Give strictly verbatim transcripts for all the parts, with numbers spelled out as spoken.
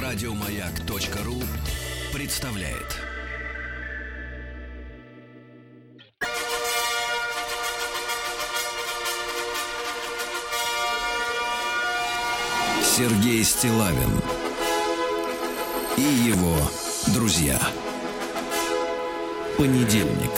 Радиомаяк.ру представляет. Сергей Стиллавин и его друзья. Понедельник.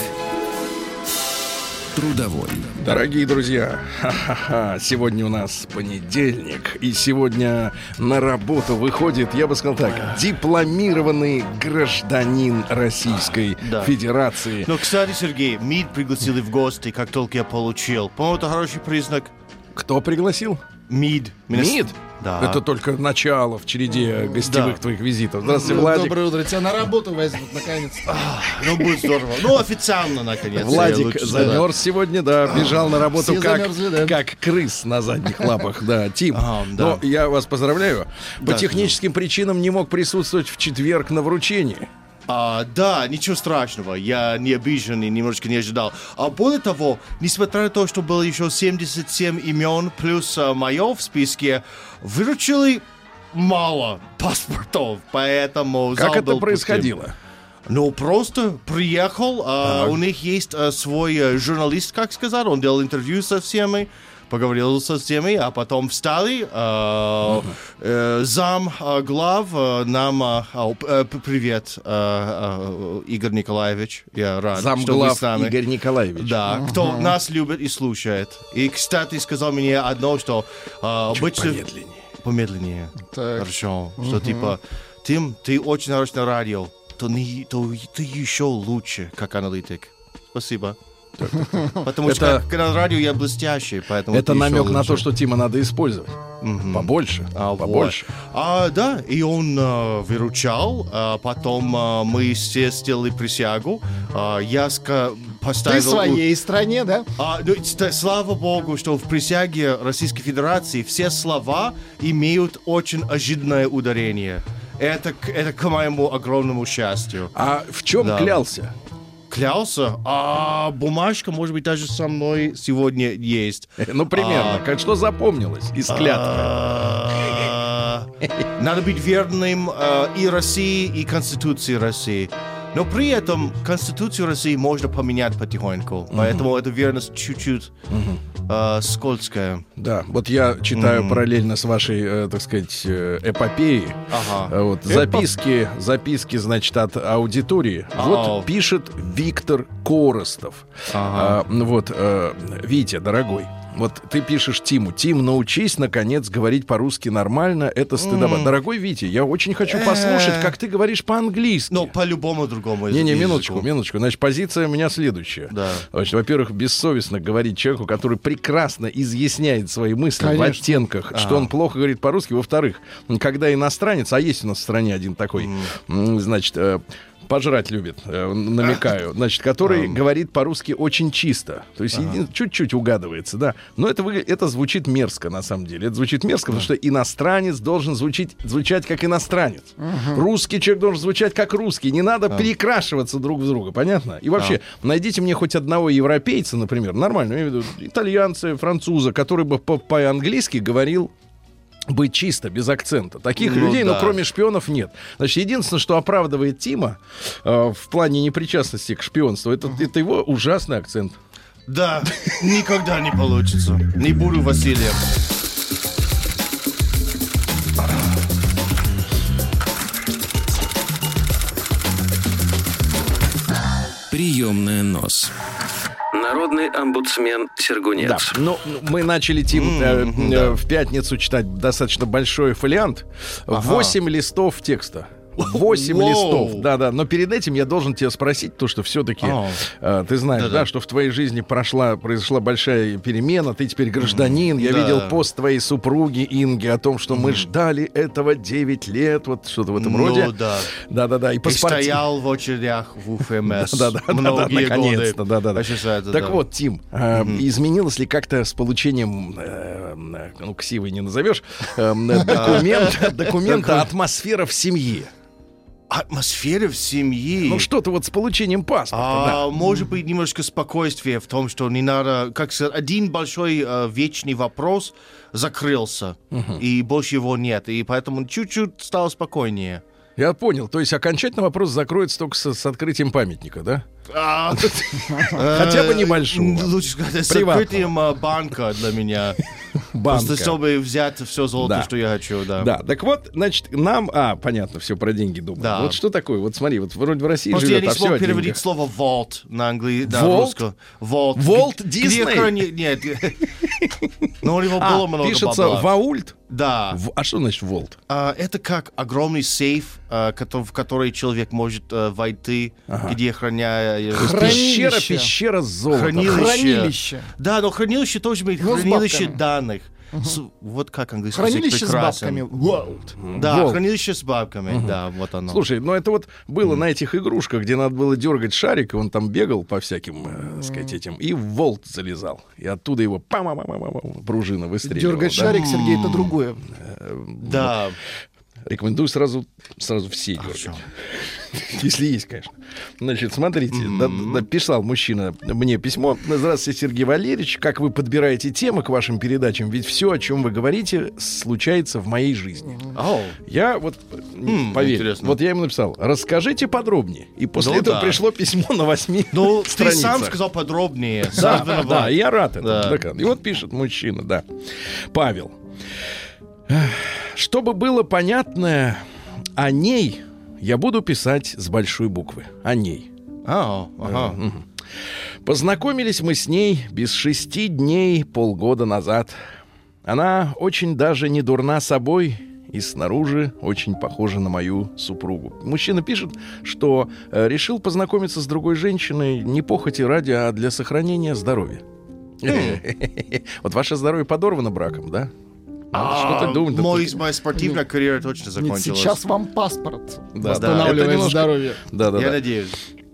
Трудовой. Дорогие друзья, ха-ха-ха, сегодня у нас понедельник, и сегодня на работу выходит, я бы сказал так, дипломированный гражданин Российской да. Федерации. Но, кстати, Сергей, МИД пригласили в гости, как только я получил. По-моему, это хороший признак. Кто пригласил? МИД. МИД? Да. Это только начало в череде гостевых да. твоих визитов. Здравствуйте, ну, Владик. Доброе утро. Тебя на работу возьмут, наконец. Ну, будет здорово. Ну, официально, наконец. Владик замерз сегодня, да, бежал на работу Все как, замерзли, да. как крыс на задних лапах. Да, Тим, ага, да. но я вас поздравляю. По да, техническим причинам не мог присутствовать в четверг на вручении. А, да, ничего страшного, я не обижен и немножко не ожидал. А более того, несмотря на то, что было еще семьдесят семь имен плюс а, мое в списке, выручили мало паспортов, поэтому Как зал это был происходило? пустым. Ну, просто приехал, а, у них есть а, свой а, журналист, как сказать, он делал интервью со всеми, поговорил со всеми, а потом встали, э, uh-huh. э, зам э, глав э, нам э, э, привет, э, э, Игорь Николаевич, я рад, зам что вы с глав нами. Игорь Николаевич. Да, uh-huh. кто нас любит и слушает. И, кстати, сказал мне одно, что э, обычно... помедленнее. Помедленнее. Так. Хорошо. Uh-huh. Что типа, Тим, ты очень хорош на радио, то, не, то ты еще лучше, как аналитик. Спасибо. Потому это, что как, на радио я блестящий, поэтому это намек на то, что Тима надо использовать. Mm-hmm. Побольше, а, побольше. Вот. А, да, и он а, выручал, а потом а, мы все сделали присягу. А, я ска- поставил... Ты в своей стране, да? А, ну, слава богу, что в присяге Российской Федерации все слова имеют очень ожиданное ударение. Это, это к моему огромному счастью. А в чем да. клялся? Клялся, а бумажка, может быть, даже со мной сегодня есть. Ну, примерно. А, как что запомнилось из клятвы? Надо быть верным и России, и Конституции России. Но при этом Конституцию России можно поменять потихоньку. Uh-huh. Поэтому эта верность чуть-чуть uh-huh. э, скользкая. Да, вот я читаю uh-huh. параллельно с вашей, э, так сказать, э, эпопеей. Ага. Вот, записки, записки, значит, от аудитории. Uh-huh. Вот пишет Виктор Коростов. Uh-huh. А, вот, э, Витя, дорогой. Вот ты пишешь Тиму: Тим, научись, наконец, говорить по-русски нормально, это стыдоба. Mm. Дорогой Витя, я очень хочу послушать, как ты говоришь по-английски. Ну, по-любому другому языку. Не-не, минуточку, минуточку. Значит, позиция у меня следующая. Да. Значит, во-первых, бессовестно говорить человеку, который прекрасно изъясняет свои мысли, конечно, в оттенках, а-а, что он плохо говорит по-русски. Во-вторых, когда иностранец, а есть у нас в стране один такой, mm. значит... пожрать любит, э, намекаю, значит, который um. говорит по-русски очень чисто, то есть uh-huh. един, чуть-чуть угадывается, да, но это, вы, это звучит мерзко, на самом деле, это звучит мерзко, uh-huh. потому что иностранец должен звучить, звучать как иностранец, uh-huh. русский человек должен звучать как русский, не надо uh-huh. перекрашиваться друг в друга, понятно? И вообще, uh-huh. найдите мне хоть одного европейца, например, нормально, я имею в виду итальянца, француза, который бы по- по-английски говорил быть чисто, без акцента. Таких ну, людей, да. ну, кроме шпионов, нет. Значит, единственное, что оправдывает Тима э, в плане непричастности к шпионству, это, uh-huh. это его ужасный акцент. Да, никогда не получится. Не буду Василием. Приемная нос. Народный омбудсмен Сергунец. Да. Ну, мы начали, Тим, mm-hmm, э, да. в пятницу читать достаточно большой фолиант. Восемь ага. листов текста. Восемь листов, да-да. Но перед этим я должен тебя спросить, то, что все-таки oh. э, ты знаешь, да-да. да, что в твоей жизни прошла, произошла большая перемена, ты теперь гражданин. Mm-hmm. Я да. видел пост твоей супруги Инги о том, что mm-hmm. мы ждали этого девять лет, вот что-то в этом ну, роде. Да. Да-да-да. И, и стоял в очередях в УФМС да-да-да, многие наконец-то, годы. Да-да-да. Так вот, Тим, изменилось ли как-то с получением, ну, ксивой не назовешь, документа, атмосфера в семье? атмосфера в семье. Ну, что-то вот с получением паспорта, А, да. Может быть, немножко спокойствия в том, что не надо... Как сказать, один большой э, вечный вопрос закрылся, и больше его нет. И поэтому чуть-чуть стало спокойнее. Я понял. То есть окончательно вопрос закроется только с, с открытием памятника, да? А, Хотя бы небольшого. э, Лучше сказать, с Приватного. открытием э, банка для меня. Банка. Просто чтобы взять все золото, Да. что я хочу, да. Да, так вот, значит, нам... А, понятно, все про деньги думаю. Да. Вот что такое? Вот смотри, вот вроде в России Просто я живет, не а все смог о переводить деньгах. слово vault на английский, на Vault? русском. Vault. Walt Где Disney? храни- Нет. Но у него А, было много пишется бабла. ваульт? Да. В- А что значит волт? А, Это как огромный сейф, а, кото- в который человек может а, войти, где храня... э, Хранилище. Пещера, пещера с золотом. Хранилище. Хранилище. Да, но хранилище тоже имеет Ну, с хранилище бабками. данных. С- вот как английский язык Хранилище с прекрасен. бабками. World. Да, Волт. хранилище с бабками, да, вот оно. Слушай, ну это вот было на этих игрушках, где надо было дергать шарик, и он там бегал по всяким, э, так сказать, этим, и в волт залезал. И оттуда его пам пам пам пам пружина выстреливала. Дергать да? шарик, Сергей, это другое. Да. Рекомендую сразу, сразу все дергать. Если есть, конечно. Значит, смотрите, да- да, писал мужчина мне письмо. Здравствуйте, Сергей Валерьевич. Как вы подбираете темы к вашим передачам? Ведь все, о чем вы говорите, случается в моей жизни. Оу. Я вот, М, поверь, интересно. вот я ему написал, расскажите подробнее. И после Ну этого да. пришло письмо на восьми Ну, ты страницах. сам сказал подробнее. Да, Сам да, виноват. я рад этому. Да. Так, И вот пишет мужчина, да. Павел. Чтобы было понятно о ней, я буду писать с большой буквы. О ней. А, ага. Мгм. Познакомились мы с ней без шести дней полгода назад. Она очень даже не дурна собой и снаружи очень похожа на мою супругу. Мужчина пишет, что э, решил познакомиться с другой женщиной не похоти ради, а для сохранения здоровья. Вот ваше здоровье подорвано браком, да? Надо что-то думать. Да Мой, только- моя спортивная карьера точно Нет, закончилась. сейчас вам паспорт Да, да, восстанавливает это немножко- здоровье. Да, да, Я да. надеюсь.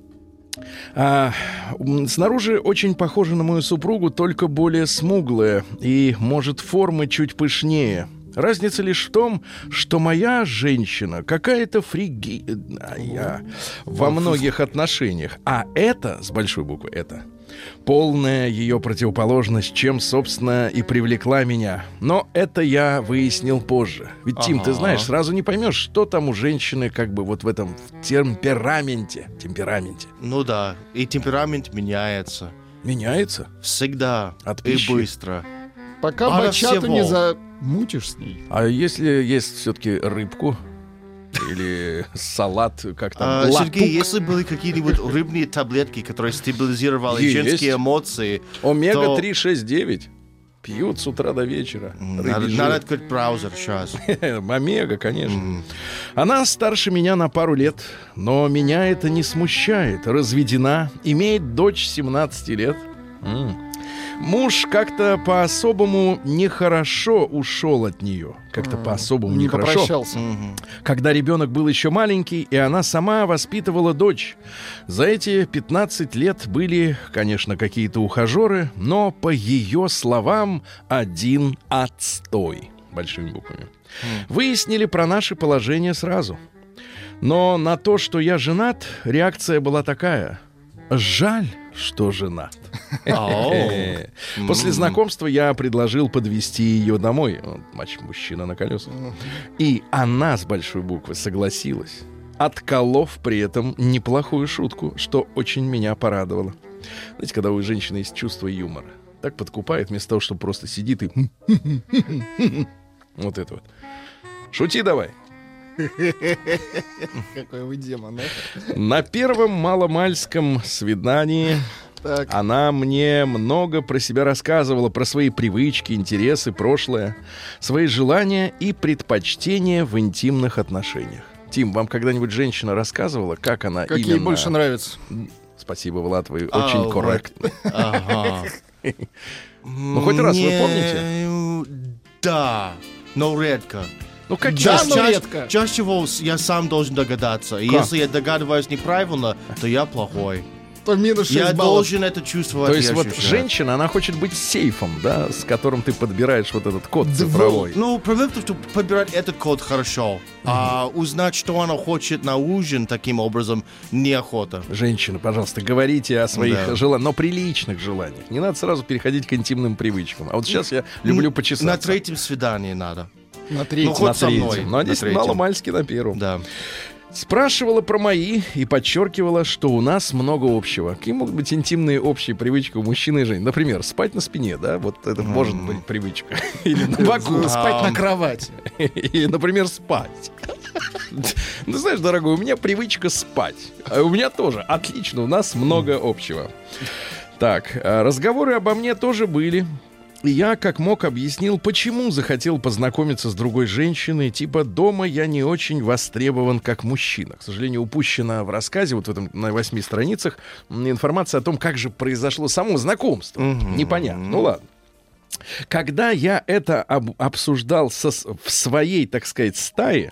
А, м, снаружи очень похожа на мою супругу, только более смуглая и, может, формы чуть пышнее. Разница лишь в том, что моя женщина какая-то фригидная во многих отношениях, а это, с большой буквы, это полная ее противоположность, чем, собственно, и привлекла меня. Но это я выяснил позже. Ведь, Тим, ты Ага. знаешь, сразу не поймешь, что там у женщины как бы вот в этом в темпераменте. Темпераменте. Ну да, и темперамент меняется. Меняется? Всегда. От и пищи. быстро. Пока Ара бачату всего. не замутишь с ней. А если есть все-таки рыбку или салат, как там, А, латук, Сергей, если были какие-нибудь рыбные таблетки, которые стабилизировали Есть. женские эмоции, омега то- три шесть девять пьют с утра до вечера. Рыбий надо, жир. надо открыть браузер сейчас. Омега, конечно. Она старше меня на пару лет, но меня это не смущает. Разведена, имеет дочь семнадцати лет. М. Муж как-то по-особому нехорошо ушел от нее. Как-то по-особому Не нехорошо. попрощался. Когда ребенок был еще маленький, и она сама воспитывала дочь. За эти пятнадцать лет были, конечно, какие-то ухажеры, но, по ее словам, один отстой. Большими буквами. Выяснили про наше положение сразу. Но на то, что я женат, реакция была такая. Жаль, что женат. После знакомства я предложил подвезти ее домой. Вот, мач- мужчина на колесах. И она с большой буквы согласилась, отколов при этом неплохую шутку, что очень меня порадовало. Знаете, когда у женщины есть чувство юмора, так подкупает, вместо того, чтобы просто сидит и... Вот это вот. Шути давай. Какой вы демон, да? На первом маломальском свидании Так. она мне много про себя рассказывала, про свои привычки, интересы, прошлое, свои желания и предпочтения в интимных отношениях. Тим, вам когда-нибудь женщина рассказывала, как она Какие именно... больше нравятся? Спасибо, Влад, вы А, очень вот. корректны. Ага. Ну, хоть раз вы помните? помните? Да, но редко. Ну, как Да, часто? но Чаще- редко. Чаще всего с- я сам должен догадаться. И Как? если я догадываюсь неправильно, то я плохой. то минус шесть Я баллов. должен это чувствовать. То есть и вот ощущать. женщина, она хочет быть сейфом, да, с которым ты подбираешь вот этот код цифровой. Ну, проблема в том, что подбирать этот код хорошо, а узнать, что она хочет на ужин таким образом, неохота. Женщины, пожалуйста, говорите о своих Да. желаниях, но приличных желаниях. Не надо сразу переходить к интимным привычкам. А вот сейчас я люблю почесаться. На третьем свидании надо. На Ну, третьем. хоть На со мной. третьем. Ну, а на здесь третьем. маломальски на первом. Да. Спрашивала про мои и подчеркивала, что у нас много общего. Какие могут быть интимные общие привычки у мужчины и женщины? Например, спать на спине, да? Вот это может быть привычка. Или на боку. Спать на Ам. кровати. И, например, спать. Ну, знаешь, дорогой, у меня привычка спать. А у меня тоже. Отлично, у нас много общего. Так, а, разговоры обо мне тоже были. И я, как мог, объяснил, почему захотел познакомиться с другой женщиной. Типа, дома я не очень востребован как мужчина. К сожалению, упущена в рассказе, вот в этом на восьми страницах, м, информация о том, как же произошло само знакомство. Непонятно. Ну ладно. Когда я это об- обсуждал со, с- в своей, так сказать, стае,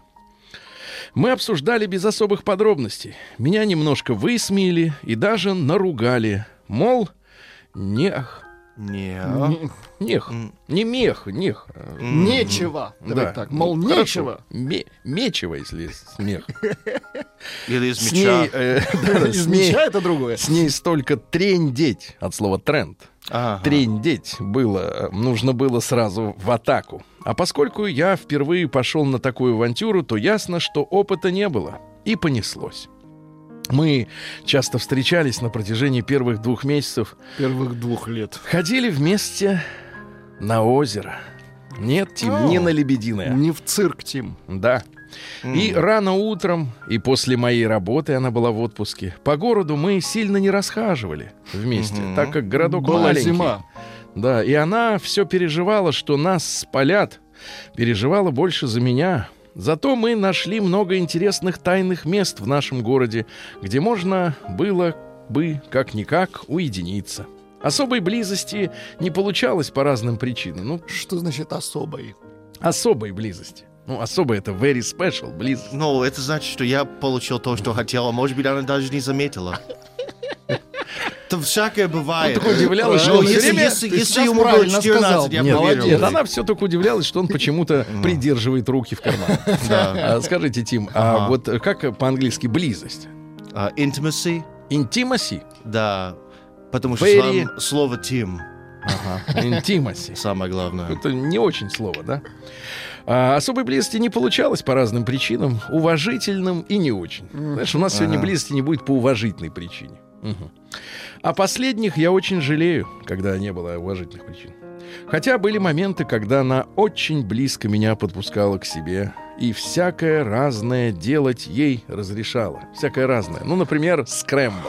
мы обсуждали без особых подробностей. Меня немножко высмеяли и даже наругали. Мол, нех, Не. нех, не мех, нех. э, Нечего. Давай да. так. Мол, Ну, хорошо. нечего. Ме- мечево, если смех. Или из С мяча. ней, э, да, Из с ней- меча это другое. с ней столько трендеть, от слова тренд. Ага. Трендеть было, нужно было сразу в атаку. А поскольку я впервые пошел на такую авантюру, то ясно, что опыта не было. И понеслось. Мы часто встречались на протяжении первых двух месяцев. Первых двух лет. Ходили вместе на озеро. Нет, Тим, не на Лебединое. Не в цирк, Тим. Да. И рано утром, и после моей работы, она была в отпуске, по городу мы сильно не расхаживали вместе, так как городок Была маленький. зима. Да, и она все переживала, что нас спалят. Переживала больше за меня. Зато мы нашли много интересных тайных мест в нашем городе, где можно было бы, как-никак, уединиться. Особой близости не получалось по разным причинам. Ну, Что значит особой? особой близости. Ну, особо это very special близость. Ну, это значит, что я получил то, что хотел, а может быть, она даже не заметила. Это всякое бывает. Так удивлялась, что Ну, он всё если, время... если, Ты если сейчас ему было правильно четырнадцать, сказал. я Нет, поверил. нет, она все только удивлялась, что он почему-то придерживает руки в карман. Да. А, Скажите, Тим, а Ага. вот как по-английски близость? А, Intimacy, Intimacy? да. Потому что Very- сам- слово «тим» Intimacy. самое главное. Это не очень слово, да? А особой близости не получалось по разным причинам, уважительным и не очень. Знаешь, у нас сегодня близости не будет по уважительной причине. Мгм. О последних я очень жалею, когда не было уважительных причин. Хотя были моменты, когда она очень близко меня подпускала к себе и всякое разное делать ей разрешала. Всякое разное. Ну, например, скрэмбл.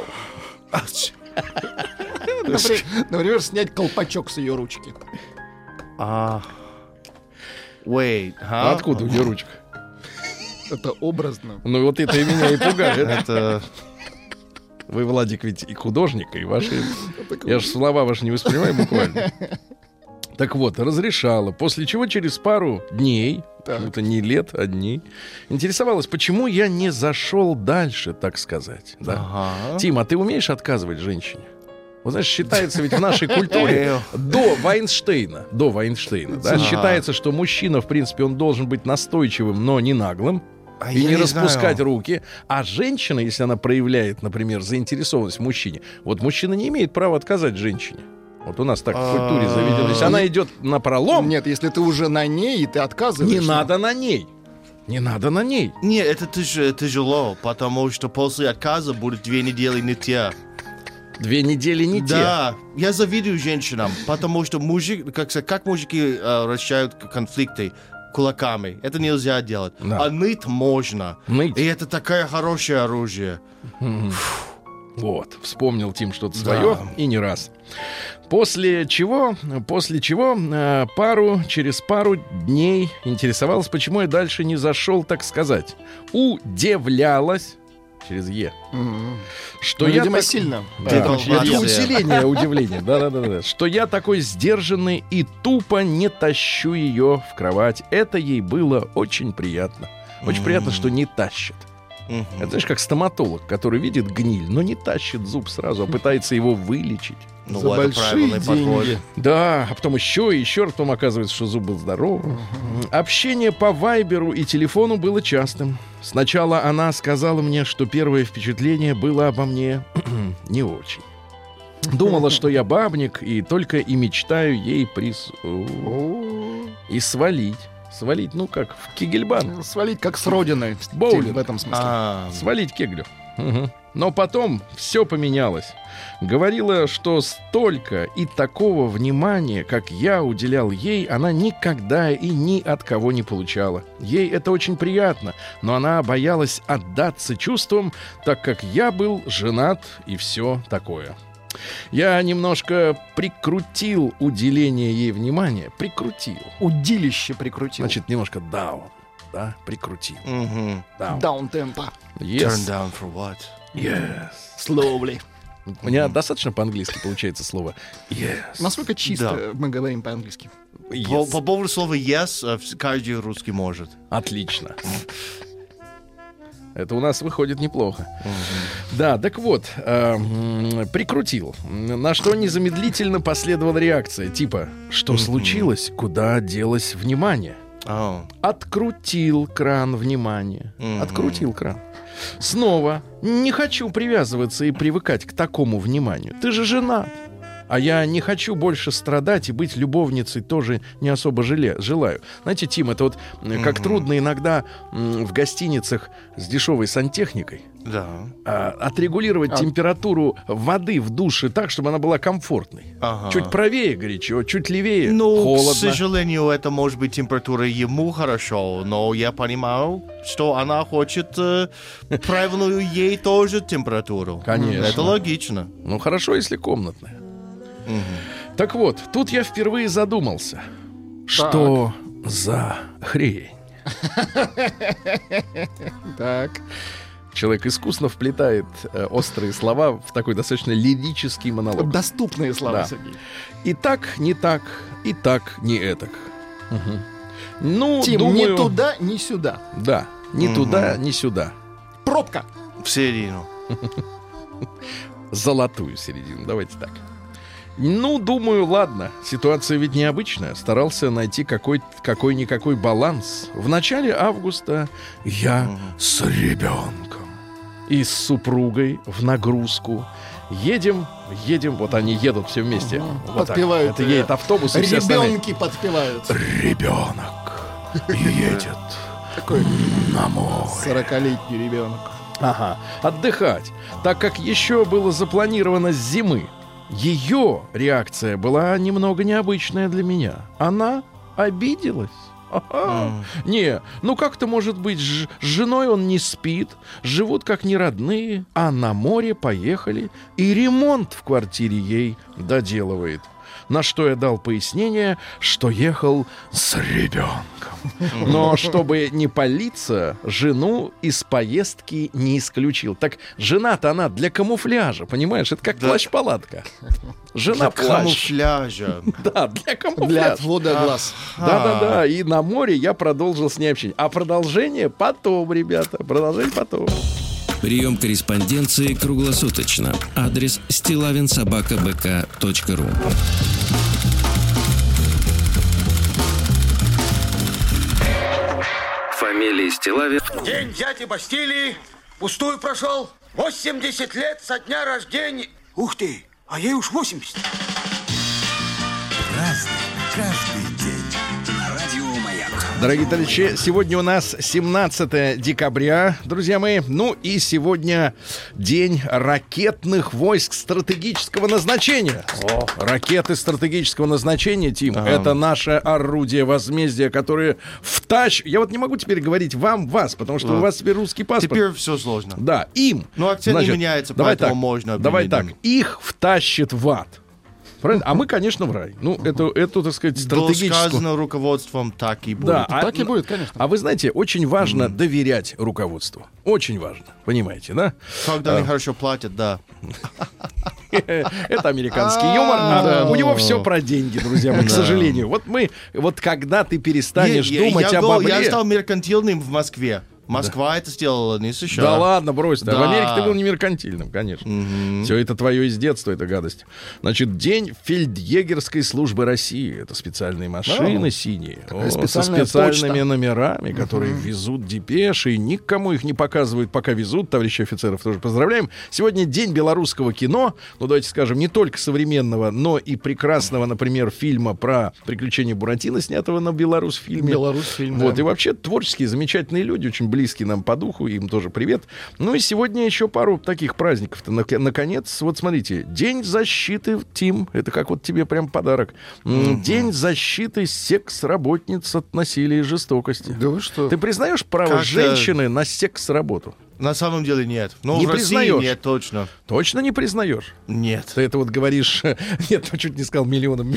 Например, например, снять колпачок с ее ручки. А, wait, А а? откуда у нее ручка? Это образно. Ну, вот это и меня и пугает. Это... Вы, Владик, ведь и художник, и ваши... Я же слова ваши не воспринимаю буквально. Так вот, разрешала, после чего через пару дней, Так. это не лет, а дней, интересовалась, почему я не зашел дальше, так сказать. Да. Ага. Тим, а ты умеешь отказывать женщине? Вот, знаешь, считается ведь в нашей культуре Эх. до Вайнштейна, до Вайнштейна, да, Ага. считается, что мужчина, в принципе, он должен быть настойчивым, но не наглым, А и я не не распускать знаю. руки. А женщина, если она проявляет, например, заинтересованность в мужчине, вот мужчина не имеет права отказать женщине. Вот у нас так в культуре заведено. Если она идет на пролом, Нет, если ты уже на ней, и ты отказываешься. не надо на ней. Не надо на ней. Не, это тяж- тяжело, потому что после отказа будет две недели нытья. Две недели не те. Да, я завидую женщинам, потому что мужик, как, сказать, как мужики э, решают к- конфликты кулаками, это нельзя делать. Да. А ныть можно. Ныть. И это такое хорошее оружие. Вот, вспомнил Тим что-то Да. свое, и не раз. После чего, после чего э, пару, через пару дней интересовалась, почему я дальше не зашел, так сказать. Удивлялась, через Е, Мгм. что Ну, я видимо, так- сильно. Да, Девальвация. это усиление удивления. Да-да-да. Что я такой сдержанный и тупо не тащу ее в кровать. Это ей было очень приятно. Очень приятно, что не тащит. Угу. Это, знаешь, как стоматолог, который видит гниль, но не тащит зуб сразу, а пытается его вылечить. Ну, За большие деньги. Да, а потом еще и еще, потом оказывается, что зуб был здоровым. Uh-huh. Общение по вайберу и телефону было частым. Сначала она сказала мне, что первое впечатление было обо мне не очень. Думала, что я бабник, и только и мечтаю ей прис... и свалить. Свалить, ну как, в Кегельбан. Свалить как с родины. Боулинг. В этом смысле. А, Свалить кеглю. Угу. Но потом все поменялось. Говорила, что столько и такого внимания, как я уделял ей, она никогда и ни от кого не получала. Ей это очень приятно, но она боялась отдаться чувствам, так как я был женат и все такое. Я немножко прикрутил уделение ей внимания. Прикрутил. Удилище прикрутил. Значит, немножко даун. Да, прикрутил. угу. Даун. Даунтемпо. Turn Yes. down for what? Yes. Slowly. У меня достаточно по-английски получается слово yes. Насколько чисто Да. мы говорим по-английски? Yes. По, по поводу слова yes, э, вс- каждый русский может. Отлично. Это у нас выходит неплохо. Да, так вот, э, м, прикрутил. На что незамедлительно последовала реакция. Типа, что случилось? Куда делось внимание? А, Открутил кран внимания. Мгм. Открутил кран. Снова. Не хочу привязываться и привыкать к такому вниманию. Ты же женат. А я не хочу больше страдать и быть любовницей тоже не особо желе- желаю. Знаете, Тим, это вот м, как трудно иногда м, в гостиницах с дешевой сантехникой да. а, отрегулировать А- температуру воды в душе так, чтобы она была комфортной. Ага. Чуть правее горячо, чуть левее Ну, холодно. к сожалению, это может быть температура ему хорошо, но я понимаю, что она хочет э, правильную ей тоже температуру. Конечно. Это логично. Ну, хорошо, если комнатная. Так вот, тут я впервые задумался. Что за хрень? Так. Человек искусно вплетает э, острые слова в такой достаточно лирический монолог. Доступные слова, Да. Сергей. И так, не так, и так, не этак. Мгм. Ну, Тим, думаю... ни туда, ни сюда. Да, ни Мгм. туда, ни сюда. Пробка. В середину. Золотую середину, давайте так. Ну, думаю, ладно, ситуация ведь необычная. Старался найти какой- какой-никакой баланс. В начале августа я с ребенком и с супругой в нагрузку. Едем, едем, вот они едут все вместе. Вот так. Подпевают. Это едет автобус и все остальные. Ребенки подпевают. Ребенок едет Такой на море. сорокалетний ребенок. Ага, отдыхать, так как еще было запланировано с зимы. Ее реакция была немного необычная для меня. Она обиделась. Ага. Не, ну как-то может быть, ж- с женой он не спит, живут как неродные, а на море поехали, и ремонт в квартире ей доделывает. На что я дал пояснение, что ехал с ребенком. Но чтобы не палиться, жену из поездки не исключил. Так жена-то она для камуфляжа, понимаешь? Это как Да. плащ-палатка. Жена Для плащ. камуфляжа. Да, для Для камуфляжа. отвода глаз. Да-да-да, и на море я продолжил с ней общение. А продолжение потом, ребята, продолжение потом. Прием корреспонденции круглосуточно. Адрес стилавин собака бэ ка точка ру. Фамилия Стилавин. День дяди Бастилии пустую прошел. восемьдесят лет со дня рождения. Ух ты, а ей уж восемьдесят. Дорогие товарищи, сегодня у нас семнадцатое декабря, друзья мои. Ну и сегодня день ракетных войск стратегического назначения. О, ракеты стратегического назначения, Тим, это наше орудие возмездия, которое втащ... Я вот не могу теперь говорить вам, вас, потому что у вас теперь русский паспорт. Теперь все сложно. Да, им. Ну, акцент не меняется, давай поэтому так, можно Давай обвинить, так, их втащит в ад. Правильно? А мы, конечно, в рай. Ну, это, это так сказать, Было стратегическое. сказано руководством, так и будет. Да, а, Так и будет, конечно. а вы знаете, очень важно доверять руководству. Очень важно. Понимаете, да? Когда они хорошо платят, да. Это американский юмор. А у него все про деньги, друзья мои, к сожалению. Вот мы, вот когда ты перестанешь Я- я- думать я об гол- обре... Я стал меркантильным в Москве. Москва да. это сделала, не США. Да ладно, брось. Да. Да. В Америке ты был не меркантильным, конечно. Mm-hmm. Все это твое из детства, это гадость. Значит, день фельдъегерской службы России. Это специальные машины oh. синие. О, со специальными почта. Номерами, которые mm-hmm. везут депеши. И никому их не показывают, пока везут. Товарищи офицеров тоже поздравляем. Сегодня день белорусского кино. Ну, давайте скажем, не только современного, но и прекрасного, например, фильма про приключения Буратино, снятого на Беларусь-фильме. Беларусь-фильм, вот, да. И вообще творческие, замечательные люди, очень близкие нам по духу, им тоже привет. Ну и сегодня еще пару таких праздников-то. Наконец, вот смотрите, День защиты, Тим, это как вот тебе прям подарок. Mm-hmm. День защиты секс-работниц от насилия и жестокости. Да вы что? Ты признаешь право Как-то... женщины на секс-работу? На самом деле нет. Но не в признаешь? России нет, точно. Точно не признаешь? Нет. Ты это вот говоришь... Нет, ну чуть не сказал миллионом.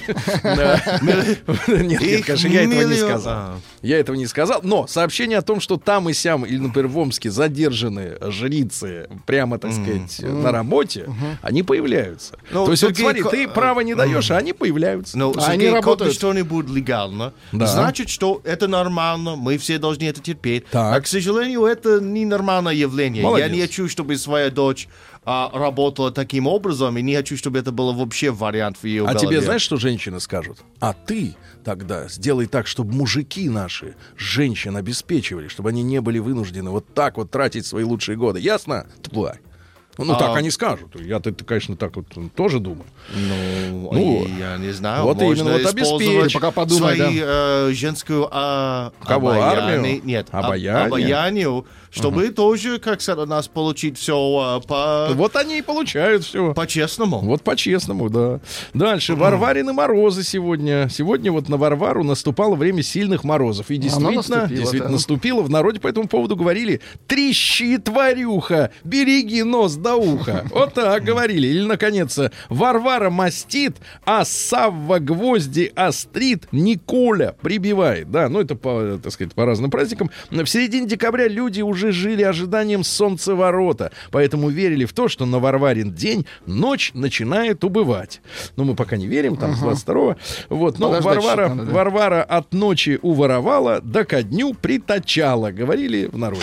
Нет, нет, конечно, я этого не сказал. Я этого не сказал. Но сообщение о том, что там и сям, или, например, в Омске задержаны жрицы прямо, так сказать, на работе, они появляются. То есть, вот смотри, ты права не даешь, а они появляются. Ну, они работают. Что-нибудь легально, значит, что это нормально, мы все должны это терпеть. А, к сожалению, это ненормальное явление. Молодец. Я не хочу, чтобы своя дочь а, работала таким образом, и не хочу, чтобы это было вообще вариант в ее а голове. тебе знаешь, что женщины скажут? А ты тогда сделай так, чтобы мужики наши женщин обеспечивали, чтобы они не были вынуждены вот так вот тратить свои лучшие годы. Ясно, тварь? Ну, а... так они скажут. Я-то, конечно, так вот тоже думаю. Ну, ну я не знаю. Вот можно именно, вот обеспечь. Пока подумай, свои, да. э, женскую а, Кого, обаяние, армию? Нет, обаяние? обаянию, чтобы uh-huh. тоже, как сказать, нас получить все по... Вот они и получают все. По-честному. Вот по-честному, да. Дальше. Uh-huh. Варварины морозы сегодня. Сегодня вот на Варвару наступало время сильных морозов. И действительно, наступило, действительно да. наступило. В народе по этому поводу говорили: трещи, тварюха, береги нос до уха. Вот так говорили. Или, наконец, Варвара мастит, а Савва гвозди острит, Николя прибивает. Да, ну это, по, так сказать, по разным праздникам. В середине декабря люди уже уже жили ожиданием солнцеворота, поэтому верили в то, что на Варварин день ночь начинает убывать. Но мы пока не верим, там uh-huh. с двадцать второго. Вот, но Варвара, надо, да? Варвара от ночи уворовала, да ко дню притачала, говорили в народе.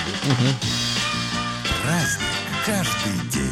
Uh-huh. Праздник каждый день.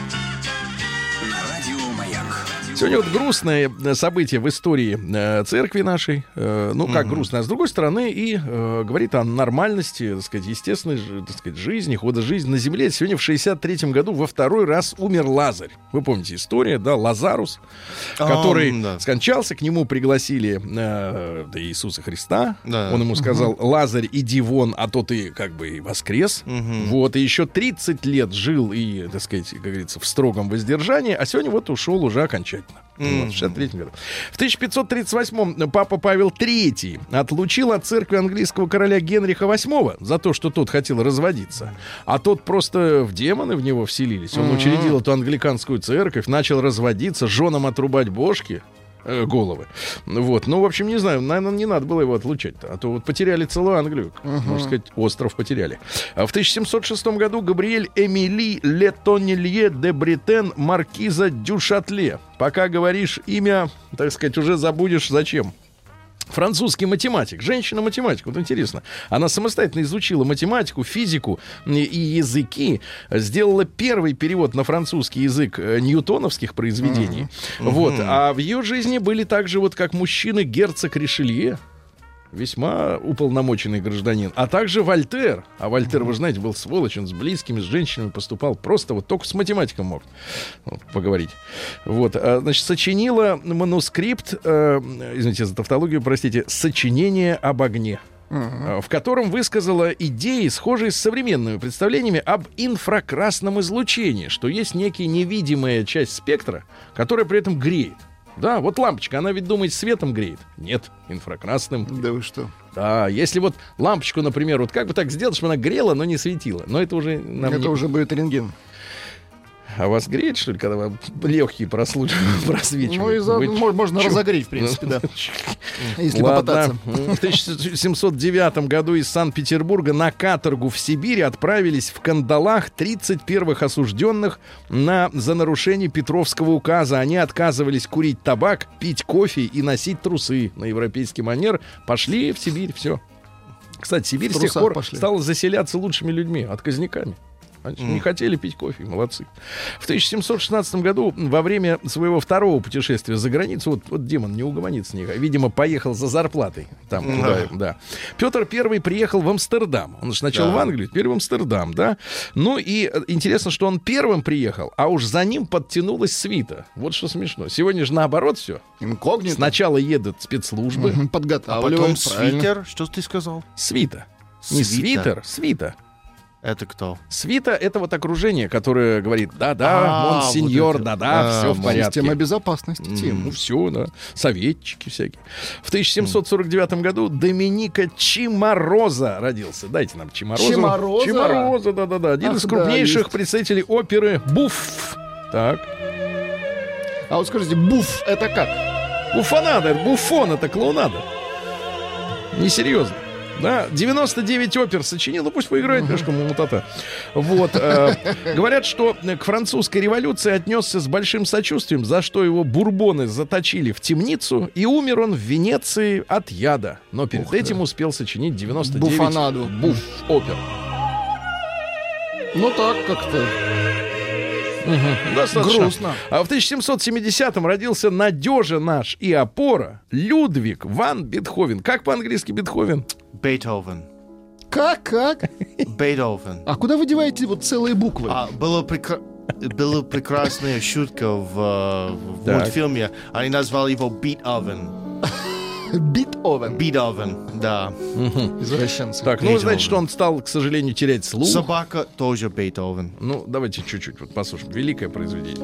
Сегодня вот грустное событие в истории э, церкви нашей. Э, ну, как mm-hmm. грустно, а с другой стороны и э, говорит о нормальности, так сказать, естественной, так сказать, жизни, хода жизни на земле. Сегодня в шестьдесят третьем году во второй раз умер Лазарь. Вы помните историю, да, Лазарус, oh, который да. скончался, к нему пригласили э, да, Иисуса Христа. Да. Он ему сказал: uh-huh. Лазарь, иди вон, а то ты как бы воскрес. Uh-huh. Вот, и еще тридцать лет жил и, так сказать, как говорится, в строгом воздержании, а сегодня вот ушел уже окончательно. Mm-hmm. В шестьдесят третьем году. В тысяча пятьсот тридцать восьмом папа Павел третий отлучил от церкви английского короля Генриха восьмого за то, что тот хотел разводиться. А тот просто в демоны в него вселились. Он mm-hmm. учредил эту англиканскую церковь, начал разводиться, женам отрубать бошки. Головы. Вот. Ну, в общем, не знаю, наверное, не надо было его отлучать-то. А то вот потеряли целую Англию. Uh-huh. Можно сказать, остров потеряли. А в тысяча семьсот шестом году Габриэль Эмили Ле Тоннелье де Бретен маркиза дю Шатле. Пока говоришь имя, так сказать, уже забудешь зачем. Французский математик, женщина-математик, вот интересно. Она самостоятельно изучила математику, физику и языки, сделала первый перевод на французский язык ньютоновских произведений. Mm-hmm. Вот. А в ее жизни были также, вот как мужчины, герцог Ришелье, весьма уполномоченный гражданин, а также Вольтер. А Вольтер, вы знаете, был сволочь, он с близкими, с женщинами поступал просто вот только с математиком мог вот, поговорить. Вот, а, значит, сочинила манускрипт, э, извините за тавтологию, простите, «Сочинение об огне», uh-huh. в котором высказала идеи, схожие с современными представлениями об инфракрасном излучении, что есть некая невидимая часть спектра, которая при этом греет. Да, вот лампочка, она ведь думает, светом греет. Нет, инфракрасным. Да вы что? Да, если вот лампочку, например, вот как бы так сделать, чтобы она грела, но не светила. Но это уже... Нам это не... уже будет рентген. А вас греет, что ли, когда вам легкие просвечивают? Ну, и за... Вы... можно Чё? разогреть, в принципе, да. Если Ладно. попытаться. В тысяча семьсот девятом году из Санкт-Петербурга на каторгу в Сибирь отправились в кандалах тридцать первых осужденных на... за нарушение Петровского указа. Они отказывались курить табак, пить кофе и носить трусы на европейский манер. Пошли в Сибирь, все. Кстати, Сибирь с тех пор пошли. стала заселяться лучшими людьми, отказниками. Они mm. не хотели пить кофе, молодцы. В тысяча семьсот шестнадцатом году, во время своего второго путешествия за границу, вот, вот демон не угомонится никак, видимо, поехал за зарплатой. Там, mm. куда, да. Петр Первый приехал в Амстердам. Он же сначала yeah. в Англию, теперь в Амстердам, да. Ну и интересно, что он первым приехал, а уж за ним подтянулась свита. Вот что смешно. Сегодня же наоборот все. Инкогнито. Сначала едут спецслужбы. Mm-hmm, подготавливают. А потом свитер. Что ты сказал? Свита. Не свитер, свита. Это кто? Свита — это вот окружение, которое говорит: да-да, монсеньор, да-да, все в порядке. Система безопасности. Mm, ну все, да. Советчики всякие. В тысяча семьсот сорок девятом году Доминика Чимороза родился. Дайте нам Чимороза. Чимороза? Чимороза, да-да-да. Один Ах, из крупнейших да, представителей оперы буф. Так. А вот скажите, буф — это как? Буфонада, это буфон, это клоунада. Несерьезно. Да, девяносто девять опер сочинил, ну пусть поиграет немножко мутата. Вот. Э, говорят, что к французской революции отнесся с большим сочувствием, за что его бурбоны заточили в темницу, и умер он в Венеции от яда. Но перед Ух этим да. успел сочинить девяносто девять буфонаду. Буф опер. Ну так как-то. Угу, достаточно. Грустно. А в тысяча семьсот семидесятом родился надежа наш и опора Людвиг ван Бетховен. Как по-английски Бетховен? Бетховен. Как, как? Бетховен. А куда вы деваете вот целые буквы? А, было прекра... Была прекрасная шутка в, в мультфильме. Они назвали его Битовен. Битовен. Битовен, да. Угу. Извращенцы. Так, ну, знаете, что он стал, к сожалению, терять слух. Собака тоже Бетовен. Ну, давайте чуть-чуть вот послушаем. Великое произведение.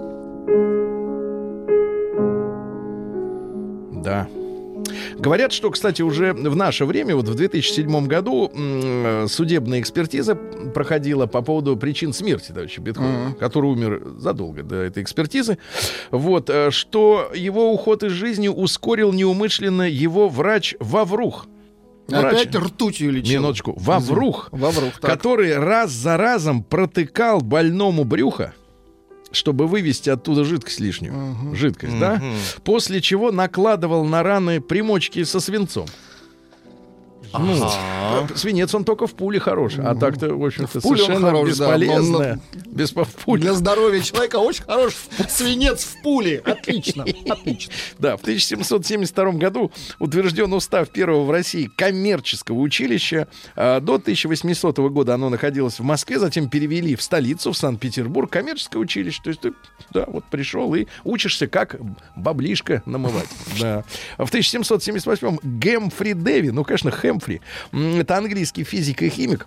Да. Говорят, что, кстати, уже в наше время, вот в две тысячи седьмом году, м- судебная экспертиза проходила по поводу причин смерти товарища Бетховена, mm-hmm. который умер задолго до этой экспертизы. Вот, что его уход из жизни ускорил неумышленно его врач Ваврух. Врач, опять ртутью лечил. Минуточку. Ваврух, Ваврух который раз за разом протыкал больному брюхо, чтобы вывести оттуда жидкость лишнюю. Uh-huh. Жидкость, uh-huh. да? После чего накладывал на раны примочки со свинцом. Ну, ага. Свинец он только в пуле хорош, а так-то, в общем-то, в совершенно хорош, бесполезно. Да, Без, Для здоровья человека очень хорош свинец в пуле. Отлично, отлично. Да, в тысяча семьсот семьдесят втором году утвержден устав первого в России коммерческого училища. До тысяча восьмисотого года оно находилось в Москве, затем перевели в столицу, в Санкт-Петербург, коммерческое училище. То есть ты, да, вот пришел и учишься, как баблишко намывать. Да. В тысяча семьсот семьдесят восьмом Гэмфри Дэви, ну, конечно, Хэм это английский физик и химик,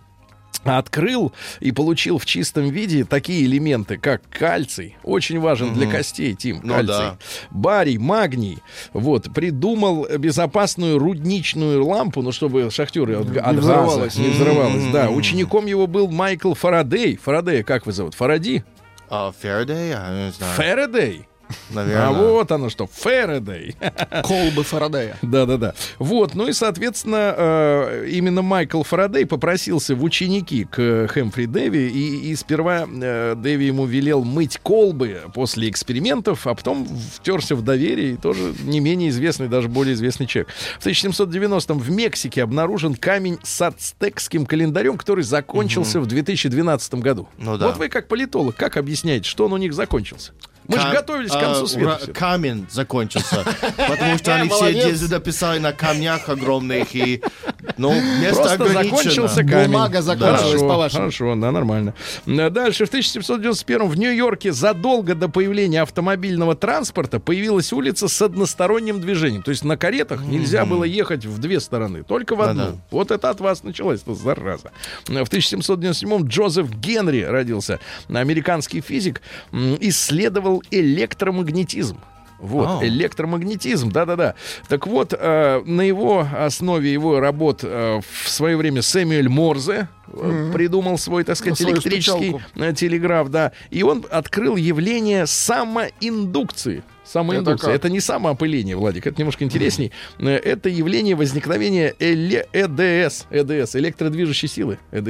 открыл и получил в чистом виде такие элементы, как кальций, очень важен mm-hmm. для костей, Тим, ну, кальций, да. барий, магний, вот, придумал безопасную рудничную лампу, ну, чтобы шахтеры от, от не взорвалось, не взорвалось, mm-hmm. да, учеником его был Майкл Фарадей, Фарадея как вы зовут, Фаради? Uh, Фарадей, я не знаю. Фарадей. Наверное. А вот оно что, Фарадей. Колбы Фарадея. Да-да-да. Вот, ну и, соответственно, э, именно Майкл Фарадей попросился в ученики к Хэмфри Дэви, и, и сперва э, Дэви ему велел мыть колбы после экспериментов, а потом втерся в доверие, и тоже не менее известный, даже более известный человек. В тысяча семьсот девяностом в Мексике обнаружен камень с ацтекским календарем, который закончился угу. в две тысячи двенадцатом году. Ну, да. Вот вы как политолог, как объясняете, что он у них закончился? Мы Кам... же готовились к концу света. А, камень закончился. Потому что они все дезы дописали на камнях огромных. И, ну, место ограничено. Закончился камень. Бумага закончилась, да, по-вашему. Хорошо, да, нормально. Дальше. В тысяча семьсот девяносто первом в Нью-Йорке задолго до появления автомобильного транспорта появилась улица с односторонним движением. То есть на каретах нельзя mm-hmm. было ехать в две стороны, только в одну. Да-да. Вот это от вас началось, это зараза. В тысяча семьсот девяносто седьмом Джозеф Генри родился. Американский физик. Исследовал электромагнетизм. Вот, oh. электромагнетизм, да-да-да. Так вот, э, на его основе его работ э, в свое время Сэмюэль Морзе э, mm-hmm. придумал свой, так сказать, электрический э, телеграф, да. И он открыл явление самоиндукции. Самоиндукция. Это, это не самоопыление, Владик, это немножко интересней. Mm-hmm. Это явление возникновения ЭДС, ЭДС, электродвижущей силы, ЭДС.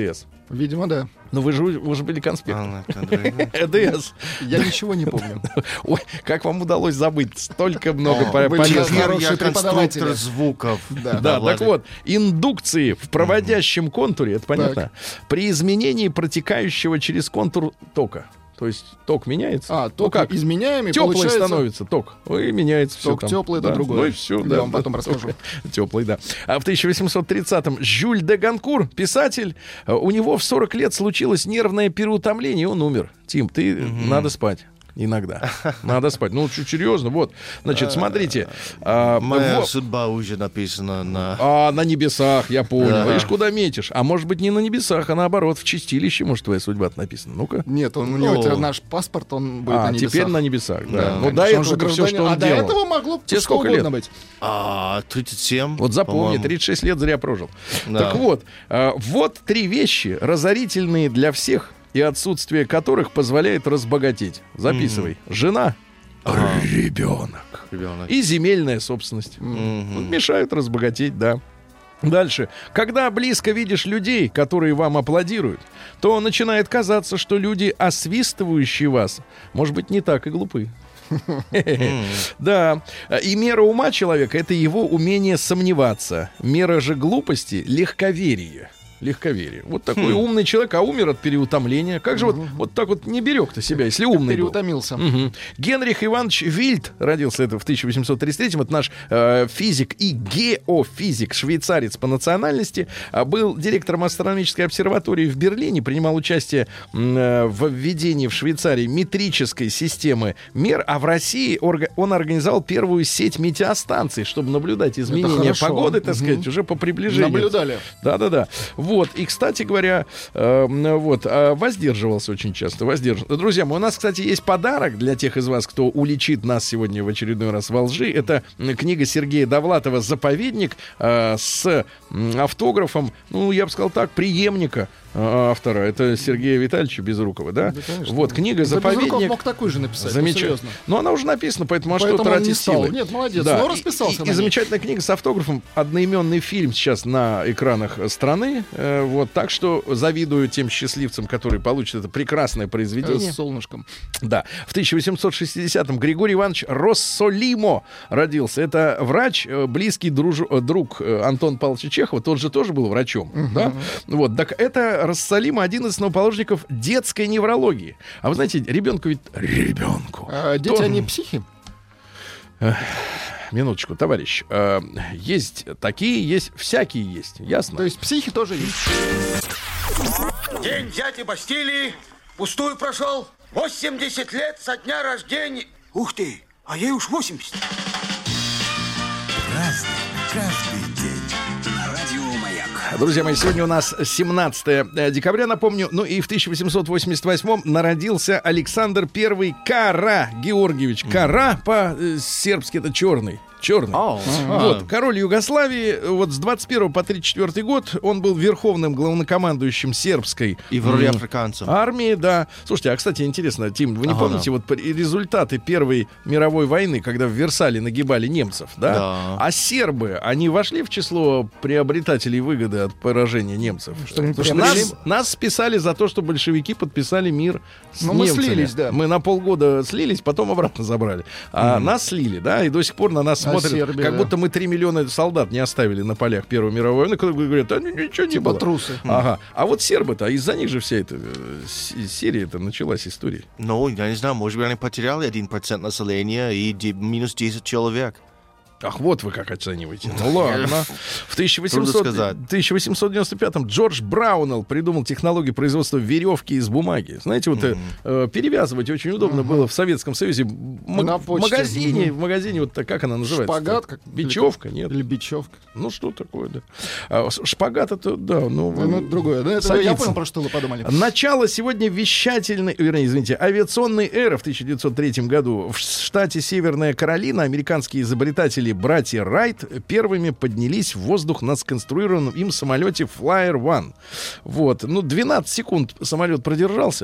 Видимо, да. Ну вы же уже были конспектом. ЭДС. Я ничего не помню. Ой, как вам удалось забыть столько много Были полезного. хорошие преподаватели. Конструктор звуков. Да. Да, так вот, индукции в проводящем контуре, это понятно, при изменении протекающего через контур тока. То есть ток меняется. А, ток ну, как? изменяем, и Теплый получается... становится ток. И меняется все. Ток теплый, это да. другое. Ну и все. Я да, вам да, потом расскажу. Теплый, да. А в тысяча восемьсот тридцатом Жюль де Ганкур, писатель, у него в сорок лет случилось нервное переутомление, и он умер. Тим, ты mm-hmm. надо спать. Иногда. Надо спать. Ну, чуть серьезно. Вот. Значит, смотрите. А, Моя вот. судьба уже написана на... А, на небесах, я понял. Да. Видишь, куда метишь. А может быть, не на небесах, а наоборот, в чистилище, может, твоя судьба написана. Ну-ка. Нет, он, у него О. теперь наш паспорт, он будет А, на небесах. теперь на небесах, да. Да, ну, конечно, до Он этого же все, гражданин. что он а до делал. этого могло Тебе что сколько угодно лет? быть. А, тридцать семь. Вот запомни, по-моему. тридцать шесть лет зря прожил. Да. Так вот, э, вот три вещи, разорительные для всех, и отсутствие которых позволяет разбогатеть. Записывай. Mm-hmm. Жена, ага. ребенок. Ребенок. И земельная собственность. Mm-hmm. Вот мешают разбогатеть, да. Дальше. Когда близко видишь людей, которые вам аплодируют, то начинает казаться, что люди, освистывающие вас, может быть, не так и глупы. Да. И мера ума человека — это его умение сомневаться. Мера же глупости — легковерие. Легковерие. Вот такой хм. умный человек, а умер от переутомления. Как же угу. вот, вот так вот не берег-то себя, если умный переутомился. был. Угу. Генрих Иванович Вильд родился это в тысяча восемьсот тридцать третьем. Это наш э, физик и геофизик, швейцарец по национальности. А был директором астрономической обсерватории в Берлине. Принимал участие э, в введении в Швейцарии метрической системы мер. А в России орга- он организовал первую сеть метеостанций, чтобы наблюдать изменения погоды, так угу. сказать, уже по приближению. Наблюдали. Да-да-да. Вот, и, кстати говоря, э, вот, э, воздерживался очень часто, воздерживался. Друзья мои, у нас, кстати, есть подарок для тех из вас, кто уличит нас сегодня в очередной раз во лжи. Это книга Сергея Довлатова «Заповедник» э, с автографом, ну, я бы сказал так, преемника автора. Это Сергея Витальевича Безрукова, да? Да, вот, книга «Заповедник». Безруков мог такую же написать, Замечательно. Но она уже написана, поэтому, поэтому что тратить силы. Нет, молодец, да. но расписался. И, и, и замечательная книга с автографом. Одноименный фильм сейчас на экранах страны. Э, вот, так что завидую тем счастливцам, которые получат это прекрасное произведение. С солнышком. Да. В тысяча восемьсот шестидесятом Григорий Иванович Россолимо родился. Это врач, близкий друж... друг Антона Павловича Чехова. Тот же тоже был врачом. Uh-huh. Да? Вот, так это Россолимо, один из основоположников детской неврологии. А вы знаете, ребенку ведь... Ребенку. А, дети, то... они психи? Минуточку, товарищ. Э, есть такие, есть всякие есть. Ясно? То есть психи тоже есть. День дяди Бастилии пустую прошел. восемьдесят лет со дня рождения. Ух ты, а ей уж восемьдесят. Разный, каждый день. Друзья мои, сегодня у нас семнадцатое декабря, напомню. Ну и в тысяча восемьсот восемьдесят восьмом народился Александр Первый Кара Георгиевич. Кара по-сербски это черный. Черный. Oh. Вот, король Югославии. Вот с двадцать первого по тридцать четвёртый год он был верховным главнокомандующим сербской и в роли африканцев. Армии, да. Слушайте, а, кстати, интересно, Тим, вы не ага, помните да. вот результаты Первой мировой войны, когда в Версале нагибали немцев, да? Да. А сербы, они вошли в число приобретателей выгоды от поражения немцев? Что нас, нас списали за то, что большевики подписали мир с Но немцами. Мы слились, да. Мы на полгода слились, потом обратно забрали. А mm. нас слили, да, и до сих пор на нас смотрят, Сербия, как да. будто мы три миллиона солдат не оставили на полях Первой мировой войны, когда говорят, а ничего не типа было. Трусы. Ага. А вот сербы-то, из-за них же вся эта серия-то началась история. Ну, я не знаю, может быть, они потеряли один процент населения и минус десять человек. Ах, вот вы как оцениваете. Ну ладно. В тысяча восемьсот девяносто пятом Джордж Браунелл придумал технологию производства веревки из бумаги. Знаете, вот mm-hmm. э, перевязывать очень удобно mm-hmm. было в Советском Союзе. М- в магазине, mm-hmm. в магазине, вот так, как она называется? Шпагат? Как... Бечевка, нет? Или бечевка. Ну, что такое, да. А, шпагат это, да, ну... Ну, это другое. Да, это, я понял, про что вы подумали. Начало сегодня вещательной, вернее, извините, авиационной эры в тысяча девятьсот третьем году. В штате Северная Каролина американские изобретатели братья Райт первыми поднялись в воздух на сконструированном им самолете Flyer One. Вот. Ну, двенадцать секунд самолет продержался.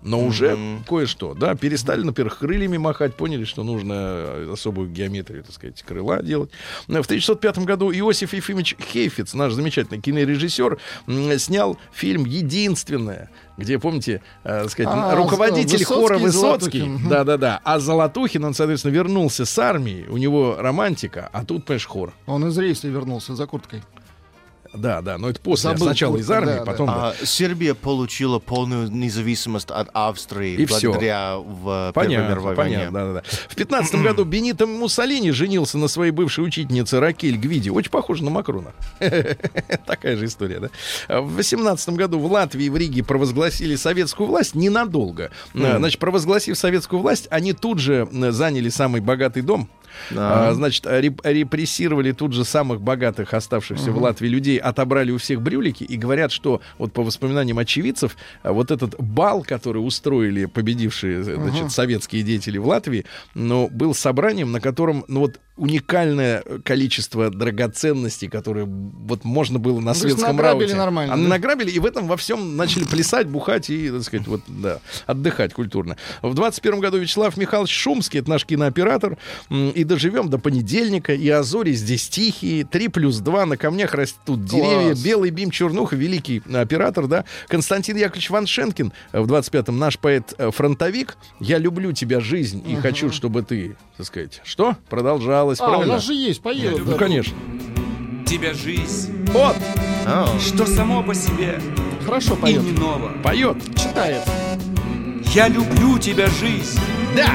но mm-hmm. уже кое-что, да, перестали, например, крыльями махать, поняли, что нужно особую геометрию, так сказать, крыла делать. В тысяча девятьсот пятом году Иосиф Ефимович Хейфиц, наш замечательный кинорежиссер, снял фильм «Единственное», где, помните, э, так сказать, а, руководитель Высоцкий, хора Высоцкий, да-да-да, а Золотухин, он, соответственно, вернулся с армии, у него романтика, а тут, понимаешь, хор. Он из рейса вернулся за курткой. Да, да, но это после. Забыл, сначала из армии, да, потом... Да. А, Сербия получила полную независимость от Австрии и благодаря все. в понятно, Первой мировой войне. Понятно, да, да, да. В пятнадцатом году Бенито Муссолини женился на своей бывшей учительнице Ракель Гвиди. Очень похоже на Макрона. Такая же история, да? В восемнадцатом году в Латвии, в Риге провозгласили советскую власть ненадолго. Значит, провозгласив советскую власть, они тут же заняли самый богатый дом. Да. А, значит, реп- репрессировали тут же самых богатых оставшихся угу. в Латвии людей, отобрали у всех брюлики и говорят, что вот по воспоминаниям очевидцев, вот этот бал, который устроили победившие значит, угу. советские деятели в Латвии, ну, был собранием, на котором ну, вот, уникальное количество драгоценностей, которые вот можно было на светском рауте. Нормально. Они да? награбили и в этом во всем начали плясать, бухать и, так сказать, вот, да, отдыхать культурно. В двадцать первом году Вячеслав Михайлович Шумский, это наш кинооператор, и доживем до понедельника, и а зори здесь тихие, три плюс два, на камнях растут деревья, класс. Белый бим Чернуха, великий оператор, да, Константин Яковлевич Ваншенкин, в двадцать пятом наш поэт-фронтовик, я люблю тебя, жизнь, и uh-huh. хочу, чтобы ты, так сказать, что? Продолжалось, а, правильно? у нас же есть, поет. Ну, да. конечно. Тебя жизнь, вот, oh. что само по себе хорошо поет. И не ново. Поет. Читает. Я люблю тебя, жизнь. Да.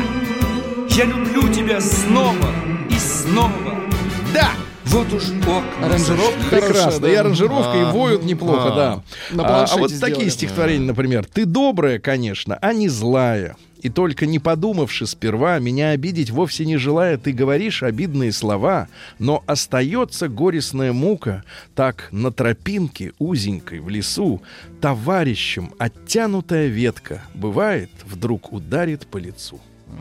Я люблю тебя снова и снова. Да. Вот уж ок. Аранжировка прекрасно. Да. И аранжировка, а, и воют неплохо, а, да. А, а вот сделали. Такие стихотворения, например. Ты добрая, конечно, а не злая. И только не подумавши сперва, меня обидеть вовсе не желая, ты говоришь обидные слова, но остается горестная мука, так на тропинке узенькой в лесу товарищем оттянутая ветка, бывает, вдруг ударит по лицу.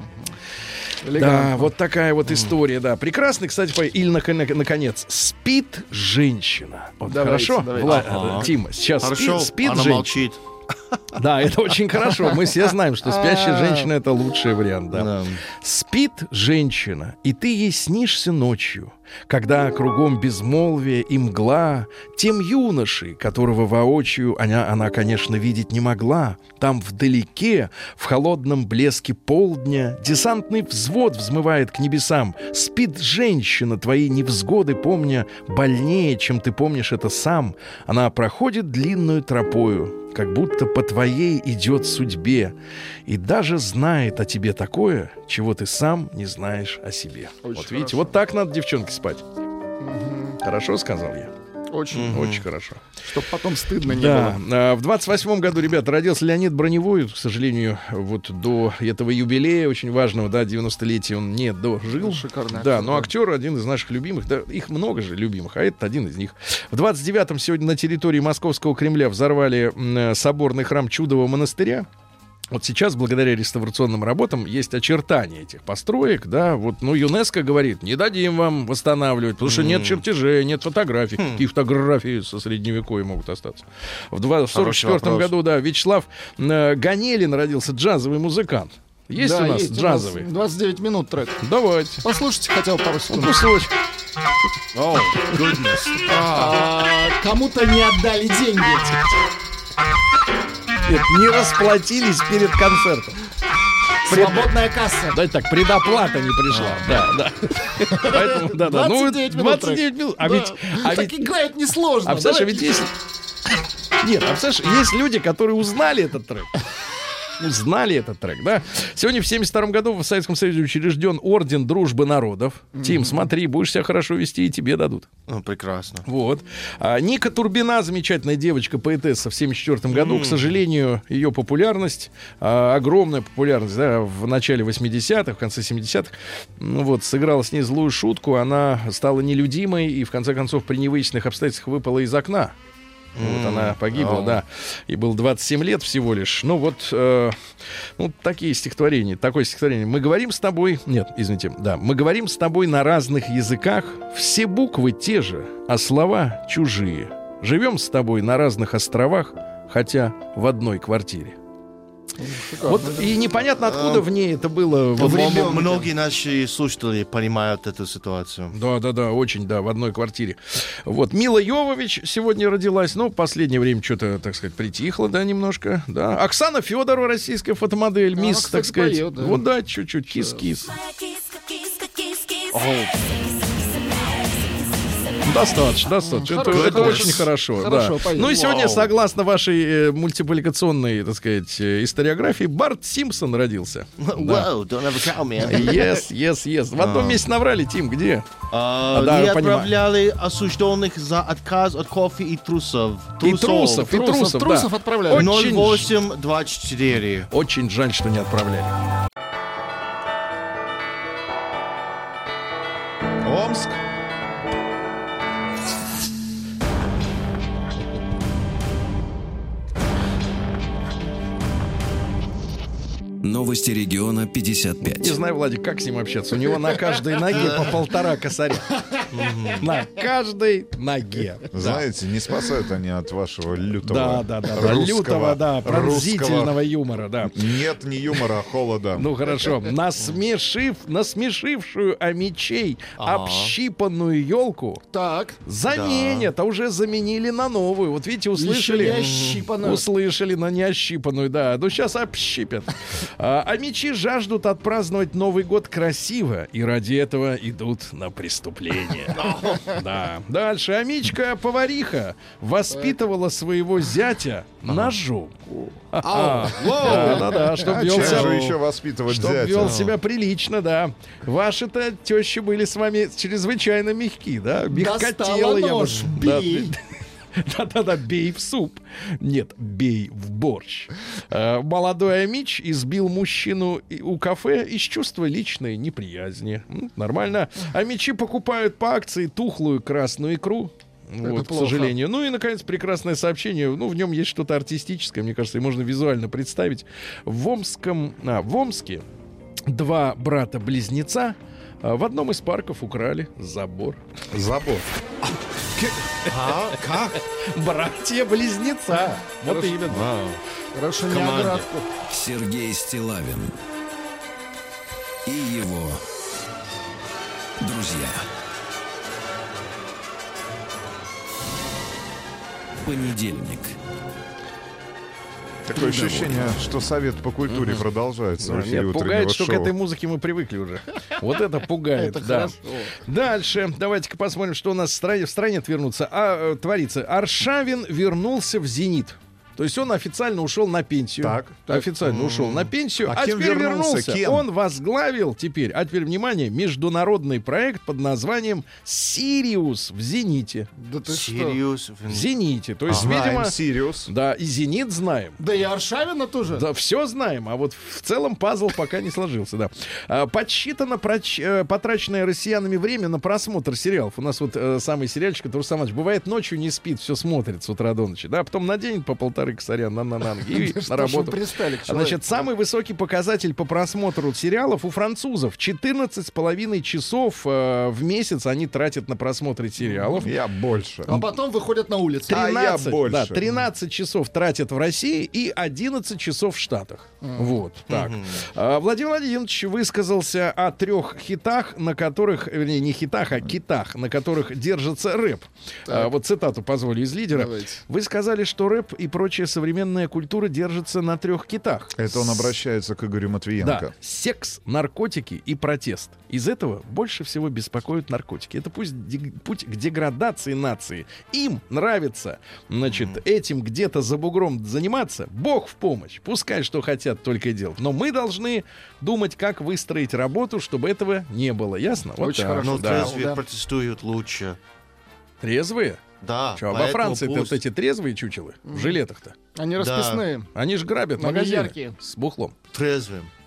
Элегантно. Да, вот такая вот история, да. Прекрасный, кстати, по... или наконец, спит женщина. Вот давайте, хорошо, давайте. Вла... Ага. Тима, сейчас хорошо, спит, спит она женщина. молчит. Да, это очень хорошо. Мы все знаем, что спящая женщина — это лучший вариант. Да. Спит женщина, и ты ей снишься ночью, когда кругом безмолвие и мгла, тем юношей, которого воочию она, она, конечно, видеть не могла, там вдалеке, в холодном блеске полдня, десантный взвод взмывает к небесам. Спит женщина, твои невзгоды помня, больнее, чем ты помнишь это сам. Она проходит длинную тропою, как будто по твоей идет судьбе, и даже знает о тебе такое, чего ты сам не знаешь о себе. Очень вот видите, хорошо. Вот так надо, девчонки, спать. Угу. Хорошо сказал я? Очень, угу. Очень хорошо. Чтоб потом стыдно не да. было. В двадцать восьмом году, ребята, родился Леонид Броневой. К сожалению, вот до этого юбилея очень важного, да, девяностолетия он не дожил. Шикарный да, актер, но актер один из наших любимых. Да, их много же любимых, а этот один из них. В двадцать девятом сегодня на территории Московского Кремля взорвали м, соборный храм Чудового монастыря. Вот сейчас, благодаря реставрационным работам, есть очертания этих построек, да, вот, ну, ЮНЕСКО говорит, не дадим вам восстанавливать, потому что нет чертежей, нет фотографий. Mm. Какие фотографии со средневековья могут остаться? В сорок четвёртом году, да, Вячеслав э, Ганелин родился, джазовый музыкант. Есть да, у нас есть джазовый? У нас двадцать девять минут трек. Давайте. Послушайте хотя бы пару секунд. Ну, послушайте. О, goodness. А, кому-то не отдали деньги. Нет, не расплатились перед концертом. Пред... Свободная касса. Да, так, предоплата не пришла. А, да, да. Поэтому, да, да. двадцать девять минут. двадцать девять минут. А да. ведь... А так ведь... играет несложно. А представляешь, ведь есть... Нет, а представляешь, есть люди, которые узнали этот трек. Узнали этот трек, да? Сегодня в семьдесят втором году в Советском Союзе учрежден Орден Дружбы Народов. Mm-hmm. Тим, смотри, будешь себя хорошо вести, и тебе дадут. Ну, прекрасно. Вот. А, Ника Турбина, замечательная девочка, поэтесса, в семьдесят четвёртом году. Mm-hmm. К сожалению, ее популярность, а, огромная популярность, да, в начале восьмидесятых, в конце семидесятых, ну вот, сыграла с ней злую шутку, она стала нелюдимой и, в конце концов, при невыясненных обстоятельствах выпала из окна. Вот она погибла, oh. да. И был двадцать семь лет всего лишь. Ну вот, э, ну, такие стихотворения, такое стихотворение. Мы говорим с тобой, нет, извините, да, мы говорим с тобой на разных языках, все буквы те же, а слова чужие. Живем с тобой на разных островах, хотя в одной квартире. Вот и непонятно, откуда в ней это было. По-моему, многие наши слушатели понимают эту ситуацию. Да, да, да, очень, да, в одной квартире. Вот, Мила Йовович сегодня родилась, ну, в последнее время что-то, так сказать, притихло, да, немножко, да. Оксана Федорова, российская фотомодель, Она, мисс, кстати, так сказать. поет, да. Вот, да, чуть-чуть, кис-кис. Достаточно, достаточно. Это, Хорошо, это хорошо. очень хорошо. Хорошо, да. поет. Ну и сегодня, Вау. согласно вашей э, мультипликационной, так сказать, э, историографии, Барт Симпсон родился. Wow, don't ever count me. Yes, yes, yes. В одном месте наврали, Тим, где? А, да, не я понимаю. отправляли осужденных за отказ от кофе и трусов. И трусов, и Трусов, трусов, трусов да. отправляли. ноль Очень, восемь двадцать четыре. очень жаль, что не отправляли. Омск. Новости региона пятьдесят пять. Не знаю, Владик, как с ним общаться. У него на каждой ноге по полтора косаря. На каждой ноге. Знаете, не спасают они от вашего лютого Да, да, да, да. русского- Лютого, да, пронзительного русского. юмора, да. Нет, не юмора, а холода. Ну хорошо, насмешив, насмешившую Амичей общипанную елку Так. заменят, а уже заменили на новую. Вот видите, услышали? Еще не ощипанную. Услышали на неощипанную, да. Ну сейчас общипят. А, амичи жаждут отпраздновать Новый год красиво, и ради этого идут на преступление. Да. Дальше. Амичка-повариха воспитывала своего зятя ножом. Да-да-да, чтобы А вел чем же себя... еще воспитывать Чтоб зятя? вел себя прилично, да. Ваши-то тещи были с вами чрезвычайно мягки, да? Мягкотело, я бы... нож, Да, бей. Да-да-да, бей в суп. Нет, бей в борщ. Э, Молодой амич избил мужчину и- у кафе из чувства личной неприязни. М, Нормально. Амичи покупают по акции тухлую красную икру. Вот, к плохо. сожалению. Ну и, наконец, прекрасное сообщение. Ну, в нем есть что-то артистическое, мне кажется, и можно визуально представить. В Омском... А, в Омске два брата-близнеца а, в одном из парков украли забор. Забор. А, как? Братья-близнеца. Вот именно. Хорошо, не Команде. оградку. Сергей Стиллавин и его друзья. Понедельник. Такое ощущение, что совет по культуре продолжается в эфире Нет, утреннего пугает, что к шоу. этой музыке мы привыкли уже. Вот это пугает, Это да. хорошо. Дальше, давайте-ка посмотрим, что у нас в стране, в стране вернуться. А, э, творится. Аршавин вернулся в «Зенит». То есть он официально ушел на пенсию. Так. Официально ушел на пенсию. А А, кем теперь вернулся? вернулся. Кем? Он возглавил теперь, а теперь, внимание, международный проект под названием «Сириус» в «Зените». Да ты что? Сириус. В «Зените». То есть, Знаем, видимо... Сириус. Да, и «Зенит» знаем. Да и Аршавина тоже. Да, все знаем, а вот в целом пазл пока не сложился, да. А, подсчитано проч- э, потраченное россиянами время на просмотр сериалов. У нас вот э, самый сериальчик, который сам бывает ночью не спит, все смотрит с утра до ночи, да, потом наденет по полторы косаря на, на, на ноги и на Что ж вы работу. пристали к А, человеку? Значит, самый высокий показатель по просмотру сериалов у французов. четырнадцать с половиной часов э, в месяц они тратят на просмотр сериалов. Я больше. А потом выходят на улицу. А я тринадцать, больше. да, тринадцать часов тратят в России и одиннадцать часов в Штатах. Вот, так. А, Владимир Владимирович высказался о трех хитах, на которых, вернее, не хитах, а китах, на которых держится рэп. А, вот цитату позволю из лидера. Давайте. Вы сказали, что рэп и прочая современная культура держится на трех китах. Это он обращается к Игорю Да, Матвиенко. секс, наркотики и протест. Из этого больше всего беспокоят наркотики. Это пусть де- путь к деградации нации. Им нравится, значит, этим где-то за бугром заниматься. Бог в помощь. Пускай что хотят, только и делать. Но мы должны думать, как выстроить работу, чтобы этого не было. Ясно? Вот Очень так. хорошо. Ну, Да. трезвые да. протестуют лучше. Трезвые? Да. Что, а во поэтому Франции-то пусть. вот эти трезвые чучелы в жилетах-то? Они расписные. Они ж грабят Они магазины яркие. с бухлом. Трезвым.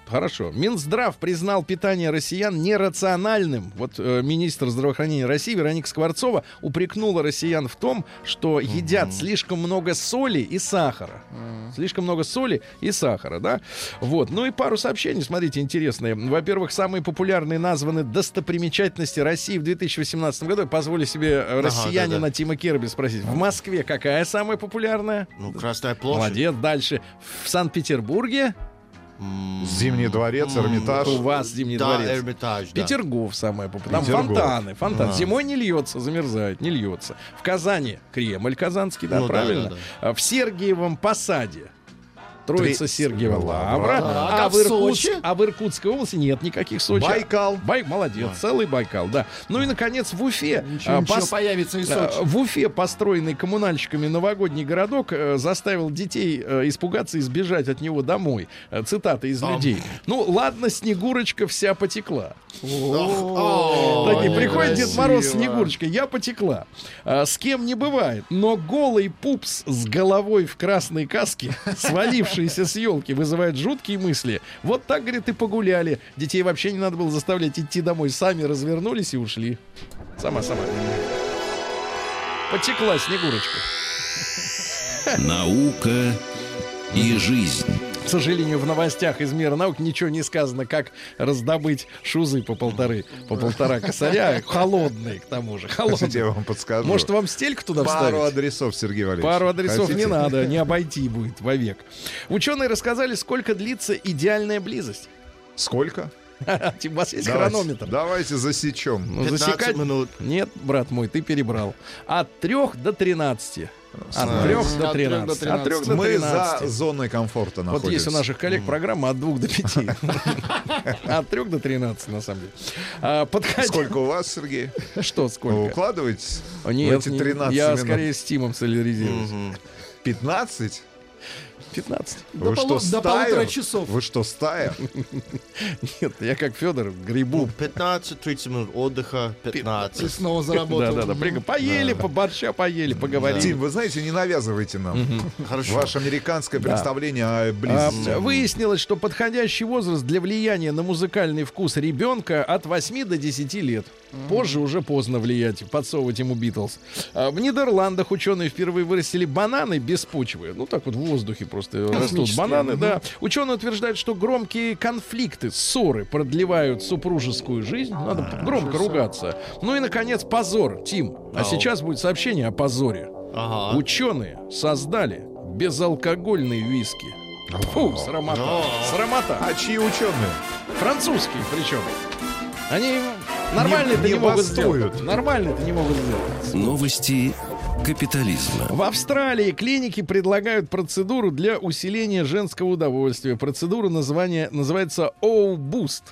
Хорошо. Минздрав признал питание россиян нерациональным. Вот э, министр здравоохранения России Вероника Скворцова упрекнула россиян в том, что mm-hmm. едят слишком много соли и сахара. Mm-hmm. Слишком много соли и сахара, да? Вот. Ну и пару сообщений, смотрите, интересные. Во-первых, самые популярные названы достопримечательности России в две тысячи восемнадцатом году. Я позволю себе ага, россиянина да, да. Тима Керби спросить. В Москве какая самая популярная? Ну, Красная площадь. Молодец. Дальше. В Санкт-Петербурге? Зимний дворец, Эрмитаж. У вас Зимний да, дворец. Эрмитаж, да. Петергоф самое популярное. Там Петергоф. фонтаны. фонтаны. А. Зимой не льется, замерзает, не льется. В Казани Кремль Казанский, да, ну, правильно. Да, да, да. В Сергиевом Посаде Троица Сергиева Лавра. А, а, в в Иркутск, Сочи? а в Иркутской области нет никаких Сочи. Байкал. Бай, молодец, Да. целый Байкал, да. Ну и, наконец, в Уфе. Ничего, а, ничего, пос- появится и Сочи. а, В Уфе построенный коммунальщиками новогодний городок э, заставил детей э, испугаться и сбежать от него домой. Э, Цитата из Ам. людей. Ну, ладно, Снегурочка вся потекла. О, Такие, приходит Дед Мороз с некрасиво. Снегурочкой, я потекла. А, с кем не бывает. Но голый пупс с головой в красной каске, свалившийся с елки, вызывает жуткие мысли. Вот так, говорит, и погуляли. Детей вообще не надо было заставлять идти домой. Сами развернулись и ушли. Сама-сама. Потекла Снегурочка. Наука и жизнь. К сожалению, в новостях из мира наук ничего не сказано, как раздобыть шузы по полторы, по полтора косаря, холодные, к тому же, Хотите, я холодные. вам подскажу. Может, вам стельку туда Пару вставить? адресов, Сергей Валерьевич. Пару адресов Хотите? не надо, не обойти будет вовек. Ученые рассказали, сколько длится идеальная близость. Сколько? У вас есть Давайте- хронометр? Давайте засечем. Ну, пятнадцать засекать- минут. Нет, брат мой, ты перебрал. От трех до тринадцати. От трех до От трёх до тринадцати. От трех до Мы за тринадцати. зоной комфорта Вот находимся. есть у наших коллег программа от двух до пяти. От трех до тринадцати, на самом деле. А, подходи- Сколько у вас, Сергей? Что, Вы сколько? укладываетесь в Нет, эти не- тринадцать я минут? скорее с Тимом солидаризируюсь. пятнадцать? пятнадцать. До Вы что, полу- до стая? полутора часов. Вы что, стая? Нет, я как Федор грибу. пятнадцать-тридцать минут отдыха, И пятнадцать. снова заработал. Да, да, да. Прыг- Поели, по борща поели, поговорили. Тим, вы знаете, не навязывайте нам Хорошо. ваше американское представление о А, близости. выяснилось, что подходящий возраст для влияния на музыкальный вкус ребенка от восьми до десяти лет. Позже уже поздно влиять, подсовывать ему Битлз. А, в Нидерландах ученые впервые вырастили бананы без почвы. Ну так вот в воздухе просто растут Космические, бананы, мгм. да. Ученые утверждают, что громкие конфликты, ссоры продлевают супружескую жизнь. Надо громко ругаться. Ну и, наконец, позор. Тим, а Ау. сейчас будет сообщение о позоре. Ага. Ученые создали безалкогольные виски. Фу, срамота. Срамота. А чьи ученые? Французские причем. Они нормально это Не- не, не могут бастуют. сделать. Нормально это не могут сделать. Новости капитализма. В Австралии клиники предлагают процедуру для усиления женского удовольствия. Процедура название, называется O-Boost.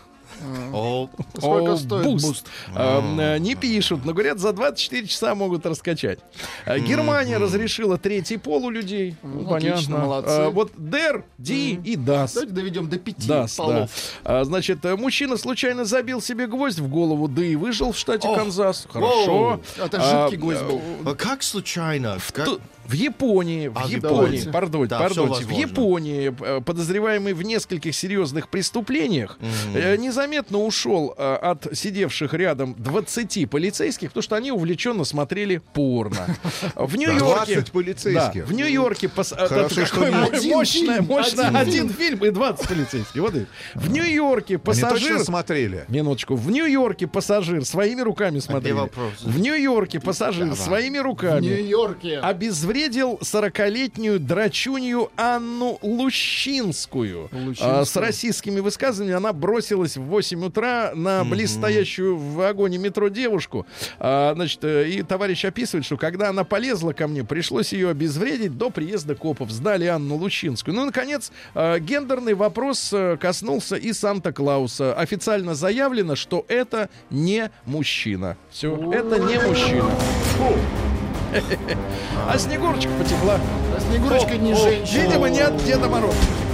О, Сколько О, стоит буст. буст? А, э, не пишут, но говорят, за двадцать четыре часа могут раскачать. А, Германия разрешила третий пол у людей. Ну, Ну, отлично, понятно. молодцы. А, вот Дер, Ди и Дас. Давайте доведем до пяти Дас, да. полов. А, значит, э, мужчина случайно забил себе гвоздь в голову, да и выжил в штате О, Канзас. Хорошо. Это А, жидкий гвоздь был. а как случайно? Как- Ту- В Японии, в А, Японии, давайте. пардон, Да, пардонте, всё в возможно. Японии э, подозреваемый в нескольких серьезных преступлениях э, незаметно ушел э, от сидевших рядом двадцати полицейских, потому что они увлеченно смотрели порно. В Нью-Йорке... двадцать полицейских. Да, в Нью-Йорке... пос- э, Хорошо, это что такое не- мо- Один мощное, фильм, мощное, один один фильм. фильм и двадцать полицейских. Вот и. В Нью-Йорке Они пассажир... точно смотрели? Минуточку. В Нью-Йорке пассажир своими руками смотрели. вопрос? В Нью-Йорке пассажир своими В руками Нью-Йорке. обезвредил сорокалетнюю драчунью Анну Лущинскую. Лущинскую. А, с российскими высказываниями она бросилась в восемь утра на близстоящую в вагоне метро девушку. А, значит, э, и товарищ описывает, что когда она полезла ко мне, пришлось ее обезвредить до приезда копов. Сдали Анну Лущинскую. Ну и, наконец, э, гендерный вопрос э, коснулся и Санта-Клауса. Официально заявлено, что это не мужчина. Все, это не мужчина. Фу. А Снегурочка потекла. А Снегурочка не О, женщина. Видимо, не от Деда Мороза.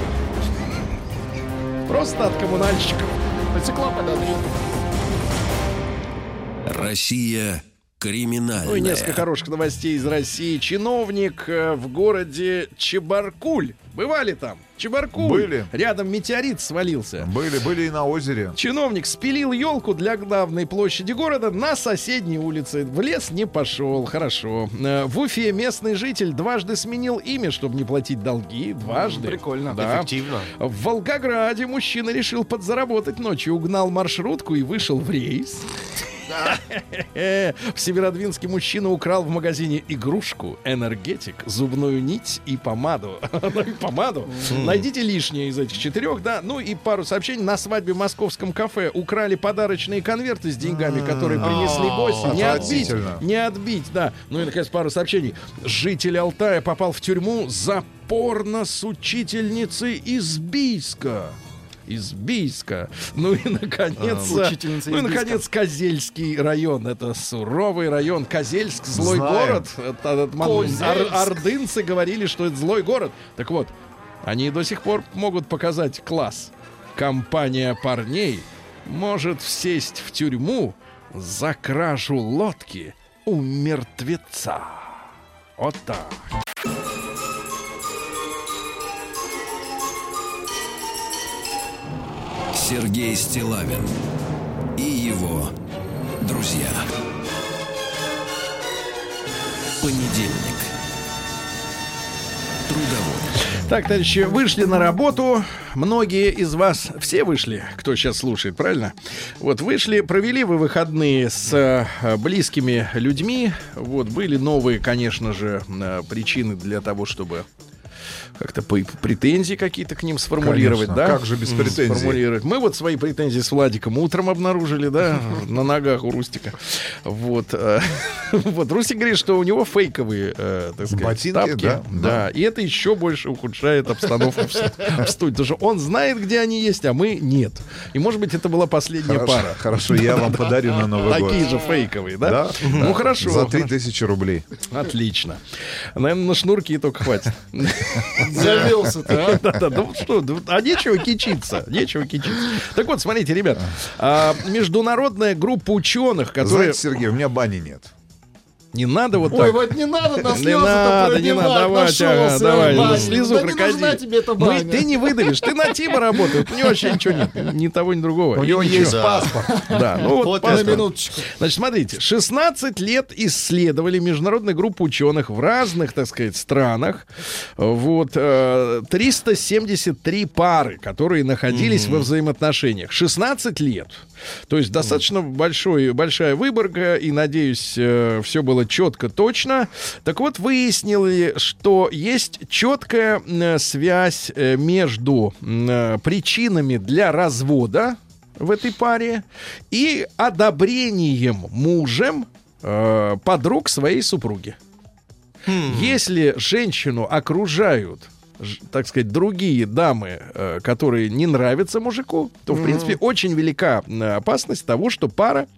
Просто от коммунальщиков. Потекла под Россия. Россия Криминальное. Ну и несколько хороших новостей из России. Чиновник э, в городе Чебаркуль. Бывали там? Чебаркуль. Были. Рядом метеорит свалился. Были, были и на озере. Чиновник спилил елку для главной площади города на соседней улице. В лес не пошел. Хорошо. Э, В Уфе местный житель дважды сменил имя, чтобы не платить долги. Дважды. Прикольно. Да. Эффективно. В Волгограде мужчина решил подзаработать ночью. Угнал маршрутку и вышел в рейс. В Северодвинске мужчина украл в магазине игрушку, энергетик, зубную нить и помаду. Ну и помаду. Найдите лишнее из этих четырех, да. Ну и пару сообщений. На свадьбе в московском кафе украли подарочные конверты с деньгами, которые принесли гости. Не отбить, не отбить, да. Ну и, наконец, пару сообщений. Житель Алтая попал в тюрьму за порно с учительницей из Бийска. Из Бийска. Ну и, наконец, А, ну и, наконец, Козельский район. Это суровый район. Козельск, злой Знаем. город. Это, это, ор- ордынцы говорили, что это злой город. Так вот, они до сих пор могут показать класс. Компания парней может сесть в тюрьму за кражу лодки у мертвеца. Вот так. Сергей Стиллавин и его друзья. Понедельник. Трудовой. Так, товарищи, вышли на работу. Многие из вас, все вышли, кто сейчас слушает, правильно? Вот, вышли, провели вы выходные с э, близкими людьми. Вот, были новые, конечно же, э, причины для того, чтобы как-то по- претензии какие-то к ним сформулировать, Конечно. да? Как же без М, претензий? Сформулировать. Мы вот свои претензии с Владиком утром обнаружили, да, на ногах у Рустика. Вот. э, Вот, Рустик говорит, что у него фейковые, э, так сказать, Ботинки, тапки. да, Да, и это еще больше ухудшает обстановку в с- в студии. Потому что он знает, где они есть, а мы нет. И, может быть, это была последняя Хорошо, пара. хорошо, я вам подарю на Новый год. Такие же фейковые, да? Да? Ну, хорошо. За три тысячи рублей. Отлично. Наверное, на шнурки только хватит. Завелся-то, а? Да-да, ну что, да, а нечего кичиться, нечего кичиться. Так вот, смотрите, ребят, а, международная группа ученых, которые... Знаете, Сергей, у меня бани нет. Не надо вот Ой, так. вот не надо на Не слезы-то надо, не надо, пробивать, давай, нашелся, ага, давай, Ваня. слезу Да не крокодил. нужна тебе эта Ну, и баня. ты не выдавишь, ты на Тима работаешь, у него вообще ничего нет, ни того, ни другого. У И него ничего. есть паспорт. Да, ну вот Вот На паспорт. минуточку. Значит, смотрите, шестнадцать лет исследовали международная группа ученых в разных, так сказать, странах. Вот, э, триста семьдесят три пары, которые находились во взаимоотношениях. шестнадцать лет. То есть достаточно большой, большая выборка, и, надеюсь, э, все было четко, точно. Так вот, выяснили, что есть четкая э, связь э, между э, причинами для развода в этой паре и одобрением мужем э, подруг своей супруги. Если женщину окружают, ж- так сказать, другие дамы, э, которые не нравятся мужику, то, в принципе, очень велика э, опасность того, что пара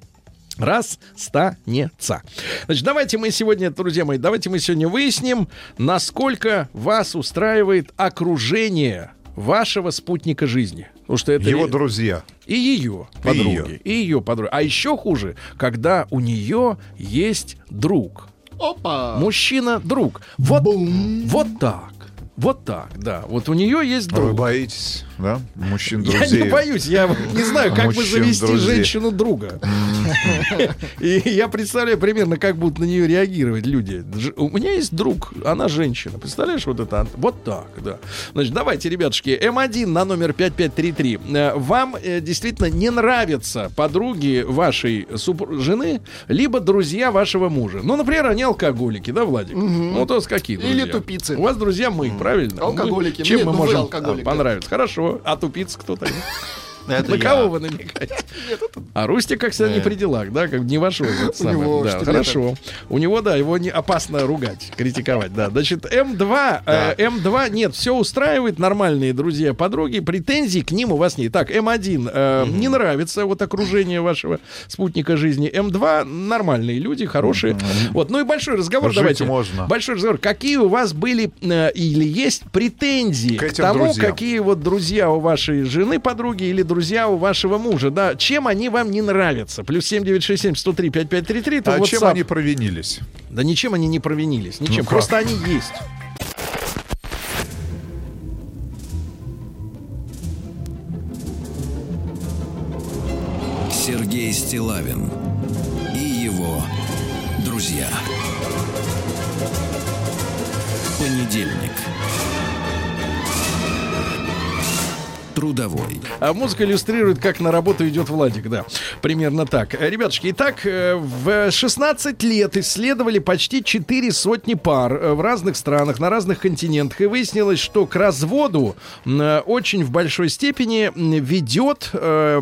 расстанется. Значит, давайте мы сегодня, друзья мои, давайте мы сегодня выясним, насколько вас устраивает окружение вашего спутника жизни. Потому что это Его ре- друзья. и ее подруги, и ее подруги. А еще хуже, когда у нее есть друг. Опа. Мужчина друг. Вот, вот так. Вот так, да. Вот у нее есть Вы друг. боитесь, да? Мужчин Я друзей. не боюсь, я не знаю, как бы Мужчин завести друзей. женщину друга. И я представляю примерно, как будут на нее реагировать люди. Дж- У меня есть друг, она женщина. Представляешь, вот это? Вот так, да. Значит, давайте, ребятушки, эм один на номер пять пять три три. Э, Вам э, действительно не нравятся подруги вашей супр- жены, либо друзья вашего мужа. Ну, например, они алкоголики, да, Владик? Ну, то с какие друзья? Или тупицы. У вас друзья мы, правильно? Алкоголики. Мы- Чем Нет, мы ну вы можем алкоголик, а, да. понравиться? Хорошо. А тупица кто тогда? Это На я. кого вы намекаете? А Рустик, как всегда, не при делах, да, как не вошел. в это самое. него Да, штилетом. хорошо. У него, да, его не опасно ругать, критиковать, да. Значит, эм два, э, эм два, нет, все устраивает, нормальные друзья, подруги, претензий к ним у вас нет. Так, эм один, э, не нравится вот окружение вашего спутника жизни. эм два, нормальные люди, хорошие. Вот, ну и большой разговор, Жить давайте. можно. Большой разговор. Какие у вас были э, или есть претензии К к, этим тому, друзьям. какие вот друзья у вашей жены, подруги или друзья друзья у вашего мужа, да, чем они вам не нравятся? Плюс семь девять шесть семь сто три пять пять три три. А чем они провинились? Да ничем они не провинились, ничем, Ну, просто они есть. Сергей Стиллавин и его друзья. Понедельник. Трудовой. А музыка иллюстрирует, как на работу идет Владик, да. Примерно так. Ребятушки, итак, в шестнадцать лет исследовали почти четыре сотни пар в разных странах, на разных континентах. И выяснилось, что к разводу очень в большой степени ведет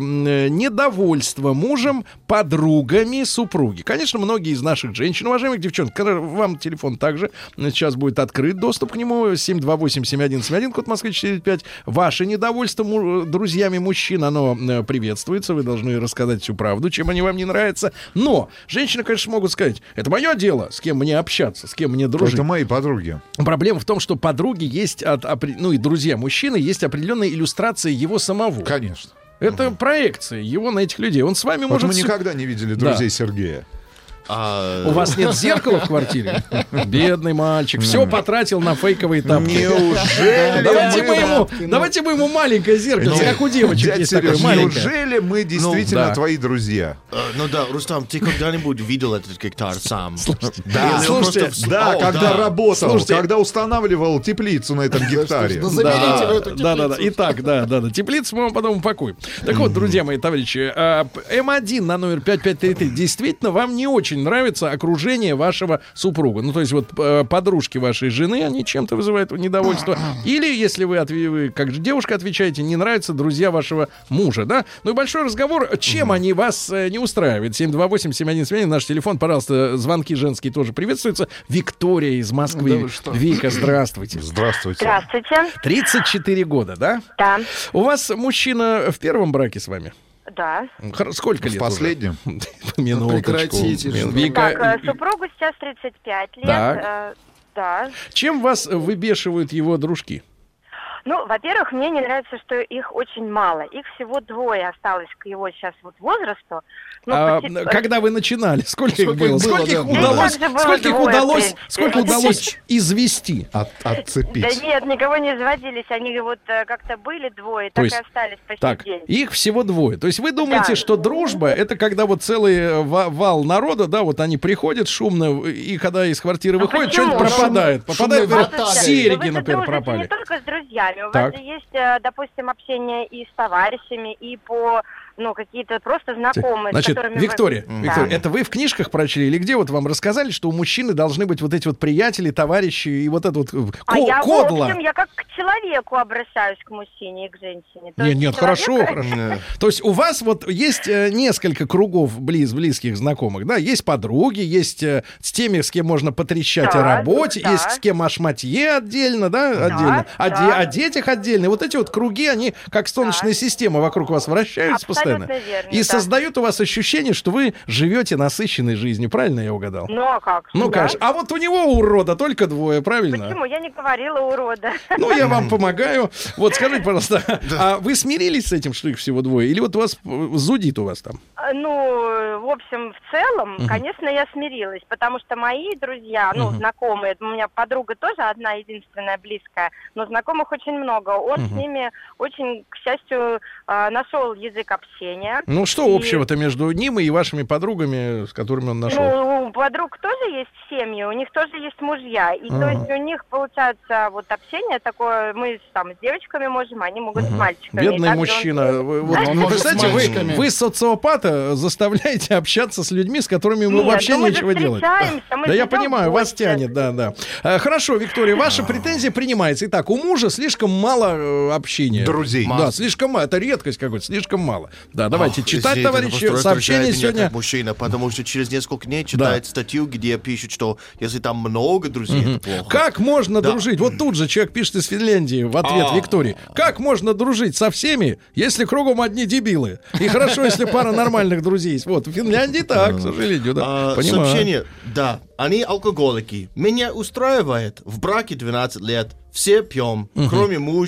недовольство мужем подругами супруги. Конечно, многие из наших женщин, уважаемых девчонок, вам телефон также сейчас будет открыт, доступ к нему семь два восемь семь один семь один, код Москвы четыре пять. Ваше недовольство друзьями мужчин, оно приветствуется. Вы должны рассказать всю правду, чем они вам не нравятся. Но женщины, конечно, могут сказать: это мое дело, с кем мне общаться, с кем мне дружить. Это мои подруги. Проблема в том, что подруги есть, от, ну и друзья мужчины, есть определенная иллюстрация его самого. Конечно. Это угу. проекция его на этих людей. Он с вами вот может... мы никогда не видели друзей да. Сергея. А... У вас нет зеркала в квартире? Бедный мальчик. Все потратил на фейковые тапки. Неужели? Давайте мы ему, давайте мы ему маленькое зеркало, как у девочек есть такое маленькое. Неужели мы действительно твои друзья? Ну да, Рустам, ты когда-нибудь видел этот гектар сам? Да, слушайте, да, когда работал, когда устанавливал теплицу на этом гектаре. Да, да, да. Итак, да, да, да. Теплицу мы вам потом упакуем. Так вот, друзья мои, товарищи, эм один на номер пять пять три три действительно вам не очень нравится окружение вашего супруга. Ну, то есть вот э, подружки вашей жены, они чем-то вызывают недовольство. Или, если вы, отв- вы как же девушка отвечаете, не нравятся друзья вашего мужа, да? Ну и большой разговор, чем они вас э, не устраивают. семь два восемь семь один семь один, наш телефон, пожалуйста, звонки женские тоже приветствуются. Виктория из Москвы. Да Вика, здравствуйте. Здравствуйте. Здравствуйте. тридцать четыре года, да? Да. У вас мужчина в первом браке с вами? Да. Сколько лет? В последнем? Минуточку. Прекратите. Вика... Так, супругу сейчас тридцать пять лет. Так. Э, да. Чем вас выбешивают его дружки? Ну, во-первых, мне не нравится, что их очень мало. Их всего двое осталось к его сейчас вот возрасту. Ну, а, почти... Когда вы начинали, сколько, сколько их было? Сколько их да. удалось, да. сколько их двое, удалось, сколько удалось извести? От, отцепить. Да нет, никого не изводились. Они вот как-то были двое, так есть, и остались по так, сей день. Их всего двое. То есть вы думаете, да. что дружба — это когда вот целый вал народа, да, вот они приходят шумно, и когда из квартиры ну, выходят, почему? что-нибудь пропадает. Попадают, Слушайте, серьги, вы например, дружите пропали. Не только с друзьями, у так. вас же есть, допустим, общение и с товарищами, и по... ну, какие-то просто знакомые, Значит, с которыми... Виктория, вы... Виктория, да. это вы в книжках прочли или где вот вам рассказали, что у мужчины должны быть вот эти вот приятели, товарищи и вот это вот ко- а я, кодло? в общем, я как к человеку обращаюсь, к мужчине и к женщине. То нет, есть нет, человека... хорошо, хорошо. То есть у вас вот есть э, несколько кругов близ, близких знакомых, да? Есть подруги, есть э, с теми, с кем можно потрещать да, о работе, да. есть с кем о шматье отдельно, да? да отдельно. Да. О, де- о детях отдельно. Вот эти вот круги, они как солнечная да. система вокруг вас вращаются абсолютно постоянно. Верно, и да. создают у вас ощущение, что вы живете насыщенной жизнью. Правильно я угадал? Ну, а как? Ну, да? конечно. А вот у него урода только двое, правильно? Почему? Я не говорила урода. Ну, я вам помогаю. Вот скажите, пожалуйста, а вы смирились с этим, что их всего двое? Или вот у вас зудит у вас там? Ну, в общем, в целом, uh-huh. конечно, я смирилась, потому что мои друзья, ну, uh-huh. знакомые, у меня подруга тоже одна единственная близкая, но знакомых очень много. Он uh-huh. с ними очень, к счастью, нашел язык общения. Ну, что и... общего-то между ним и вашими подругами, с которыми он нашел? Ну, у подруг тоже есть семьи, у них тоже есть мужья, и uh-huh. то есть у них получается вот общение такое, мы там с девочками можем, они могут uh-huh. с мальчиками. Бедный мужчина. Он... Вы, вот, он вы представляете, вы, вы социопата заставляете общаться с людьми, с которыми ему Нет, вообще ну нечего делать. Да, я понимаю, вас тянет, да, да. А, хорошо, Виктория, ваша претензия принимается. Итак, у мужа слишком мало э, общения. Друзей. Да, Масса. слишком мало. Это редкость какой-то, слишком мало. Да, давайте Ох, читать, товарищи, сообщение сегодня. Как мужчина, потому что через несколько дней читает да. статью, где пишут, что если там много друзей, угу. это плохо. Как можно да. дружить? Вот тут же человек пишет из Финляндии в ответ Виктории. Как можно дружить со всеми, если кругом одни дебилы? И хорошо, если пара нормальных друзей есть. Вот, в Финляндии так, к сожалению, да. А, понимаю. Сообщение, да, они алкоголики. Меня устраивает в браке двенадцать лет. Все пьем, угу. кроме мужа.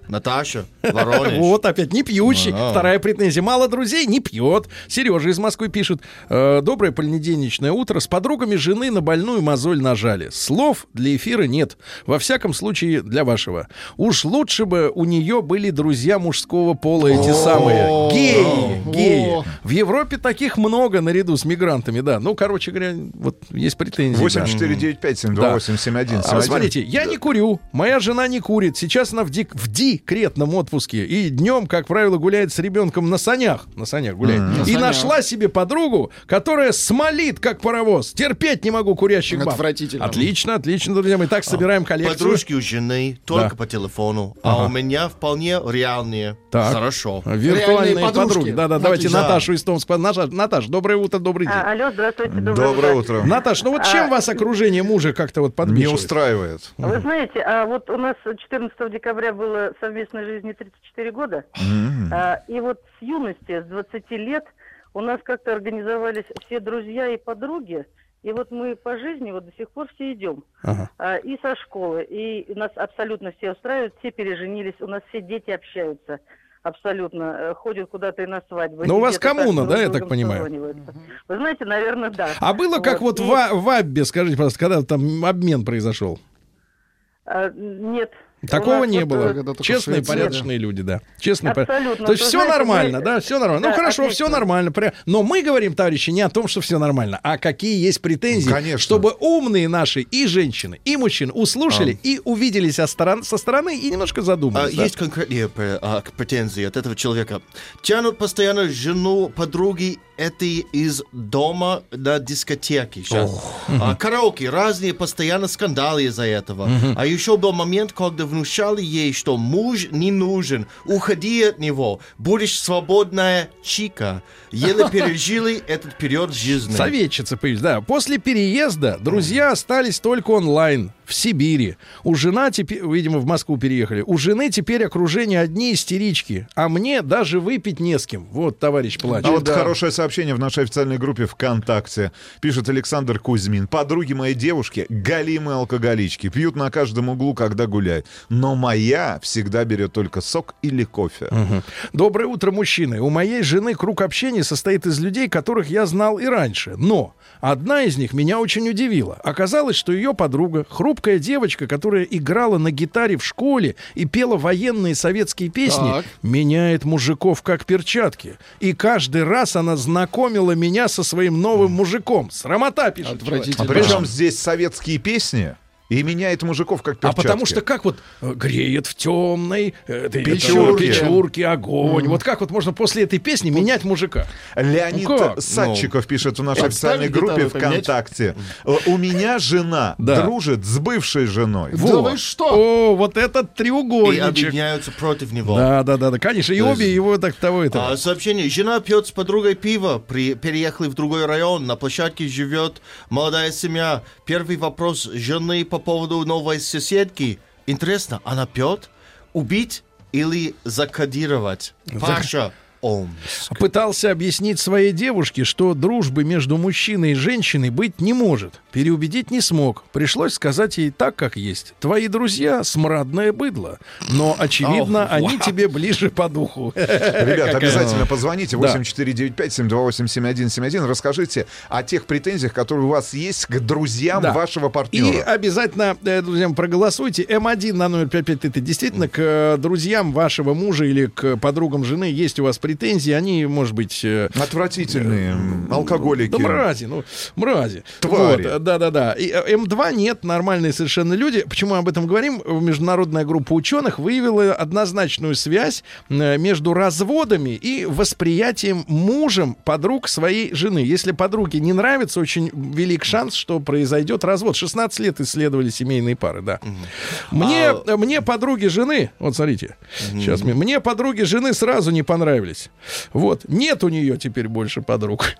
Наташа, Воронеж. Вот опять, не пьющий. Вторая претензия. Мало друзей, не пьет. Сережа из Москвы пишет. Доброе понедельничное утро. С подругами жены на больную мозоль нажали. Слов для эфира нет. Во всяком случае, для вашего. Уж лучше бы у нее были друзья мужского пола, эти самые. Геи. Геи. В Европе таких много наряду с мигрантами, да. Ну, короче говоря, вот есть претензии. восемь четыре девять пять семь два восемь семь один семь один. Смотрите, я не курю. Моя жена не курит. Сейчас она в, дик, в декретном отпуске. И днем, как правило, гуляет с ребенком на санях. На санях гуляет. Mm. И на нашла санях. себе подругу, которая смолит, как паровоз. Терпеть не могу курящих баб. Отвратительно. Отлично, отлично, друзья. Мы так собираем коллекцию. Подружки у жены только да. по телефону. Ага. А у меня вполне реальные. Так. Хорошо. Виртуальные подруги. Да-да, давайте да. Наташу из Томска. Наша, Наташ, доброе утро, добрый день. А, алло, здравствуйте. Доброе, доброе утро. утро. Наташ, ну вот чем а... вас окружение мужа как-то вот подмешивает? Не устраивает. Вы знаете, а вот у нас четырнадцатого декабря было совместной жизни тридцать четыре года. Mm-hmm. А, и вот с юности, с двадцати лет, у нас как-то организовались все друзья и подруги. И вот мы по жизни вот до сих пор все идем. Ага. А, и со школы. И нас абсолютно все устраивают, все переженились, у нас все дети общаются. Абсолютно. Ходят куда-то и на свадьбу. Но у вас коммуна, да, я так понимаю? Вы знаете, наверное, да. А было как вот, вот и... в Аббе, скажите, пожалуйста, когда там обмен произошел? А, нет. Такого не было. Честные, порядочные люди, да. Честные, порядочные. То есть все нормально, да, все нормально. Ну хорошо, все нормально. Но мы говорим, товарищи, не о том, что все нормально, а какие есть претензии, чтобы умные наши и женщины, и мужчины услышали и увиделись со стороны и немножко задумались. Есть конкретные претензии от этого человека. Тянут постоянно жену подруги этой из дома на дискотеке сейчас. А, караоке, разные постоянно скандалы из-за этого. Uh-huh. А еще был момент, когда внушали ей, что муж не нужен, уходи от него, будешь свободная чика. Еле пережили этот период жизни. Советчица, да. После переезда друзья остались только онлайн. В Сибири. У жена теперь, видимо, в Москву переехали. У жены теперь окружение одни истерички, а мне даже выпить не с кем. Вот, товарищ плачет. А вот да. хорошее сообщение в нашей официальной группе ВКонтакте. Пишет Александр Кузьмин. Подруги моей девушки галимые алкоголички. Пьют на каждом углу, когда гуляют. Но моя всегда берет только сок или кофе. Угу. Доброе утро, мужчины. У моей жены круг общения состоит из людей, которых я знал и раньше. Но одна из них меня очень удивила. Оказалось, что ее подруга, хрупкая девочка, которая играла на гитаре в школе и пела военные советские песни, так. меняет мужиков как перчатки. И каждый раз она знакомила меня со своим новым мужиком. Срамота, пишет. А причем здесь советские песни? И меняет мужиков как перчатки. А потому что как вот греет в темной э, печурке. печурке огонь. Mm. Вот как вот можно после этой песни менять мужика? Леонид ну, Садчиков no. пишет в нашей официальной группе ВКонтакте. У меня жена да. дружит с бывшей женой. Вот. Да вы что? О, вот этот треугольничек. И объединяются против него. Да, да, да, да. Конечно, и обе его так того это. А, сообщение. Жена пьет с подругой пиво. При... Переехали в другой район. На площадке живет молодая семья. Первый вопрос жены по По поводу новой соседки. Интересно, она пьет? Убить или закодировать? Паша Омск. Пытался объяснить своей девушке, что дружбы между мужчиной и женщиной быть не может. Переубедить не смог. Пришлось сказать ей так, как есть. Твои друзья — смрадное быдло. Но, очевидно, oh, они wow. тебе ближе по духу. Ребят, обязательно позвоните. восемь четыре девять пять семь два восемь семь один семь один. Расскажите о тех претензиях, которые у вас есть к друзьям да. вашего партнера. И обязательно, друзьям, проголосуйте. эм один на номер пять пять три. Действительно, к друзьям вашего мужа или к подругам жены есть у вас претензии. Претензии, они, может быть... Отвратительные, э, алкоголики. Да мрази, ну, мрази. Твари. Вот, да-да-да. И эм два нет, нормальные совершенно люди. Почему мы об этом говорим? Международная группа ученых выявила однозначную связь между разводами и восприятием мужем подруг своей жены. Если подруге не нравится, очень велик шанс, что произойдет развод. шестнадцать лет исследовали семейные пары, да. Угу. Мне, а... мне подруги жены, вот смотрите, угу. сейчас мне, мне подруги жены сразу не понравились. Вот. Нет у нее теперь больше подруг.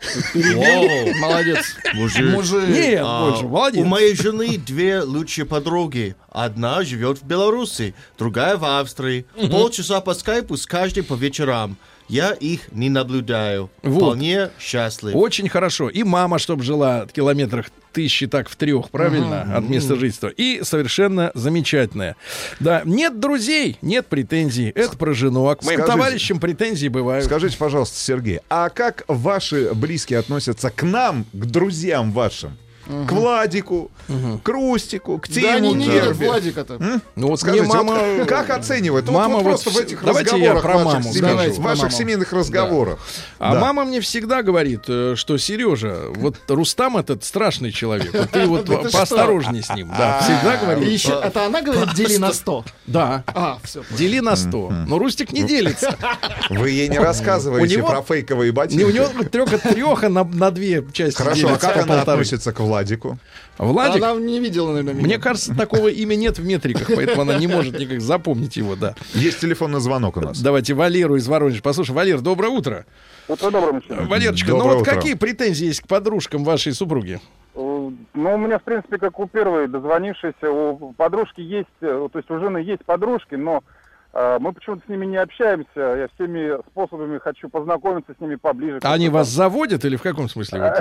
Молодец. Мужик. Нет, больше. Молодец. У моей жены две лучшие подруги. Одна живет в Беларуси, другая в Австрии. Полчаса по скайпу с каждой по вечерам. Я их не наблюдаю. Вот. Вполне счастлив. Очень хорошо. И мама, чтобы жила в километрах тысячи, так в трех, правильно, uh-huh. от места жительства. И совершенно замечательная. Да, нет друзей, нет претензий. Это про жену. А к моим Скажите, товарищам претензии бывают. Скажите, пожалуйста, Сергей, а как ваши близкие относятся к нам, к друзьям вашим? Угу. К Владику, угу. к Рустику, к Тиму. Да они не верят Владика-то. М? Ну вот скажите, мама... вот как оценивает? Мама вот, вот вот просто в этих давайте разговорах, я про ваших, маму семейных, скажу. ваших маму. семейных разговорах. Да. А да. мама мне всегда говорит, что Сережа, вот Рустам этот страшный человек. Вот ты вот поосторожней с ним. Да, всегда говорит. Это она говорит, дели на сто. Да. Дели на сто. Но Рустик не делится. Вы ей не рассказываете про фейковые ботинки. У него треха на две части. Хорошо, а как она относится к Владику? Владик? Она не видела, наверное, меня. Мне кажется, такого имя нет в метриках, поэтому она не может никак запомнить его, да. Есть телефонный звонок у нас. Давайте Валеру из Воронежа послушаем. Валер, доброе утро. Утро доброе, мужчина. Валерочка, доброе ну вот утро. какие претензии есть к подружкам вашей супруги? Ну, у меня, в принципе, как у первой дозвонившейся, у подружки есть, то есть у жены есть подружки, но э, мы почему-то с ними не общаемся. Я всеми способами хочу познакомиться с ними поближе. Они вас заводят или в каком смысле?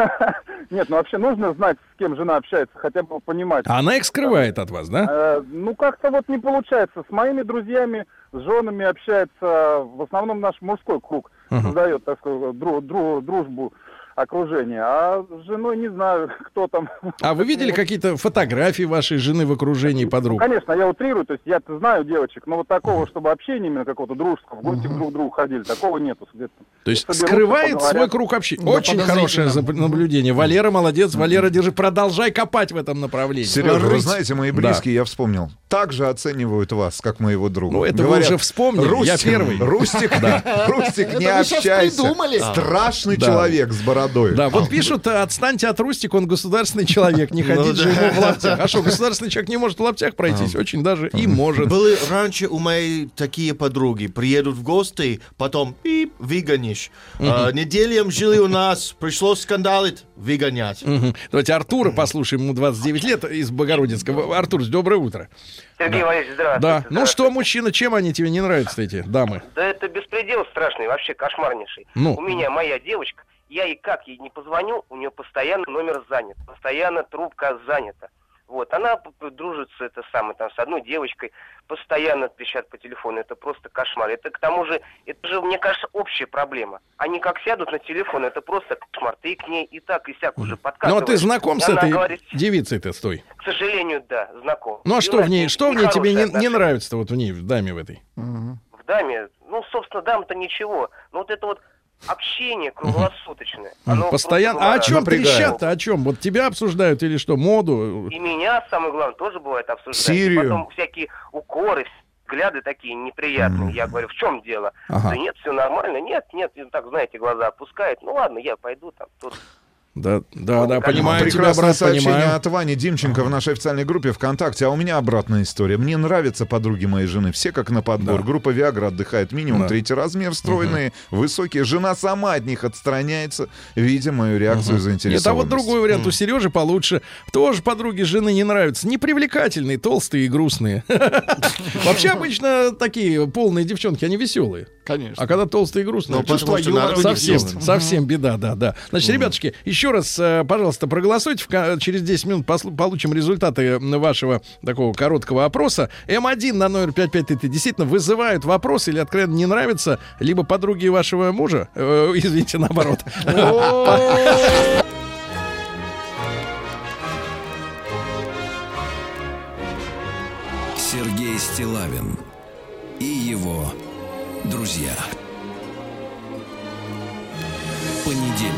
Нет, ну вообще нужно знать, с кем жена общается, хотя бы понимать. А она их скрывает от вас, да? Э, ну, как-то вот не получается. С моими друзьями, с женами общается, в основном наш мужской круг uh-huh. создает, так сказать, дру- дру- дружбу, окружение. А с женой не знаю, кто там. А вы видели какие-то фотографии вашей жены в окружении подруг? Ну, конечно, я утрирую, то есть я-то знаю девочек, но вот такого, чтобы общение именно какого-то дружеского, в гости uh-huh. друг к другу ходили, такого нету. То есть скрывает свой круг общения. Да, очень хорошее наблюдение. Валера молодец. Валера, держи, продолжай копать в этом направлении. Сережа, вы знаете, мои близкие, да. я вспомнил, также оценивают вас, как моего друга. Ну, это говорят, вы уже вспомнили, Рустик, я первый. Рустик, Рустик, не общайся. Страшный человек с бородой. Да, вот пишут, отстаньте от Рустика, он государственный человек, не ходить же ему в лаптях. А что, государственный человек не может в лаптях пройтись? Очень даже и может. Были раньше у моей такие подруги, приедут в гости, потом пип, выгонишь. А, неделям жили у нас, пришлось скандалить, выгонять. Давайте Артура послушаем, ему двадцать девять лет, из Богородицкого. Артур, доброе утро. Сергей Валерьевич, здравствуйте. Да. Ну что, мужчина, чем они тебе не нравятся, эти дамы? Да это беспредел страшный, вообще кошмарнейший. Ну. У меня моя девочка, я ей как ей не позвоню, у нее постоянно номер занят, постоянно трубка занята. Вот, она дружит с, это самое, там, с одной девочкой, постоянно трещат по телефону, это просто кошмар. Это, к тому же, это же, мне кажется, общая проблема. Они как сядут на телефон, это просто кошмар. Ты к ней и так, и сяк уже подкатываешь. Ну, а ты знаком с этой говорит, девицей-то, стой? К сожалению, да, знаком. Ну, а и что в ней, что в ней тебе не, не нравится-то, вот в ней, в даме в этой? В даме, ну, собственно, дам-то ничего. Но вот это вот общение круглосуточное. Оно постоянно. А о чем трещат-то? О чем? Вот тебя обсуждают или что? Моду? И меня, самое главное, тоже бывает обсуждать. Сирию. И потом всякие укоры, взгляды такие неприятные. Mm. Я говорю, в чем дело? Ага. Да нет, все нормально. Нет, нет, так, знаете, глаза опускает. Ну ладно, я пойду там. Тут... Да, да, да, понимаю тебя, Прекрасное брат, сообщение понимаю. от Вани Димченко в нашей официальной группе ВКонтакте. А у меня обратная история. Мне нравятся подруги моей жены. Все как на подбор. Да. Группа Виагра отдыхает минимум. Да. Третий размер, стройные, угу. высокие. Жена сама от них отстраняется, видя мою реакцию угу. заинтересованность. Это вот другой вариант. У Сережи получше. Тоже подруги жены не нравятся. Непривлекательные, толстые и грустные. Вообще обычно такие полные девчонки, они веселые. Конечно. А когда толстые и грустные, совсем беда, да, да. Значит, ребятушки, еще раз, пожалуйста, проголосуйте. Через десять минут получим результаты вашего такого короткого опроса. эм один на номер пять пять три действительно вызывают вопрос или откровенно не нравится, либо подруги вашего мужа. Э, извините, наоборот. Сергей Стиллавин и его друзья. Понедельник.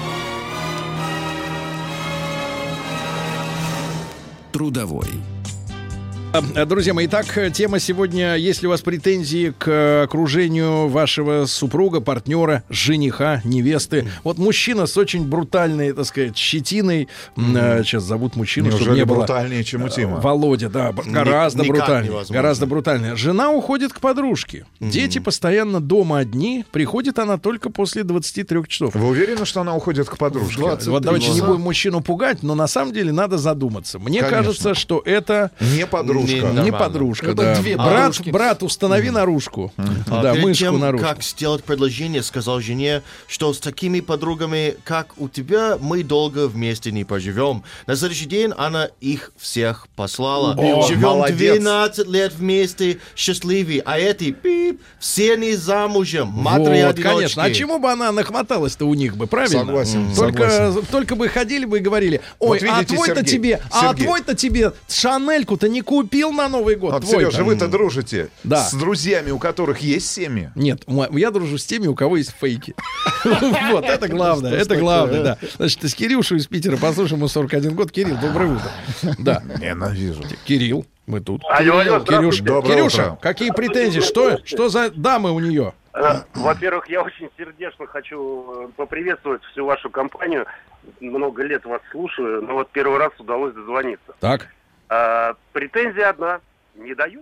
Трудовой. Друзья мои, итак, тема сегодня: есть ли у вас претензии к окружению вашего супруга, партнера, жениха, невесты? Вот мужчина с очень брутальной, так сказать, щетиной. Mm-hmm. Сейчас зовут мужчину, Неужели чтобы не было... брутальнее, чем у Тима? Володя, да, гораздо Ник- брутальнее. Гораздо брутальнее. Жена уходит к подружке. Mm-hmm. Дети постоянно дома одни. Приходит она только после двадцати трёх часов. Вы уверены, что она уходит к подружке? Вот давайте не будем мужчину пугать, но на самом деле надо задуматься. Мне Конечно. кажется, что это... Не подружка. подружка. Не, не подружка, Это да. две Брат, подружки. брат, установи наружку. А Да, перед мышку тем, наружку. как сделать предложение, сказал жене, что с такими подругами, как у тебя, мы долго вместе не поживем. На следующий день она их всех послала. О, Живем молодец. двенадцать лет вместе, счастливы. А эти, пип, все не замужем, матери-одиночки. Вот, конечно. А чему бы она нахваталась-то у них бы, правильно? Согласен, Только, согласен. только бы ходили бы и говорили, ой, Вот видите, а твой-то Сергей, тебе, а Сергей. твой-то тебе Шанельку-то не купил на Новый год. Вот, твой-то. Сережа, вы-то дружите Да. с друзьями, у которых есть семьи? Нет, м- я дружу с теми, у кого есть фейки. Вот, это главное, это главное, да. Значит, с Кирюшей из Питера послушаем, ему сорок один год. Кирилл, доброе утро. Да. Ненавижу. Кирилл, мы тут. Алло, алло, Кирюш, здравствуйте. Доброе Кирюша, утро. какие претензии? Что, что за дамы у нее? Э, Во-первых, я очень сердечно хочу э, поприветствовать всю вашу компанию. Много лет вас слушаю, но вот первый раз удалось дозвониться. Так. А, претензия одна. Не дают?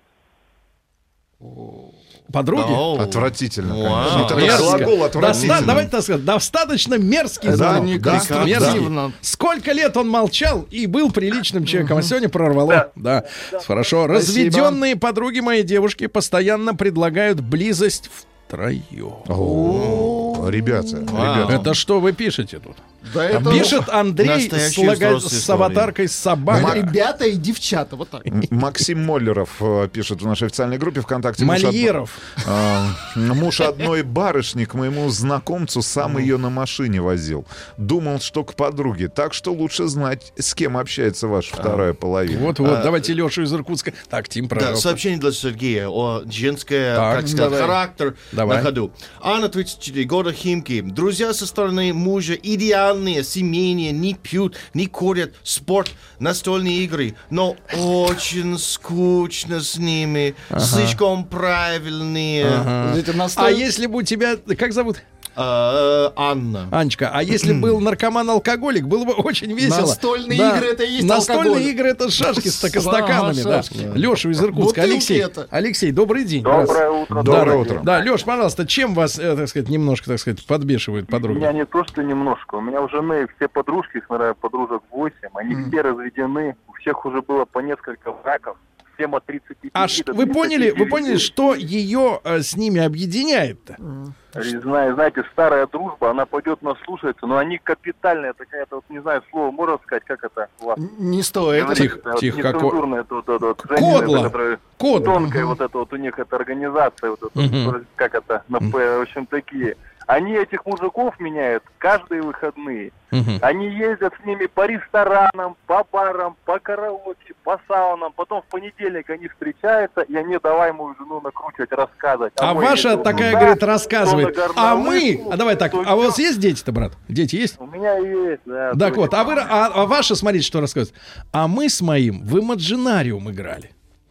Подруги? Оу. Отвратительно, Вау. конечно. Вот это Мерзко. глагол Доста- отвратительно. давайте так сказать, достаточно мерзкий Да, звонок. не Да, красиво. мерзкий. Да. Сколько лет он молчал и был приличным человеком, а сегодня прорвало. Да. Хорошо. Разведенные подруги моей девушки постоянно предлагают близость втроем. О, ребята, ребята. Это что вы пишете тут? Да это Пишет Андрей с, Настоящие лого- взрослые с аватаркой собаки. ребята и девчата, вот так. М- Максим Моллеров э, пишет в нашей официальной группе ВКонтакте. Муж од- Мольеров. А, муж одной барышни к моему знакомцу сам ее на машине возил. Думал, что к подруге. Так что лучше знать, с кем общается ваша вторая половина. Вот-вот, давайте Лешу из Иркутска. Так, Тим, Да, пожалуйста. сообщение для Сергея о женское, Так, как сказать, давай. характер Давай. на ходу. Анна, тридцать четыре года, Химки. Друзья со стороны мужа идеальные, семейные, не пьют, не курят, спорт, настольные игры, но очень скучно с ними, слишком правильные. Эти А настой- если бы у тебя... Как зовут? А, Анна. Анечка, а если был наркоман-алкоголик, было бы очень весело. Настольные Да. игры — это и есть Настольные алкоголь. игры — это шашки с така- Ага, стаканами. Да. шашки. Леша из Иркутска. Бутылки Алексей, это. Алексей, добрый день. Доброе утро. Доброе Да, утро. Да, Леш, пожалуйста, чем вас, э, так сказать, немножко, так сказать, подбешивают подруги? Меня не то, что немножко. У меня у жены все подружки, их, наверное, подружек восемь. Они все разведены. У всех уже было по несколько браков. Всем от тридцати пяти А ш- до вы поняли, вы тридцати девяти. поняли, что ее э, с ними объединяет-то? Знаю, знаете, старая дружба, она пойдет нас слушается, но они капитальная такая-то, вот не знаю, слово можно сказать, как это у вас? Не стоит. Говорится, Тихо, вот тихо, как- нецензурное, это вот, это вот, Кодло. женщина, которая Кодло. тонкая, вот это вот у них это организация, вот это, Мгм. вот, как это, на П, в общем, такие. Они этих мужиков меняют каждые выходные. Мгм. Они ездят с ними по ресторанам, по барам, по караоке, по саунам. Потом в понедельник они встречаются, и они давай мою жену накручивать, рассказывать. А мой ваша ездил такая, туда, говорит, то рассказывает. на А горнолыжку, мы... А давай так, то а у вас всё. есть дети-то, брат? Дети есть? У меня есть, да. Так то вот, есть. а, вы, а, а ваша, смотрите, что рассказывает. А мы с моим в имаджинариум играли.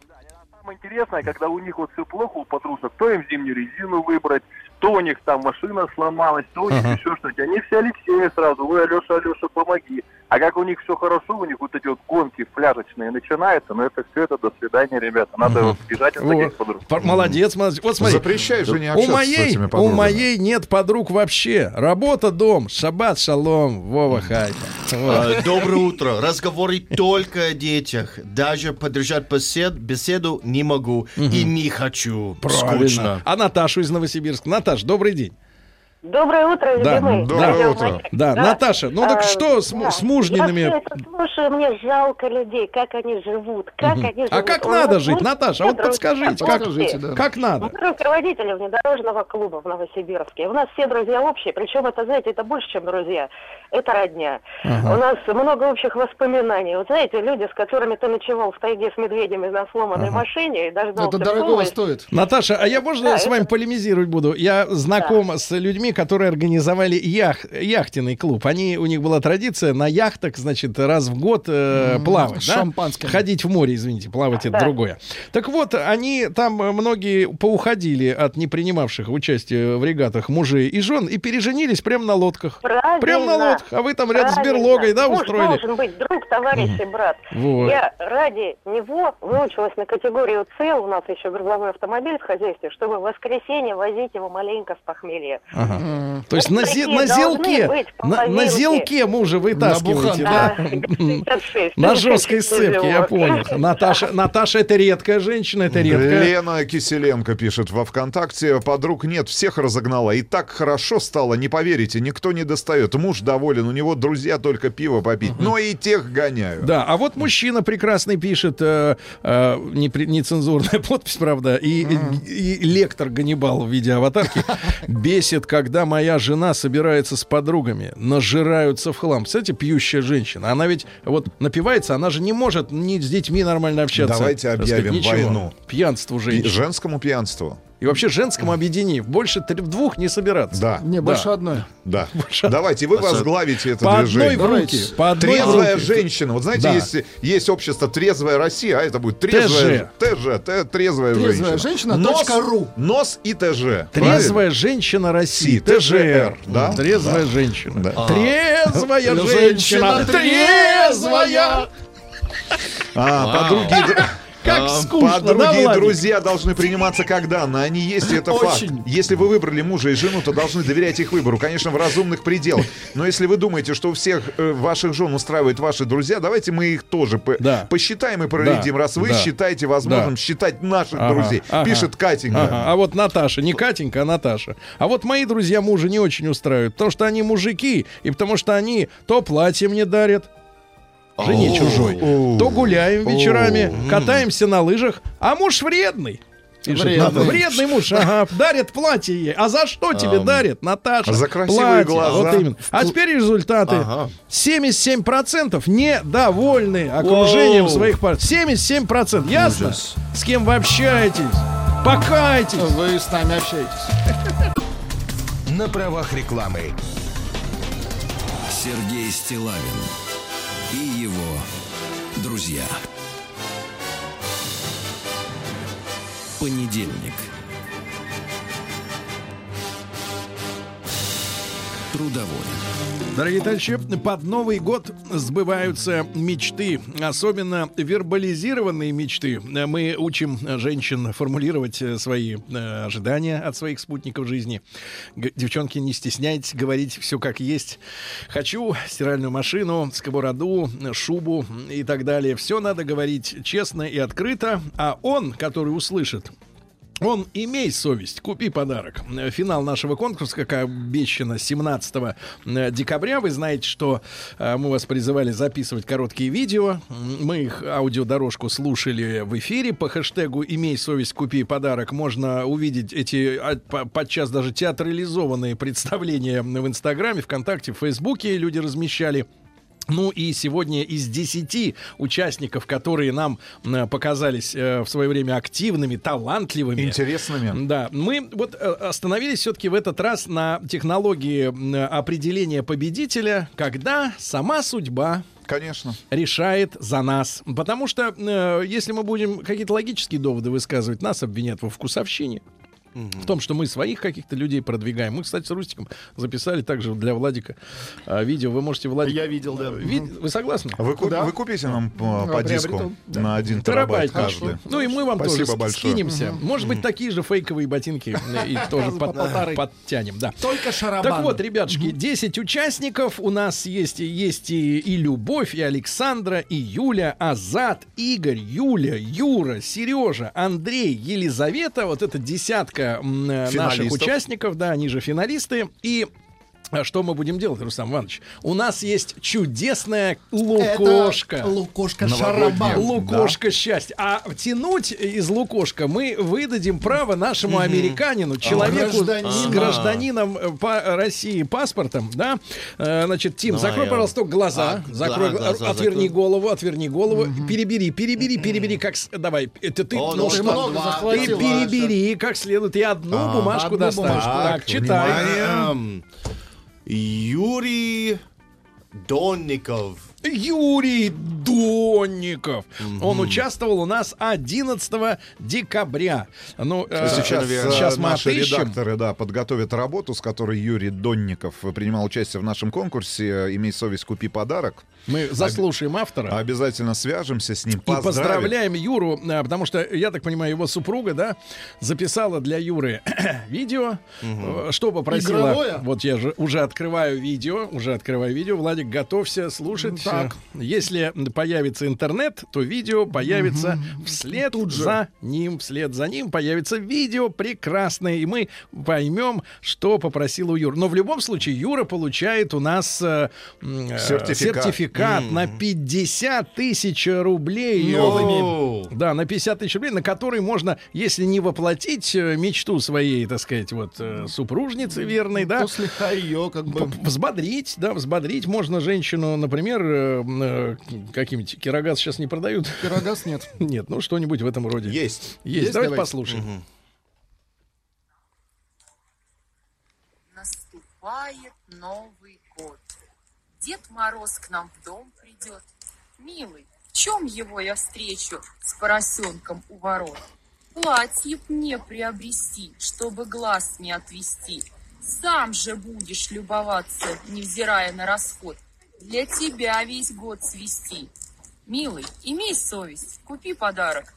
Самое интересное, когда у них вот все плохо у подружек, то им зимнюю резину выбрать, то у них там машина сломалась, то у них Ага. еще что-то. Они все Алексея сразу, ой, Алеша, Алеша, помоги. А как у них все хорошо, у них вот эти вот гонки пляжечные начинаются, но это все это до свидания, ребята. Надо Мгм. вот бежать от Вот. таких подруг. Пор- Молодец, молодец. Вот смотри. Запрещай жене У общаться с моей, этими у подругами. моей нет подруг вообще. Работа, дом, шаббат, шалом, Вова, хайка. Вот. А, Доброе утро. Разговоры только о детях. Даже поддержать бесед, беседу не могу и не хочу. Правильно. Скучно. А Наташу из Новосибирска. Наташ, добрый день. Доброе утро, Да, любимый. доброе Радио утро. Маяк. Да, Наташа, ну так А, что с, да. с мужниными? Я все это слушаю, мне жалко людей, как они живут, как Мгм. они живут. А как У надо нас жить, есть Наташа? А вот все подскажите, друзья как, Подскажите, общие. да. как надо? Мы руководители внедорожного клуба в Новосибирске. У нас все друзья общие, причем это, знаете, это больше, чем друзья. Это родня. Ага. У нас много общих воспоминаний. Вот знаете, люди, с которыми ты ночевал в тайге с медведями на сломанной Ага. машине и дождался Это дорого поезд. стоит. Наташа, а я можно Да, с вами это- полемизировать буду? Я знаком с людьми, которые организовали ях, яхтенный клуб. Они, у них была традиция на яхтах, значит, раз в год э, М, плавать. с да? шампанским. Ходить в море, извините, плавать это Да. другое. Так вот, они там э, многие поуходили от не принимавших участия в регатах мужей и жен и переженились прямо на лодках. Правильно. Прям на лодках. А вы там рядом с Правильно. берлогой, да, Муж устроили? должен быть друг, товарищ и брат. Вот. Я ради него выучилась на категорию С, у нас еще грузовой автомобиль в хозяйстве, чтобы в воскресенье возить его маленько с похмелья. Ага. Ага. Mm. То есть на, зе- на зелке, на, на зелке мужа вытаскиваете, да? На жесткой сцепке, я понял. Наташа, Наташа, это редкая женщина, это редкая. Лена Киселенко пишет во ВКонтакте: подруг нет, всех разогнала. И так хорошо стало, не поверите, никто не достает. Муж доволен, у него друзья только пиво попить. Uh-huh. Но и тех гоняю. Да, а вот мужчина прекрасный пишет, э, э, нецензурная подпись, правда, и, uh-huh. и, и лектор Ганнибал в виде аватарки. Бесит, когда моя жена собирается с подругами, нажираются в хлам. Кстати, пьющая женщина. Она ведь вот напивается, она же не может ни с детьми нормально общаться. Давайте объявим сказать, войну. Пьянству женщин. Женскому пьянству. И вообще женскому объединив. Больше три, двух не собираться. Да. Не, больше да. одной. Да. Больше... Давайте, вы возглавите это по движение. Одной в руки. По одной трезвая в руки. женщина. Вот знаете, да. есть, есть общество «Трезвая Россия», а это будет трезвая... ТЖ. ТЖ. Трезвая, трезвая женщина. женщина.ру. Нос и ТЖ. Трезвая женщина России. ТЖР. Да? Трезвая да. женщина. Да. Трезвая а. женщина. Трезвая. А, подруги... Как скучно, подруги да, и друзья должны приниматься как данные. Они есть, это Очень. факт. Если вы выбрали мужа и жену, то должны доверять их выбору. Конечно, в разумных пределах. Но если вы думаете, что у всех э, ваших жен устраивают ваши друзья, давайте мы их тоже по- да. посчитаем и проредим, да. раз вы да. считаете возможным да. считать наших ага. друзей. Ага. Пишет Катенька. Ага. А вот Наташа, не Катенька, а Наташа. А вот мои друзья мужа не очень устраивают, потому что они мужики, и потому что они то платье мне дарят, жене oh. чужой, oh. то гуляем вечерами, oh. катаемся на лыжах, а муж вредный. Вредный. Вредный муж, ага, дарит платье ей. А за что тебе um. дарит, Наташа? За красивые платье. глаза. Вот именно. А теперь результаты. Ага. семьдесят семь процентов недовольны окружением oh. своих партнеров. семьдесят семь процентов. Ясно? Ужас. С кем вы общаетесь? Покайтесь. Вы с нами общаетесь. На правах рекламы. Сергей Стиллавин и его друзья. Понедельник. Трудовой. Дорогие товарищи, под Новый год сбываются мечты, особенно вербализированные мечты. Мы учим женщин формулировать свои ожидания от своих спутников жизни. Девчонки, не стесняйтесь говорить все как есть. Хочу стиральную машину, сковороду, шубу и так далее. Все надо говорить честно и открыто, а он, который услышит, он, имей совесть, купи подарок. Финал нашего конкурса, как обещано, семнадцатого декабря. Вы знаете, что э, мы вас призывали записывать короткие видео. Мы их аудиодорожку слушали в эфире. По хэштегу «Имей совесть, купи подарок» можно увидеть эти подчас даже театрализованные представления в Инстаграме, ВКонтакте, в Фейсбуке люди размещали. Ну и сегодня из десяти участников, которые нам э, показались э, в свое время активными, талантливыми, интересными, да, мы вот э, остановились все-таки в этот раз на технологии э, определения победителя, когда сама судьба, конечно, решает за нас. Потому что э, если мы будем какие-то логические доводы высказывать, нас обвинят во вкусовщине. В том, что мы своих каких-то людей продвигаем. Мы, кстати, с Рустиком записали также для Владика а, видео. Вы можете, Владик... Я видел, да. Ви... Вы согласны? Вы, ку... да. Вы купите нам по, по диску да. на один терабайт каждый. Ну и мы вам Спасибо тоже большое. скинемся. Угу. Может быть, такие же фейковые ботинки и тоже подтянем. Только шарабан. Так вот, ребятушки, десять участников. У нас есть и Любовь, и Александра, и Юля, Азат, Игорь, Юля, Юра, Сережа, Андрей, Елизавета. Вот это десятка наших участников, да, они же финалисты. И что мы будем делать, Рустам Иванович? У нас есть чудесная лукошка. Это лукошка шарабан. Лукошка да. счастья. А тянуть из лукошка мы выдадим право нашему американину, человеку Гражданин. с гражданином по России паспортом, да? Значит, Тим, Давай, закрой, я... пожалуйста, глаза. А, закрой, да, глаза отверни закрой. голову, отверни голову. Угу. Перебери, перебери, перебери, как... Давай, это ты... О, ну, ты что? Ты перебери, как следует. И одну а, бумажку одну достанешь. Бумажку. Так, так, читай. Юрий Донников. Юрий Донников. Mm-hmm. Он участвовал у нас одиннадцатого декабря. Ну, сейчас, э, сейчас мы наши отыщем. редакторы, да, подготовят работу, с которой Юрий Донников принимал участие в нашем конкурсе «Имей совесть, купи подарок». Мы заслушаем автора. Обязательно свяжемся с ним. И поздравляем Юру, потому что, я так понимаю, его супруга, да, записала для Юры видео, угу. что попросила. Игровое? Вот я же уже открываю видео, уже открываю видео. Владик, готовься слушать. Так. Если появится интернет, то видео появится угу. вслед Тут за же. ним, вслед за ним появится видео прекрасное, и мы поймем, что попросила Юра. Но в любом случае Юра получает у нас э, сертификат. сертификат Mm. на пятьдесят тысяч рублей. No. Да, на пятьдесят тысяч рублей, на который можно, если не воплотить мечту своей, так сказать, вот супружницы верной, да, то слегка ее как бы взбодрить, да, взбодрить можно женщину, например, каким-нибудь Кирогаз сейчас не продают. Кирогаз нет. Нет, ну что-нибудь в этом роде. Есть. Есть. Есть? Давайте, давайте послушаем. Угу. Наступает Новый год. Дед Мороз к нам в дом придет. Милый, в чем его я встречу с поросенком у ворот? Платье мне приобрести, чтобы глаз не отвести. Сам же будешь любоваться, невзирая на расход. Для тебя весь год свести. Милый, имей совесть, купи подарок.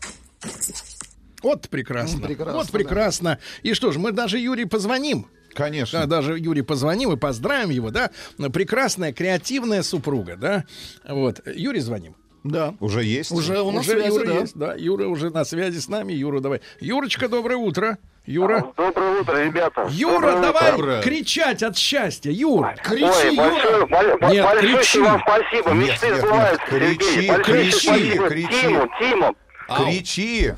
Вот прекрасно. прекрасно вот прекрасно. Да. И что ж, мы даже Юрию позвоним. Конечно. Да, даже Юрий позвоним и поздравим его, да. Прекрасная, креативная супруга, да. Вот. Юрий, звоним. Да. Уже есть? Уже у нас уже связи, Юра да. есть, да. Юра уже на связи с нами. Юра, давай. Юрочка, доброе утро. Юра. Доброе утро, ребята. Юра, доброе давай утро. кричать от счастья. Юра. Кричи, Ой, Юра. большое, бо- нет, большое кричи. вам спасибо. Нет, Мечты нет, сбываются, нет, кричи, Сергей. Большое кричи, спасибо кричи. Тиму, Тиму. Ау. Кричи.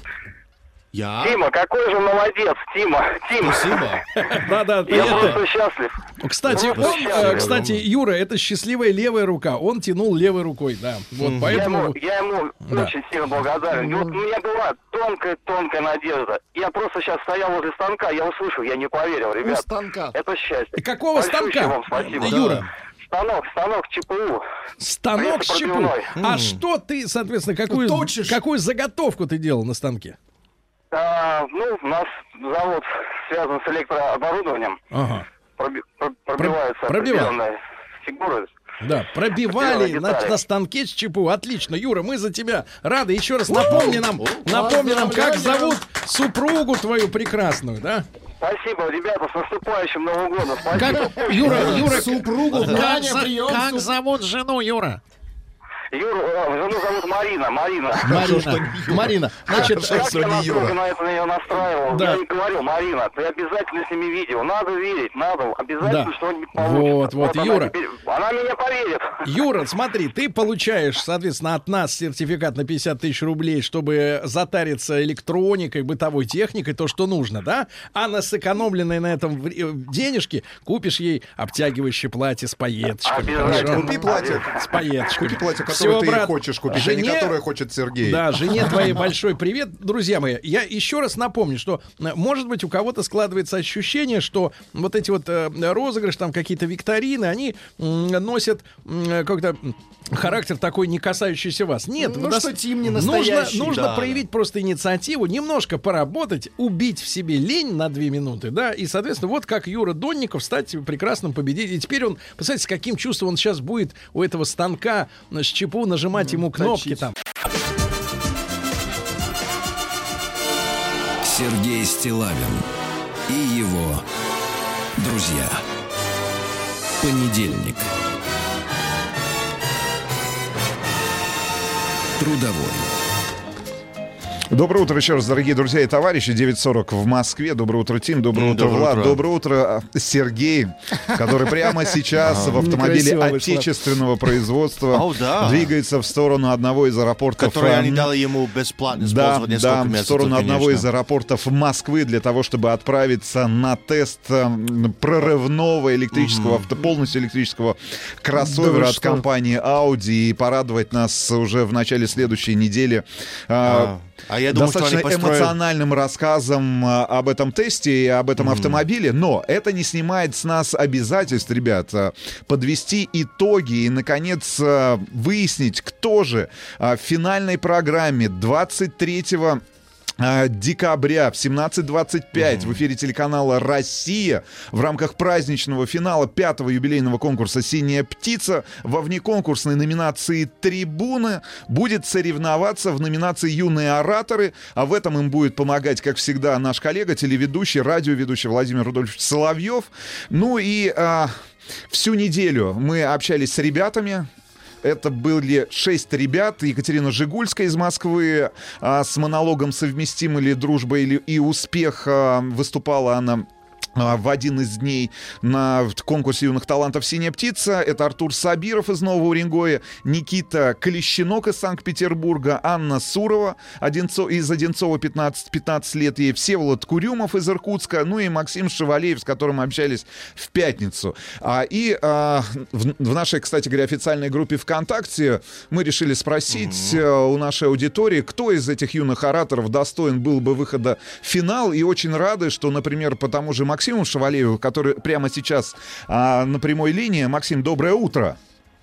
Я? Тима, какой же молодец, Тима. Тима. Спасибо. Да-да, Я это... просто счастлив. Кстати, Просто он, счастлив. кстати, Юра, это счастливая левая рука. Он тянул левой рукой, да. Вот поэтому... Я ему, я ему Да. очень сильно благодарен. И вот у меня была тонкая-тонкая надежда. Я просто сейчас стоял возле станка, я услышал, я не поверил, ребят. У станка. Это счастье. И какого Большущее станка? вам спасибо. Юра. Станок, станок ЧПУ. Станок с ЧПУ. А что ты, соответственно, какую, Точишь. какую заготовку ты делал на станке? А, ну, у нас завод связан с электрооборудованием. Ага. Проби- про- пробиваются Пробивал. определенные фигуры. Да, пробивали на, на станке с ЧПУ. Отлично, Юра, мы за тебя рады. Еще раз напомни нам, напомни нам, как зовут супругу твою прекрасную, да? Спасибо, ребята, с наступающим Новым годом. Спасибо. Как, Юра, Юра, Супругу, как, Таня, за- прием. как зовут жену, Юра? Юра, э, жену зовут Марина, Марина. Марина, Марина, значит, Как я настолько на это на нее настраивал? Да. Я ей говорил, Марина, ты обязательно с ними видео. Надо верить, надо. Обязательно Да. что-нибудь получится. Вот, вот, она Юра. теперь- Она меня поверит. Юра, смотри, ты получаешь, соответственно, от нас сертификат на пятьдесят тысяч рублей, чтобы затариться электроникой, бытовой техникой, то, что нужно, да? А на сэкономленные на этом в- э, денежки купишь ей обтягивающее платье с пайеточками. Обязательно. Хорошо? Купи платье. С пайеточками. Купи платье, которое Всё, ты брат, хочешь купить, жене- а не которое хочет Сергей. Да, жене твоей большой привет. Друзья мои, я еще раз напомню, что, э, может быть, у кого-то складывается ощущение, что вот эти вот э, розыгрыши, там какие-то викторины, они м, носят м, как-то характер такой, не касающийся вас. Нет, Ну, вы что дос- Тим не нужно, настоящий. нужно Да, проявить просто инициативу, немножко поработать, убить в себе лень на две минуты, да, и, соответственно, вот как Юра Донников стать прекрасным победителем. И теперь он, представляете, с каким чувством он сейчас будет у этого станка с ЧПУ нажимать ему кнопки точить. там. Сергей Стиллавин и его друзья. Понедельник. Трудовой. Доброе утро еще раз, дорогие друзья и товарищи. девять сорок в Москве. Доброе утро, Тим. Доброе утро, Доброе Влад. утро. Доброе утро, Сергей, который прямо сейчас в автомобиле некрасиво вышло. отечественного производства О, да. двигается в сторону одного из аэропортов. Которые они э, дали ему бесплатно Да, использовать несколько да, в месяцев, сторону одного конечно. из аэропортов Москвы для того, чтобы отправиться на тест э, прорывного электрического, авто, полностью электрического кроссовера Да вы от что? компании Audi и порадовать нас уже в начале следующей недели. э, А. А я думаю, достаточно что они построили... эмоциональным рассказом а, об этом тесте и об этом mm-hmm. автомобиле, но это не снимает с нас обязательств, ребят, а, подвести итоги и, наконец, а, выяснить, кто же а, в финальной программе двадцать третьего декабря в семнадцать двадцать пять mm-hmm. в эфире телеканала «Россия» в рамках праздничного финала пятого юбилейного конкурса «Синяя птица» во внеконкурсной номинации «Трибуны» будет соревноваться в номинации «Юные ораторы», а в этом им будет помогать, как всегда, наш коллега, телеведущий, радиоведущий Владимир Рудольфович Соловьев. Ну и а, всю неделю мы общались с ребятами. Это были шесть ребят. Екатерина Жигульская из Москвы а, с монологом «Совместима ли дружба или и успех» а, выступала она в один из дней на конкурсе юных талантов «Синяя птица». Это Артур Сабиров из Нового Уренгоя, Никита Клещенок из Санкт-Петербурга, Анна Сурова Одинцо, из Одинцова, пятнадцать, пятнадцать лет ей, Всеволод Курюмов из Иркутска, ну и Максим Шевалеев, с которым мы общались в пятницу. А, и а, в, в нашей, кстати говоря, официальной группе ВКонтакте мы решили спросить mm-hmm. у нашей аудитории, кто из этих юных ораторов достоин был бы выхода в финал, и очень рады, что, например, по тому же Максиму Максиму Шевалееву, который прямо сейчас а, на прямой линии. Максим, доброе утро.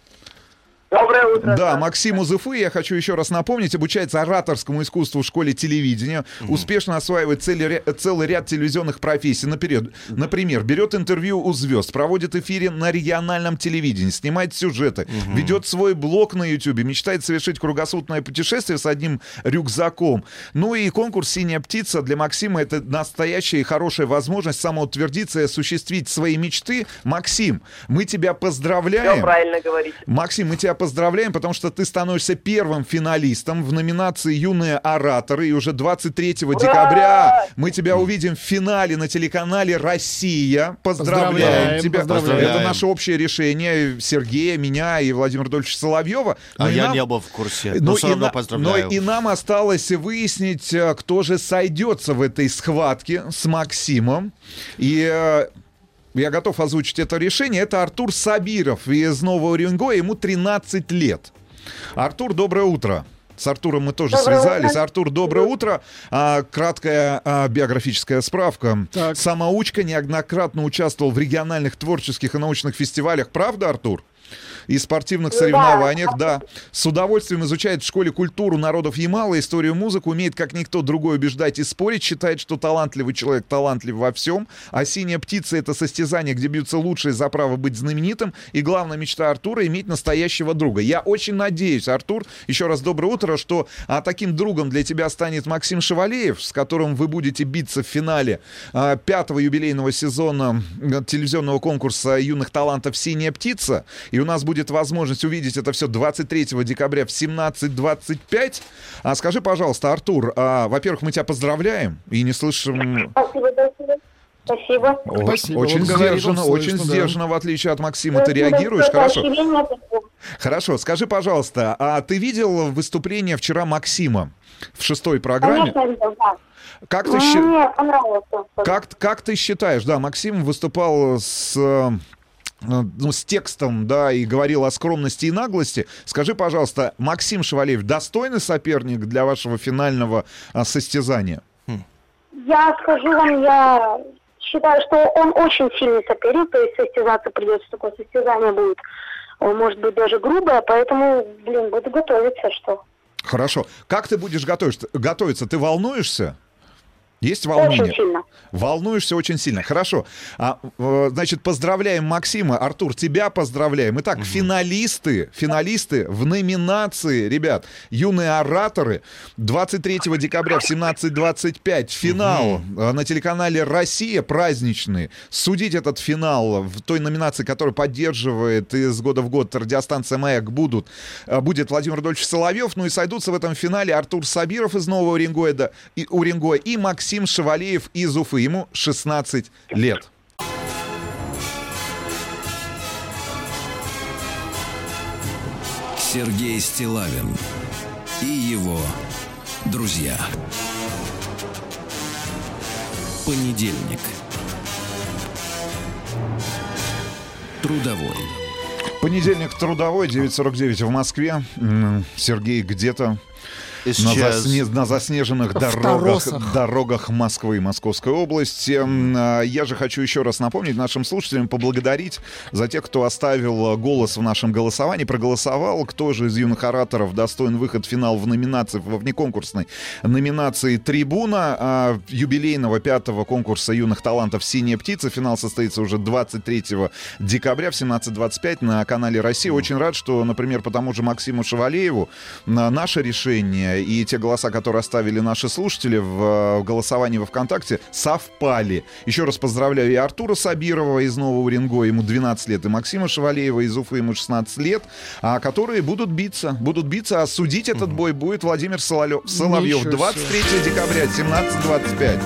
Доброе утро. Да, Максим из Уфы, я хочу еще раз напомнить, обучается ораторскому искусству в школе телевидения, mm-hmm. успешно осваивает целый, целый ряд телевизионных профессий. Например, например, берет интервью у звезд, проводит эфиры на региональном телевидении, снимает сюжеты, mm-hmm. ведет свой блог на Ютубе, мечтает совершить кругосутное путешествие с одним рюкзаком. Ну и конкурс «Синяя птица» для Максима — это настоящая и хорошая возможность самоутвердиться и осуществить свои мечты. Максим, мы тебя поздравляем. Все правильно говорите. Максим, мы тебя поздравляем, потому что ты становишься первым финалистом в номинации «Юные ораторы», и уже двадцать третьего декабря мы тебя увидим в финале на телеканале «Россия». Поздравляем, поздравляем тебя. Поздравляем. Это наше общее решение Сергея, меня и Владимира Рудольфовича Соловьева. Но а я нам... не был в курсе, но, но все равно на... поздравляю. Но и нам осталось выяснить, кто же сойдется в этой схватке с Максимом. И... я готов озвучить это решение. Это Артур Сабиров из Нового Уренгоя. Ему тринадцать лет. Артур, доброе утро. С Артуром мы тоже доброе связались. Утро. Артур, доброе утро. А, краткая а, биографическая справка. Так. Самоучка, неоднократно участвовал в региональных творческих и научных фестивалях. Правда, Артур? И спортивных соревнованиях, да. С удовольствием изучает в школе культуру народов Ямала, историю, музыку, умеет как никто другой убеждать и спорить, считает, что талантливый человек талантлив во всем, а «Синяя птица» — это состязание, где бьются лучшие за право быть знаменитым, и главная мечта Артура — иметь настоящего друга. Я очень надеюсь, Артур, еще раз доброе утро, что а, таким другом для тебя станет Максим Шевалеев, с которым вы будете биться в финале а, пятого юбилейного сезона телевизионного конкурса юных талантов «Синяя птица», и у нас будет возможность увидеть это все двадцать третьего декабря в семнадцать двадцать пять. А скажи, пожалуйста, Артур, а, во-первых, мы тебя поздравляем и не слышим... Спасибо, спасибо. Спасибо. О, Спасибо. Очень вот сдержанно, говорит, очень слышно, сдержанно, да. в отличие от Максима, ты реагируешь. Хорошо. Хорошо, скажи, пожалуйста, а ты видел выступление вчера Максима в шестой программе? Конечно, видел, да. Как ты, Мне щи... понравилось. как, как ты считаешь, да, Максим выступал с... ну, с текстом, да, и говорил о скромности и наглости. Скажи, пожалуйста, Максим Шевалеев достойный соперник для вашего финального а, состязания? Я скажу вам, я считаю, что он очень сильный соперник, то есть состязаться придется, такое состязание будет, может быть, даже грубое, поэтому, блин, буду готовиться, что... Хорошо. Как ты будешь готовиться? готовиться? Ты волнуешься? Есть волнение? Очень сильно. Волнуешься очень сильно. Хорошо. А, э, значит, поздравляем Максима. Артур, тебя поздравляем. Итак, угу. финалисты, финалисты в номинации, ребят, юные ораторы. двадцать третьего декабря в семнадцать двадцать пять финал угу. на телеканале «Россия» праздничный. Судить этот финал в той номинации, которую поддерживает из года в год радиостанция «Маяк», будут, будет Владимир Рудольфович Соловьев. Ну и сойдутся в этом финале Артур Сабиров из Нового Уренгоя, да, и, Уренгоя, и Максим Максим Шевалеев из Уфы. Ему шестнадцать лет. Сергей Стиллавин и его друзья. Понедельник. Трудовой. Понедельник трудовой, девять сорок девять в Москве. Сергей где-то... на, засне... на заснеженных дорогах, дорогах Москвы и Московской области. Я же хочу еще раз напомнить нашим слушателям, поблагодарить за тех, кто оставил голос в нашем голосовании, проголосовал, кто же из юных ораторов достоин выход в финал в номинации, во внеконкурсной номинации «Трибуна» юбилейного пятого конкурса юных талантов «Синяя птица». Финал состоится уже двадцать третьего декабря в семнадцать двадцать пять на канале «Россия». Очень рад, что, например, по тому же Максиму Шавалееву наше решение и те голоса, которые оставили наши слушатели в голосовании во ВКонтакте, совпали. Еще раз поздравляю и Артура Сабирова из Нового Уренгоя, ему двенадцать лет, и Максима Шавалеева из Уфы, ему шестнадцать лет, которые будут биться. Будут биться, а судить этот бой будет Владимир Соловьев. Соловьев. двадцать третьего декабря, семнадцать двадцать пять.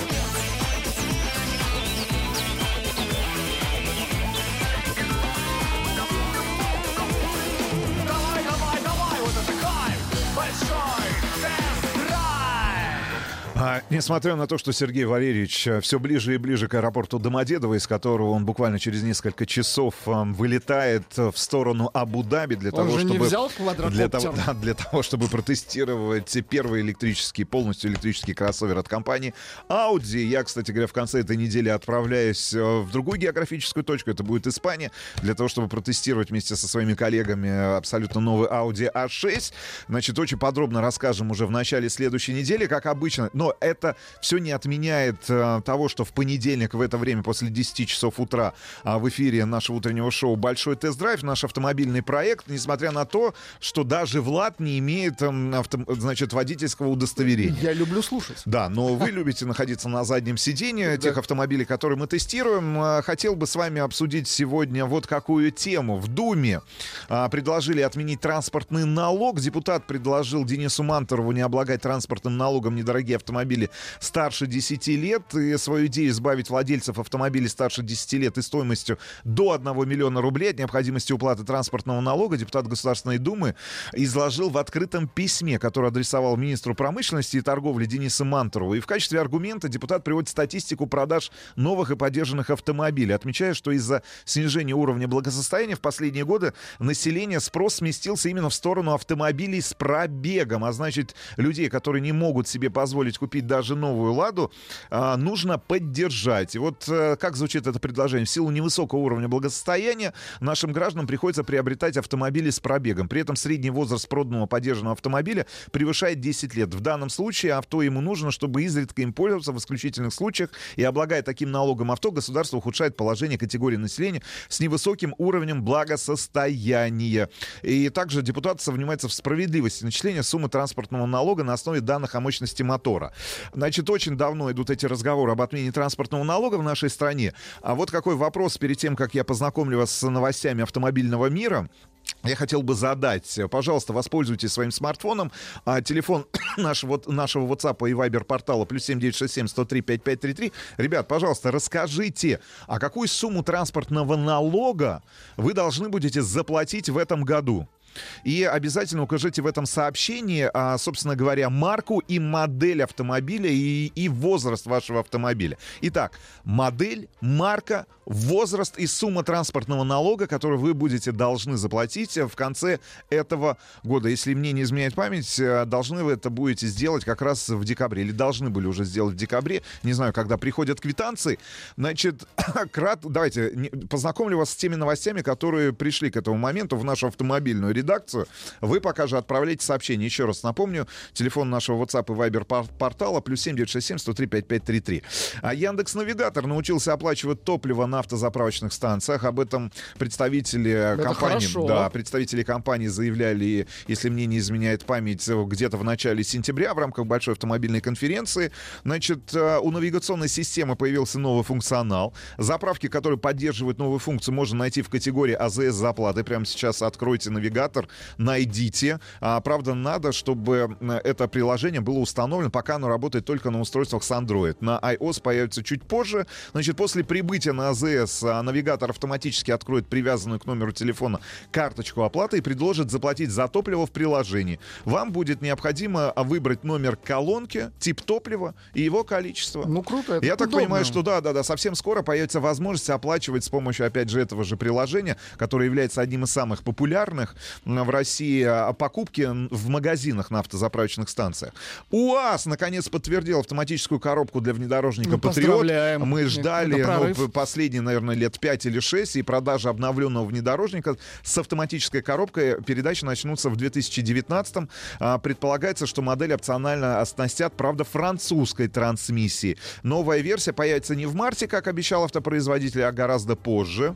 А, несмотря на то, что Сергей Валерьевич все ближе и ближе к аэропорту Домодедово, из которого он буквально через несколько часов э, вылетает в сторону Абу-Даби для он того, же чтобы не взял для того, да, для того, чтобы протестировать первый электрический, полностью электрический кроссовер от компании Audi. Я, кстати говоря, в конце этой недели отправляюсь в другую географическую точку. Это будет Испания, для того, чтобы протестировать вместе со своими коллегами абсолютно новый Audi а шесть. Значит, очень подробно расскажем уже в начале следующей недели, как обычно. Но это все не отменяет э, того, что в понедельник в это время после десяти часов утра э, в эфире нашего утреннего шоу «Большой тест-драйв», наш автомобильный проект, несмотря на то, что даже Влад не имеет э, авто, значит, водительского удостоверения. Я люблю слушать. Да, но вы любите находиться на заднем сиденье тех автомобилей, которые мы тестируем. Хотел бы с вами обсудить сегодня вот какую тему. В Думе э, предложили отменить транспортный налог. Депутат предложил Денису Мантурову не облагать транспортным налогом недорогие автомобили старше десяти лет, и свою идею избавить владельцев автомобилей старше десяти лет и стоимостью до одного миллиона рублей от необходимости уплаты транспортного налога депутат Государственной Думы изложил в открытом письме, которое адресовал министру промышленности и торговли Денису Мантурову. И в качестве аргумента депутат приводит статистику продаж новых и подержанных автомобилей, отмечая, что из-за снижения уровня благосостояния в последние годы население спрос сместился именно в сторону автомобилей с пробегом, а значит, людей, которые не могут себе позволить купить даже новую «Ладу», а, нужно поддержать. И вот а, как звучит это предложение. В силу невысокого уровня благосостояния нашим гражданам приходится приобретать автомобили с пробегом. При этом средний возраст проданного подержанного автомобиля превышает десять лет. В данном случае авто ему нужно, чтобы изредка им пользоваться в исключительных случаях, и облагая таким налогом авто, государство ухудшает положение категории населения с невысоким уровнем благосостояния. И также депутат сомневается в справедливости начисления суммы транспортного налога на основе данных о мощности мотора. Значит, очень давно идут эти разговоры об отмене транспортного налога в нашей стране. А вот какой вопрос перед тем, как я познакомлю вас с новостями автомобильного мира, я хотел бы задать. Пожалуйста, воспользуйтесь своим смартфоном. А, телефон нашего, нашего WhatsApp и Viber портала плюс семь девять шесть семь сто три пятьдесят пять тридцать три. Ребят, пожалуйста, расскажите, а какую сумму транспортного налога вы должны будете заплатить в этом году? И обязательно укажите в этом сообщении, а, собственно говоря, марку и модель автомобиля и, и возраст вашего автомобиля. Итак, модель, марка, возраст и сумма транспортного налога, который вы будете должны заплатить в конце этого года. Если мне не изменяет память, должны вы это будете сделать как раз в декабре. Или должны были уже сделать в декабре. Не знаю, когда приходят квитанции. Значит, крат... давайте познакомлю вас с теми новостями, которые пришли к этому моменту в нашу автомобильную редакцию. редакцию. Вы пока же отправляйте сообщение. Еще раз напомню, телефон нашего WhatsApp и Viber портала плюс семь девять шесть семь сто три пятьдесят пять тридцать три. А Яндекс.Навигатор научился оплачивать топливо на автозаправочных станциях. Об этом представители Это компании, да, представители компании заявляли, если мне не изменяет память, где-то в начале сентября в рамках большой автомобильной конференции. Значит, у навигационной системы появился новый функционал. Заправки, которые поддерживают новую функцию, можно найти в категории АЗС заплаты. Прямо сейчас откройте навигатор, найдите. А, правда, надо, чтобы это приложение было установлено, пока оно работает только на устройствах с Android. На iOS появится чуть позже. Значит, после прибытия на АЗС навигатор автоматически откроет привязанную к номеру телефона карточку оплаты и предложит заплатить за топливо в приложении. Вам будет необходимо выбрать номер колонки, тип топлива и его количество. Ну, круто. Это Я так удобно. понимаю, что да, да, да, совсем скоро появится возможность оплачивать с помощью, опять же, этого же приложения, которое является одним из самых популярных. в России покупки в магазинах на автозаправочных станциях. УАЗ, наконец, подтвердил автоматическую коробку для внедорожника «Патриот». Мы ждали ну, последние, наверное, лет пять или шесть, и продажи обновленного внедорожника с автоматической коробкой передач начнутся в две тысячи девятнадцатом. Предполагается, что модель опционально оснастят, правда, французской трансмиссией. Новая версия появится не в марте, как обещал автопроизводитель, а гораздо позже.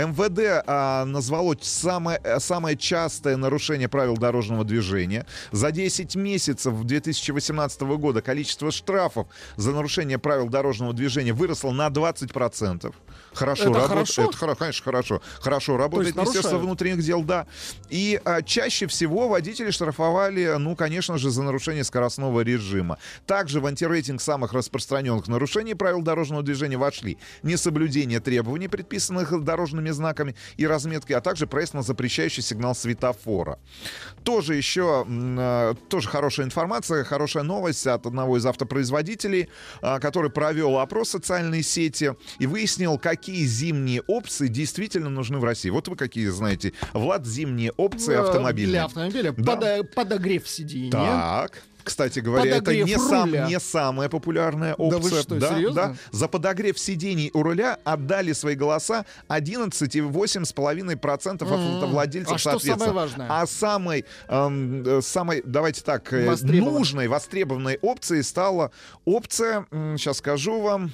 МВД а, назвало самое, самое частое нарушение правил дорожного движения. За десять месяцев две тысячи восемнадцатого года количество штрафов за нарушение правил дорожного движения выросло на двадцать процентов. Хорошо это работает. Хорошо? Это, конечно, хорошо. Хорошо работает Министерство внутренних дел, да. И а, чаще всего водители штрафовали, ну, конечно же, за нарушение скоростного режима. Также в антирейтинг самых распространенных нарушений правил дорожного движения вошли несоблюдение требований, предписанных дорожными знаками и разметки, а также проезд на запрещающий сигнал светофора. Тоже еще, э, тоже хорошая информация, хорошая новость от одного из автопроизводителей, э, который провел опрос в социальной сети и выяснил, какие зимние опции действительно нужны в России. Вот вы какие знаете, Влад, зимние опции автомобиля. Для автомобиля. Да. Подо- подогрев сиденья. Так. Кстати говоря, подогрев это не, сам, не самая популярная опция. Да вы что, да, серьезно? Да. За подогрев сидений у руля отдали свои голоса одиннадцать целых восемь десятых процента mm-hmm. автовладельцев, а соответственно. Что самое важное? А самой, эм, самой, давайте так, нужной, востребованной опцией стала опция, сейчас скажу вам,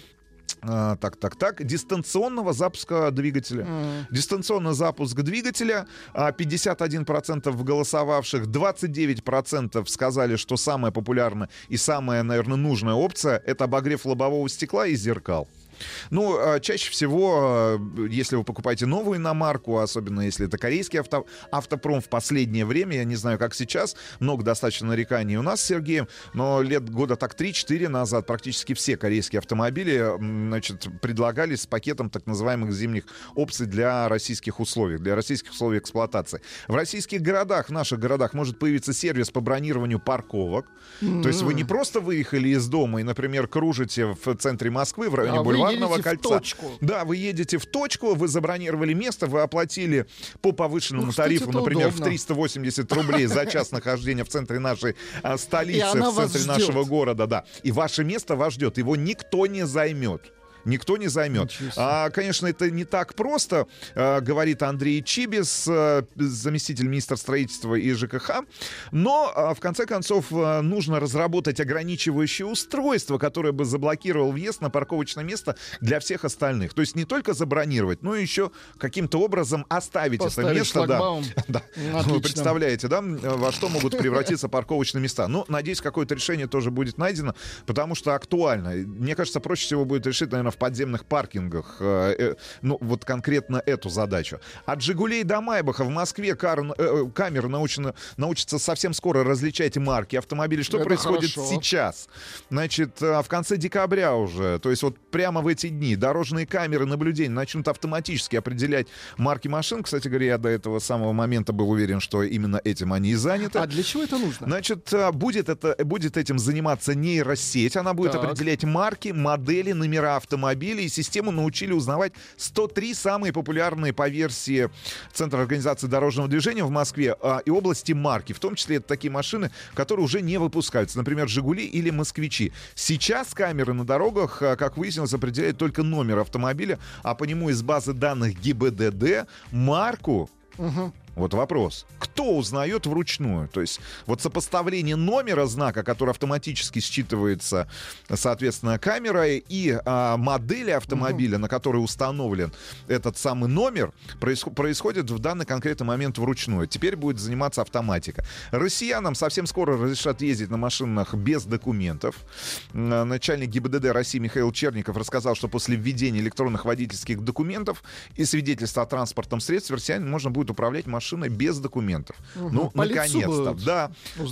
А, так, так, так. Дистанционного запуска двигателя. Mm. Дистанционный запуск двигателя. пятьдесят один процент голосовавших, двадцать девять процентов сказали, что самая популярная и самая, наверное, нужная опция — это обогрев лобового стекла и зеркал. Ну, чаще всего, если вы покупаете новую иномарку, особенно если это корейский авто, автопром в последнее время, я не знаю, как сейчас, много достаточно нареканий у нас с Сергеем, но лет года так три-четыре назад практически все корейские автомобили, значит, предлагались с пакетом так называемых зимних опций для российских условий, для российских условий эксплуатации. В российских городах, в наших городах может появиться сервис по бронированию парковок. Mm-hmm. То есть вы не просто выехали из дома и, например, кружите в центре Москвы, в районе а бульвара, кольца. Да, вы едете в точку, вы забронировали место, вы оплатили по повышенному ну, тарифу, например, удобно. В триста восемьдесят рублей за час нахождения в центре нашей а, столицы, в центре нашего города, да. И ваше место вас ждет, его никто не займет. Никто не займет. А, конечно, это не так просто, а, говорит Андрей Чибис, а, заместитель министра строительства и ЖКХ. Но, а, в конце концов, а, нужно разработать ограничивающее устройство, которое бы заблокировало въезд на парковочное место для всех остальных. То есть не только забронировать, но еще каким-то образом оставить Поставить это место. Шлагбаум. Да. Да. Вы представляете, да, во что могут превратиться парковочные места. Ну, надеюсь, какое-то решение тоже будет найдено, потому что актуально. Мне кажется, проще всего будет решить, наверное, в подземных паркингах, э, э, ну, вот конкретно эту задачу. От «Жигулей» до «Майбаха» в Москве кар, э, камеры научно, научатся совсем скоро различать марки автомобилей. Что Это происходит хорошо. Сейчас? Значит, в конце декабря уже, то есть вот прямо в эти дни, дорожные камеры наблюдения начнут автоматически определять марки машин. Кстати говоря, я до этого самого момента был уверен, что именно этим они и заняты. А для чего это нужно? Значит, будет, это, будет этим заниматься нейросеть. Она будет так. определять марки, модели, номера автомобилей. И систему научили узнавать сто три самые популярные по версии Центра организации дорожного движения в Москве а, и области марки. В том числе это такие машины, которые уже не выпускаются. Например, «Жигули» или «Москвичи». Сейчас камеры на дорогах, а, как выяснилось, определяют только номер автомобиля, а по нему из базы данных ГИБДД марку. Угу. Вот вопрос. Кто узнает вручную? То есть вот сопоставление номера знака, который автоматически считывается, соответственно, камерой, и а, модели автомобиля, uh-huh. на которой установлен этот самый номер, происход- происходит в данный конкретный момент вручную. Теперь будет заниматься автоматика. Россиянам совсем скоро разрешат ездить на машинах без документов. Начальник ГИБДД России Михаил Черников рассказал, что после введения электронных водительских документов и свидетельства о транспортном средстве россиянам можно будет управлять машиной без документов. Угу. Ну, наконец-то, да.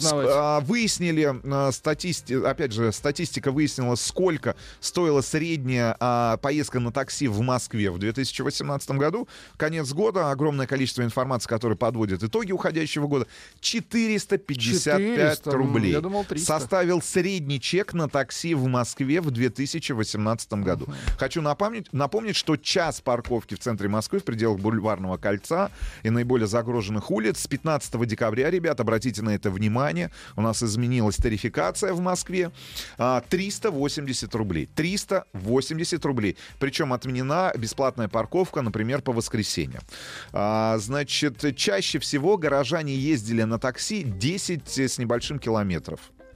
А, выяснили, а, статисти... опять же, статистика выяснила, сколько стоила средняя а, поездка на такси в Москве в две тысячи восемнадцатом году. Конец года, огромное количество информации, которое подводит итоги уходящего года. четыреста пятьдесят пять четыреста, рублей. Я думал, триста. Составил средний чек на такси в Москве в две тысячи восемнадцатом году. Угу. Хочу напомнить, напомнить, что час парковки в центре Москвы в пределах Бульварного кольца и наиболее загруженных загруженных улиц. С пятнадцатого декабря, ребят, обратите на это внимание, у нас изменилась тарификация в Москве. триста восемьдесят рублей. триста восемьдесят рублей. Причем отменена бесплатная парковка, например, по воскресеньям. А, значит, чаще всего горожане ездили на такси десять с небольшим километров.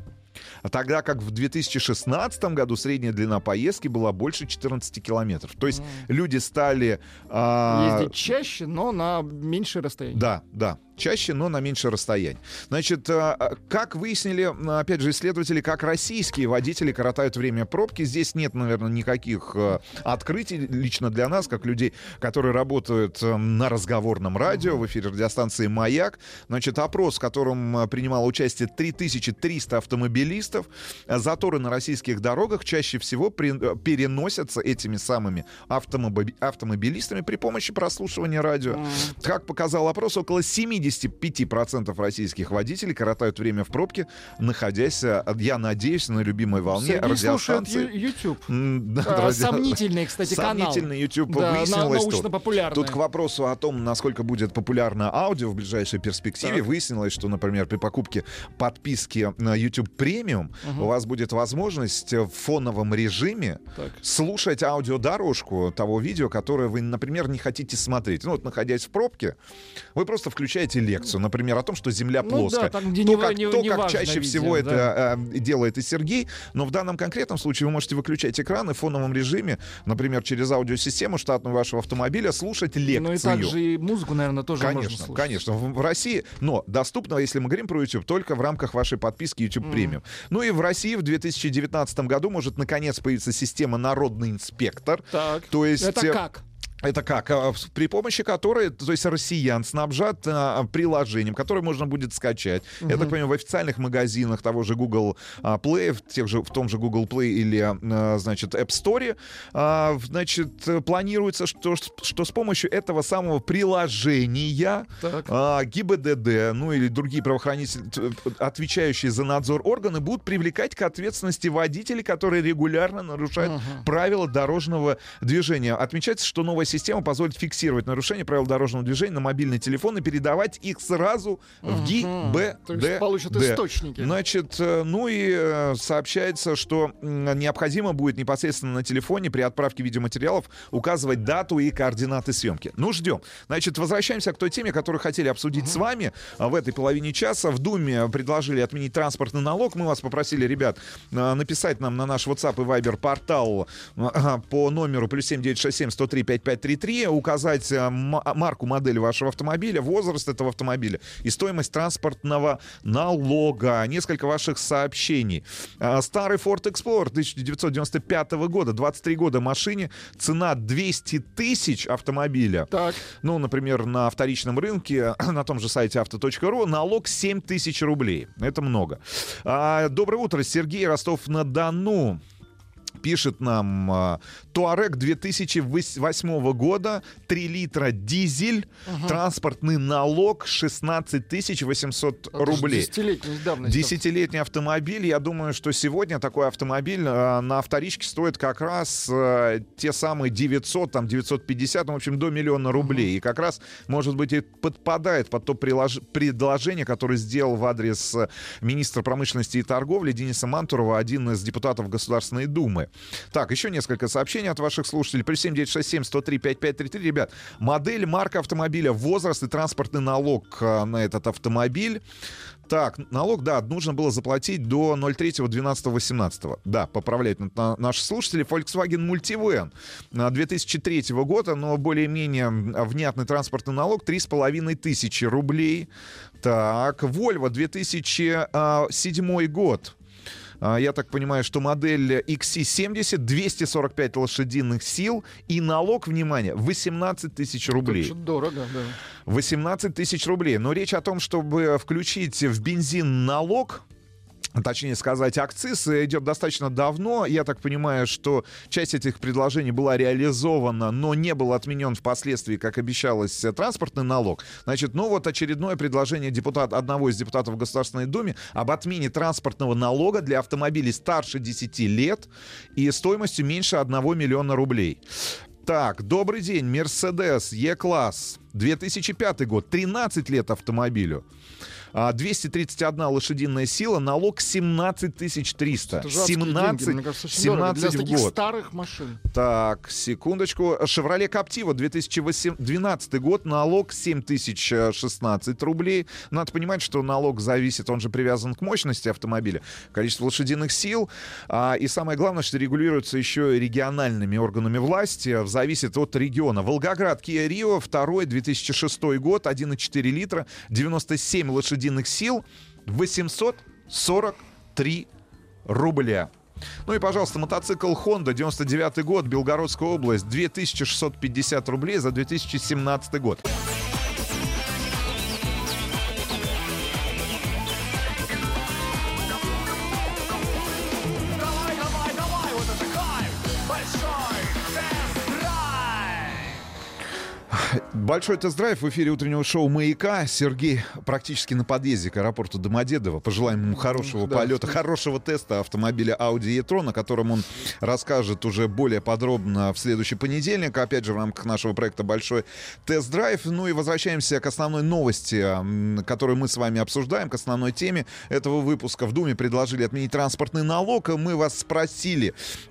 А тогда как в две тысячи шестнадцатом году средняя длина поездки была больше четырнадцати километров. То есть mm. люди стали... А... ездить чаще, но на меньшее расстояние. Да, да. Чаще, но на меньшее расстояние. Значит, как выяснили, опять же, исследователи, как российские водители коротают время пробки, здесь нет, наверное, никаких открытий лично для нас, как людей, которые работают на разговорном радио в эфире радиостанции «Маяк». Значит, опрос, в котором принимало участие три тысячи триста автомобилистов, заторы на российских дорогах чаще всего при, переносятся этими самыми автомоби- автомобилистами при помощи прослушивания радио. Как показал опрос, около семьдесят пять процентов российских водителей коротают время в пробке, находясь, я надеюсь, на любимой волне Сергей радиостанции. слушает YouTube. Да, а, радио... Сомнительный, кстати, канал. Сомнительный YouTube. Да, выяснилось научно-популярный. Тут, тут к вопросу о том, насколько будет популярно аудио в ближайшей перспективе, так. выяснилось, что, например, при покупке подписки на YouTube Premium угу. у вас будет возможность в фоновом режиме так. слушать аудиодорожку того видео, которое вы, например, не хотите смотреть. Ну вот, находясь в пробке, вы просто включаете лекцию, например, о том, что Земля ну, плоская. Да, там, где то, не, как, не, то, не как чаще видео, всего да. это э, делает и Сергей, но в данном конкретном случае вы можете выключать экран и в фоновом режиме, например, через аудиосистему штатную вашего автомобиля слушать лекцию. Ну и также и музыку, наверное, тоже конечно, можно слушать. Конечно, в, в России, но доступно, если мы говорим про YouTube, только в рамках вашей подписки YouTube mm. Premium. Ну и в России в две тысячи девятнадцатом году может наконец появиться система «Народный инспектор». Так, то есть, это как? Это как? При помощи которой, то есть россиян снабжат а, приложением, которое можно будет скачать. Uh-huh. Я так понимаю, в официальных магазинах того же Google а, Play, в, тех же, в том же Google Play или, а, значит, App Store, а, значит, планируется, что, что с помощью этого самого приложения а, ГИБДД, ну или другие правоохранители, отвечающие за надзор органы, будут привлекать к ответственности водителей, которые регулярно нарушают uh-huh. правила дорожного движения. Отмечается, что новая система позволит фиксировать нарушения правил дорожного движения на мобильный телефон и передавать их сразу в ГИБДД. То есть получат источники. Значит, ну и сообщается, что необходимо будет непосредственно на телефоне при отправке видеоматериалов указывать дату и координаты съемки. Ну, ждем. Значит, возвращаемся к той теме, которую хотели обсудить uh-huh. с вами в этой половине часа. В Думе предложили отменить транспортный налог. Мы вас попросили, ребят, написать нам на наш WhatsApp и Viber портал по номеру плюс семь девять шесть семь сто три пять пять три три, указать марку, модель вашего автомобиля, возраст этого автомобиля и стоимость транспортного налога. Несколько ваших сообщений. Старый Ford Explorer тысяча девятьсот девяносто пятого года, двадцать три года машине, цена двести тысяч автомобиля. Так. Ну, например, на вторичном рынке, на том же сайте авто точка ру, налог семь тысяч рублей. Это много. Доброе утро, Сергей, Ростов-на-Дону. Пишет нам Туарек две тысячи восьмого года, три литра дизель, uh-huh. транспортный налог шестнадцать тысяч восемьсот рублей. Десятилетний давности. Десятилетний автомобиль. Я думаю, что сегодня такой автомобиль э, на вторичке стоит как раз э, те самые девятьсот, там, девятьсот пятьдесят, ну, в общем, до миллиона рублей. Uh-huh. И как раз, может быть, и подпадает под то прилож... предложение, которое сделал в адрес министра промышленности и торговли Дениса Мантурова, один из депутатов Государственной Думы. Так, еще несколько сообщений от ваших слушателей. Плюс семь девять шесть семь сто три пять пять три три. Ребят, модель, марка автомобиля, возраст и транспортный налог на этот автомобиль. Так, налог, да, нужно было заплатить до ноль третьего двенадцатого восемнадцатого. Да, поправляют наши слушатели. Volkswagen Multivan две тысячи третьего года, но более-менее внятный транспортный налог три с половиной тысячи рублей. Так, Volvo две тысячи седьмой год. Я так понимаю, что модель икс си семьдесят, двести сорок пять лошадиных сил и налог, внимание, восемнадцать тысяч рублей. Это дорого, да. восемнадцать тысяч рублей. Но речь о том, чтобы включить в бензин налог, точнее сказать, акциз, идет достаточно давно. Я так понимаю, что часть этих предложений была реализована, но не был отменен впоследствии, как обещалось, транспортный налог. Значит, ну вот очередное предложение депутата, одного из депутатов в Государственной Думе об отмене транспортного налога для автомобилей старше десяти лет и стоимостью меньше одного миллиона рублей. Так, добрый день. Мерседес Е-класс. две тысячи пятый год. тринадцать лет автомобилю. двести тридцать одна лошадиная сила, налог семнадцать тысяч триста. семнадцать, деньги, кажется, семнадцать для в таких год. старых машин. Так, секундочку. Шевроле Каптива, две тысячи двенадцатый год, налог семь тысяч шестнадцать рублей. Надо понимать, что налог зависит, он же привязан к мощности автомобиля, количеству лошадиных сил. А, и самое главное, что регулируется еще региональными органами власти, зависит от региона. Волгоград, Kia Rio, второй, две тысячи шестой год, один и четыре литра, девяносто семь лошадиных сил, восемьсот сорок три рубля. Ну и, пожалуйста, мотоцикл Honda, девяносто девятый год, Белгородская область, две тысячи шестьсот пятьдесят рублей за две тысячи семнадцатый год. Большой тест-драйв в эфире утреннего шоу «Маяка». Сергей практически на подъезде к аэропорту Домодедово. Пожелаем ему хорошего да, полета, да. хорошего теста автомобиля Audi e-tron, о котором он расскажет уже более подробно в следующий понедельник. Опять же, в рамках нашего проекта «Большой тест-драйв». Ну и возвращаемся к основной новости, которую мы с вами обсуждаем, к основной теме этого выпуска. В Думе предложили отменить транспортный налог. Мы вас спросили,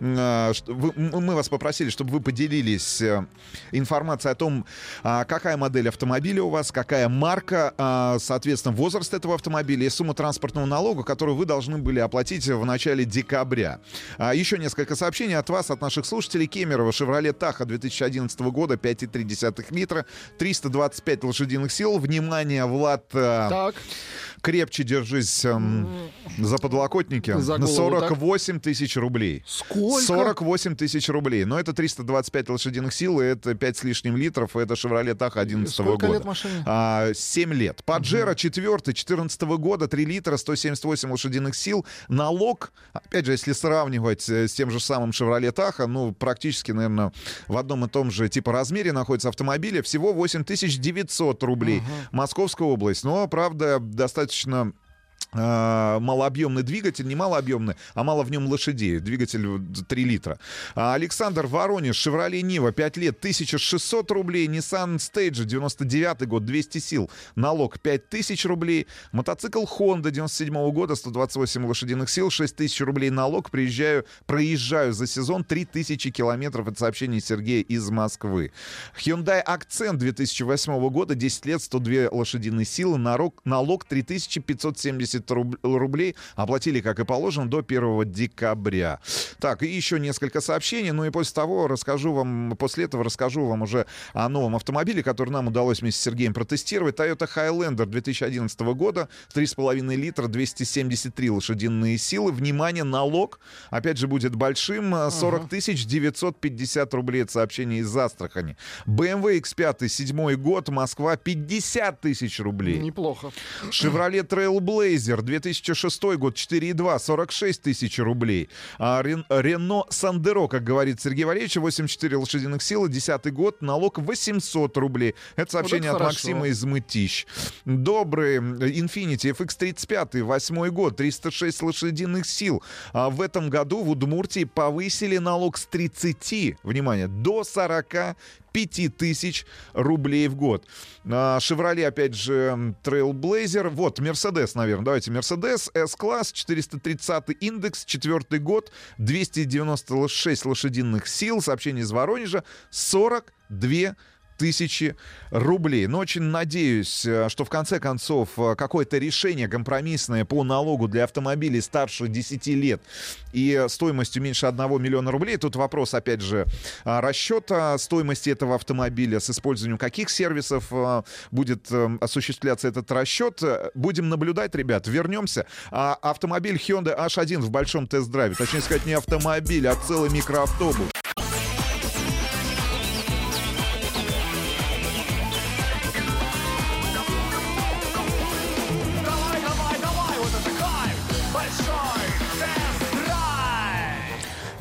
мы вас попросили, чтобы вы поделились информацией о том, какая модель автомобиля у вас, какая марка, соответственно, возраст этого автомобиля и сумма транспортного налога, которую вы должны были оплатить в начале декабря. Еще несколько сообщений от вас, от наших слушателей. Кемерово, Chevrolet Tahoe две тысячи одиннадцатого года, пять и три десятых литра, триста двадцать пять лошадиных сил. Внимание, Влад, так. крепче держись эм, за подлокотники. За голову, сорок восемь тысяч рублей. Сколько? сорок восемь тысяч рублей. Но это триста двадцать пять лошадиных сил, и это пять с лишним литров, и это Chevrolet Tahoe одиннадцатого года. Сколько лет машине? А, семь лет. Паджеро uh-huh. четыре, четырнадцатого года, три литра, сто семьдесят восемь лошадиных сил. Налог, опять же, если сравнивать с тем же самым Chevrolet Tahoe, ну, практически, наверное, в одном и том же типа размере находится автомобиль, всего восемь тысяч девятьсот рублей. Uh-huh. Московская область. Но, правда, достаточно... малообъемный двигатель, не малообъемный, а мало в нем лошадей. Двигатель три литра. Александр, Воронеж, Chevrolet Niva, пять лет, тысяча шестьсот рублей. Nissan Stage, девяносто девятый год, двести сил. Налог пять тысяч рублей. Мотоцикл Honda девяносто седьмого года, сто двадцать восемь лошадиных сил, шесть тысяч рублей налог. Приезжаю, проезжаю за сезон три тысячи километров. Это сообщение Сергея из Москвы. Hyundai Accent две тысячи восьмого года, десять лет, сто две лошадиные силы. Налог, налог три тысячи пятьсот семьдесят рублей оплатили, как и положено, до первого декабря. Так, и еще несколько сообщений. Ну и после того расскажу вам, после этого расскажу вам уже о новом автомобиле, который нам удалось вместе с Сергеем протестировать. Toyota Highlander две тысячи одиннадцатого года, три с половиной литра, двести семьдесят три лошадиные силы. Внимание, налог, опять же, будет большим, сорок тысяч девятьсот пятьдесят рублей. Это сообщение из Астрахани. бэ эм вэ икс пять, седьмой год, Москва, пятьдесят тысяч рублей. Неплохо. Chevrolet Trailblazer две тысячи шестой год, четыре и два, сорок шесть тысяч рублей. А, Рено Сандеро, как говорит Сергей Валерьевич, восемьдесят четыре лошадиных силы, десятый год, налог восемьсот рублей. Это сообщение вот это от хорошо. Максима из Мытищ. Добрый. Infiniti эф икс тридцать пять, восьмой год, триста шесть лошадиных сил. А в этом году в Удмуртии повысили налог с тридцати, внимание, до сорока пяти тысяч рублей в год. Chevrolet, опять же, Trailblazer. Вот, Mercedes, наверное. Давайте, Mercedes S-класс, четыреста тридцатый индекс, четвертый год, двести девяносто шесть лошадиных сил. Сообщение из Воронежа, сорок две тысячи рублей. Но очень надеюсь, что в конце концов какое-то решение компромиссное по налогу для автомобилей старше десяти лет и стоимостью меньше одного миллиона рублей. Тут вопрос, опять же, расчета стоимости этого автомобиля, с использованием каких сервисов будет осуществляться этот расчет. Будем наблюдать, ребят. Вернемся. А автомобиль Hyundai эйч один в большом тест-драйве. Точнее сказать, не автомобиль, а целый микроавтобус.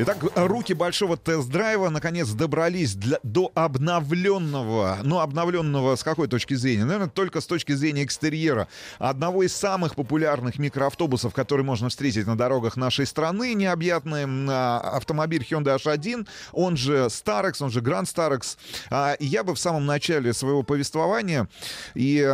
Итак, руки большого тест-драйва наконец добрались для, до обновленного, ну, обновленного с какой точки зрения? Наверное, только с точки зрения экстерьера. Одного из самых популярных микроавтобусов, который можно встретить на дорогах нашей страны, необъятный автомобиль Hyundai эйч один, он же Starex, он же Grand Starex. И я бы в самом начале своего повествования и...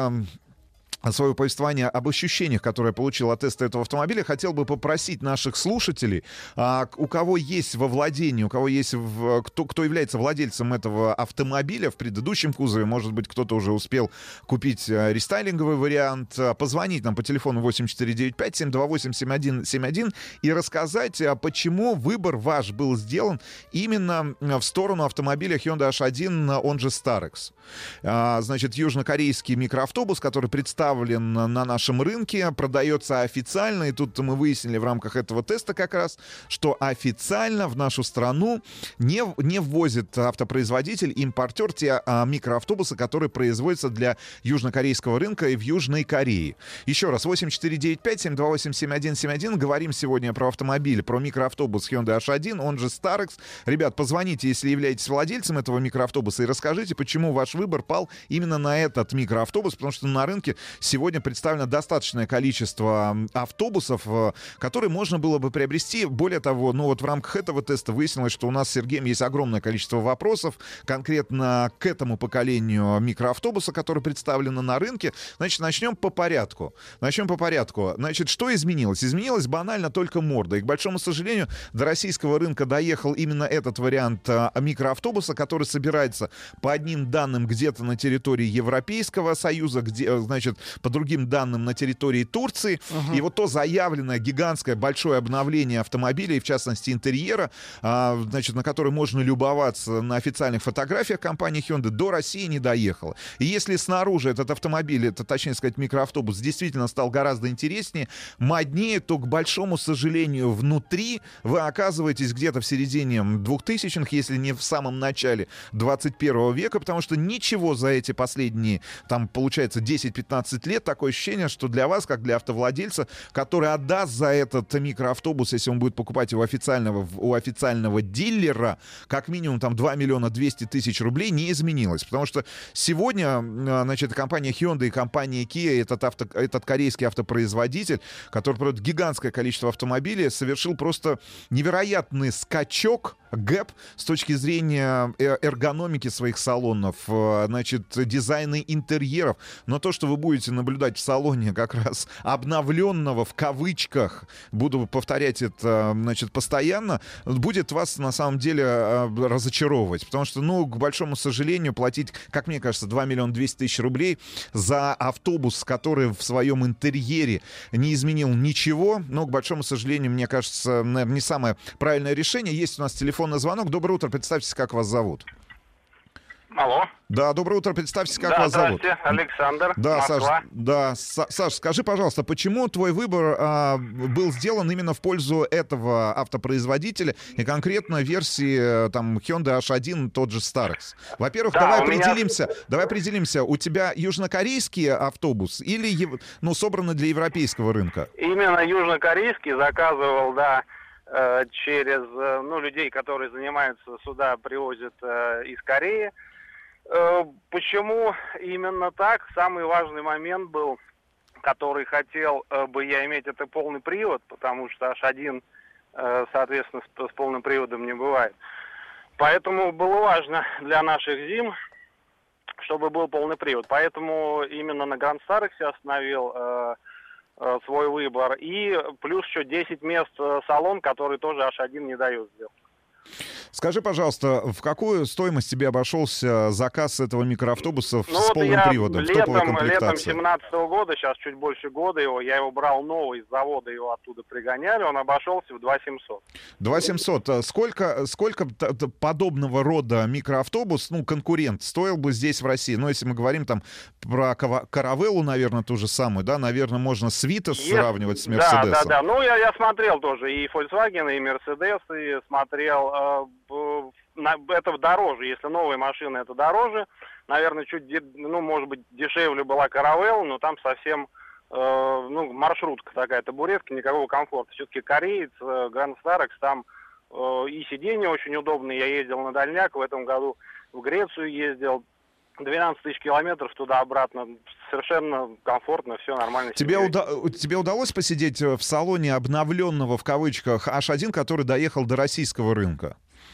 свое повествование об ощущениях, которые я получил от теста этого автомобиля, хотел бы попросить наших слушателей, а, у кого есть во владении, у кого есть, в, кто, кто является владельцем этого автомобиля в предыдущем кузове, может быть, кто-то уже успел купить а, рестайлинговый вариант, а, позвонить нам по телефону восемь четыре девять пять семь два восемь семь один семь один и рассказать, а, почему выбор ваш был сделан именно в сторону автомобиля Hyundai эйч один, он же Starex. А, значит, южнокорейский микроавтобус, который представлен на нашем рынке, продается официально, и тут мы выяснили в рамках этого теста как раз, что официально в нашу страну не, не ввозит автопроизводитель, импортер те а, микроавтобусы, которые производятся для южнокорейского рынка и в Южной Корее. Еще раз, восемь четыре девять пять семь два восемь семь один семь один. Говорим сегодня про автомобиль, про микроавтобус Hyundai эйч один, он же Starex. Ребят, позвоните, если являетесь владельцем этого микроавтобуса, и расскажите, почему ваш выбор пал именно на этот микроавтобус, потому что на рынке сегодня представлено достаточное количество автобусов, которые можно было бы приобрести. Более того, ну вот в рамках этого теста выяснилось, что у нас с Сергеем есть огромное количество вопросов конкретно к этому поколению микроавтобуса, который представлено на рынке. Значит, начнем по порядку. Начнем по порядку. Значит, что изменилось? Изменилась банально только морда. И, к большому сожалению, до российского рынка доехал именно этот вариант а, микроавтобуса, который собирается по одним данным где-то на территории Европейского Союза, где, значит, по другим данным на территории Турции. Uh-huh. И вот то заявленное гигантское большое обновление автомобиля, и в частности интерьера, а, значит, на который можно любоваться на официальных фотографиях компании Hyundai, до России не доехало. И если снаружи этот автомобиль, это, точнее сказать, микроавтобус, действительно стал гораздо интереснее, моднее, то, к большому сожалению, внутри вы оказываетесь где-то в середине двухтысячных, если не в самом начале двадцать первого века, потому что ничего за эти последние, там, получается, десять-пятнадцать лет, такое ощущение, что для вас, как для автовладельца, который отдаст за этот микроавтобус, если он будет покупать его официального, у официального дилера, как минимум там два миллиона двести тысяч рублей, не изменилось. Потому что сегодня, значит, компания Hyundai и компания Kia, этот, авто, этот корейский автопроизводитель, который продает гигантское количество автомобилей, совершил просто невероятный скачок, гэп с точки зрения эргономики своих салонов, значит, дизайна интерьеров. Но то, что вы будете наблюдать в салоне как раз обновленного, в кавычках, буду повторять это, значит, постоянно, будет вас на самом деле разочаровывать. Потому что, ну, к большому сожалению, платить, как мне кажется, два миллиона двести тысяч рублей за автобус, который в своем интерьере не изменил ничего, но, к большому сожалению, мне кажется, наверное, не самое правильное решение. Есть у нас телефонный звонок. Доброе утро, представьтесь, как вас зовут. Алло. Да, доброе утро, представьтесь, как да, вас зовут. Здравствуйте, Александр, да, Москва. Саш, да, Саш, скажи, пожалуйста, почему твой выбор а, был сделан именно в пользу этого автопроизводителя и конкретно версии там Hyundai эйч один, тот же Starex? Во-первых, да, давай определимся, меня... давай определимся, у тебя южнокорейский автобус или, ну, собранный для европейского рынка? Именно южнокорейский, заказывал, да, через, ну, людей, которые занимаются, сюда привозят из Кореи. Почему именно так? Самый важный момент был, который хотел бы я иметь, это полный привод, потому что эйч один, соответственно, с полным приводом не бывает. Поэтому было важно для наших зим, чтобы был полный привод. Поэтому именно на Grand Starex я остановил свой выбор. И плюс еще десять мест салон, который тоже эйч один не дает сделать. Скажи, пожалуйста, в какую стоимость тебе обошелся заказ этого микроавтобуса ну, с вот полным приводом, летом, в топовой комплектации? Летом семнадцатого года, сейчас чуть больше года его, я его брал новый из завода, его оттуда пригоняли, он обошелся в два семьсот. два семьсот. Сколько, сколько подобного рода микроавтобус, ну, конкурент, стоил бы здесь в России? Ну, если мы говорим там про Caravelle, наверное, ту же самую, да, наверное, можно с Vito yes. сравнивать с Mercedes. Да, да, да. Ну, я, я смотрел тоже и Volkswagen, и Mercedes, и смотрел... Э, это дороже, если новые машины, это дороже. Наверное, чуть, ну, может быть, дешевле была Caravelle, но там совсем, э, ну, маршрутка такая, табуретка, никакого комфорта. Все-таки кореец, э, Grand Starex, там И сиденья очень удобные. Я ездил на дальняк. В этом году в Грецию ездил. двенадцать тысяч километров туда-обратно. Совершенно комфортно, все нормально. Тебе, уда- тебе удалось посидеть в салоне обновленного, в кавычках, эйч один, который доехал до российского рынка?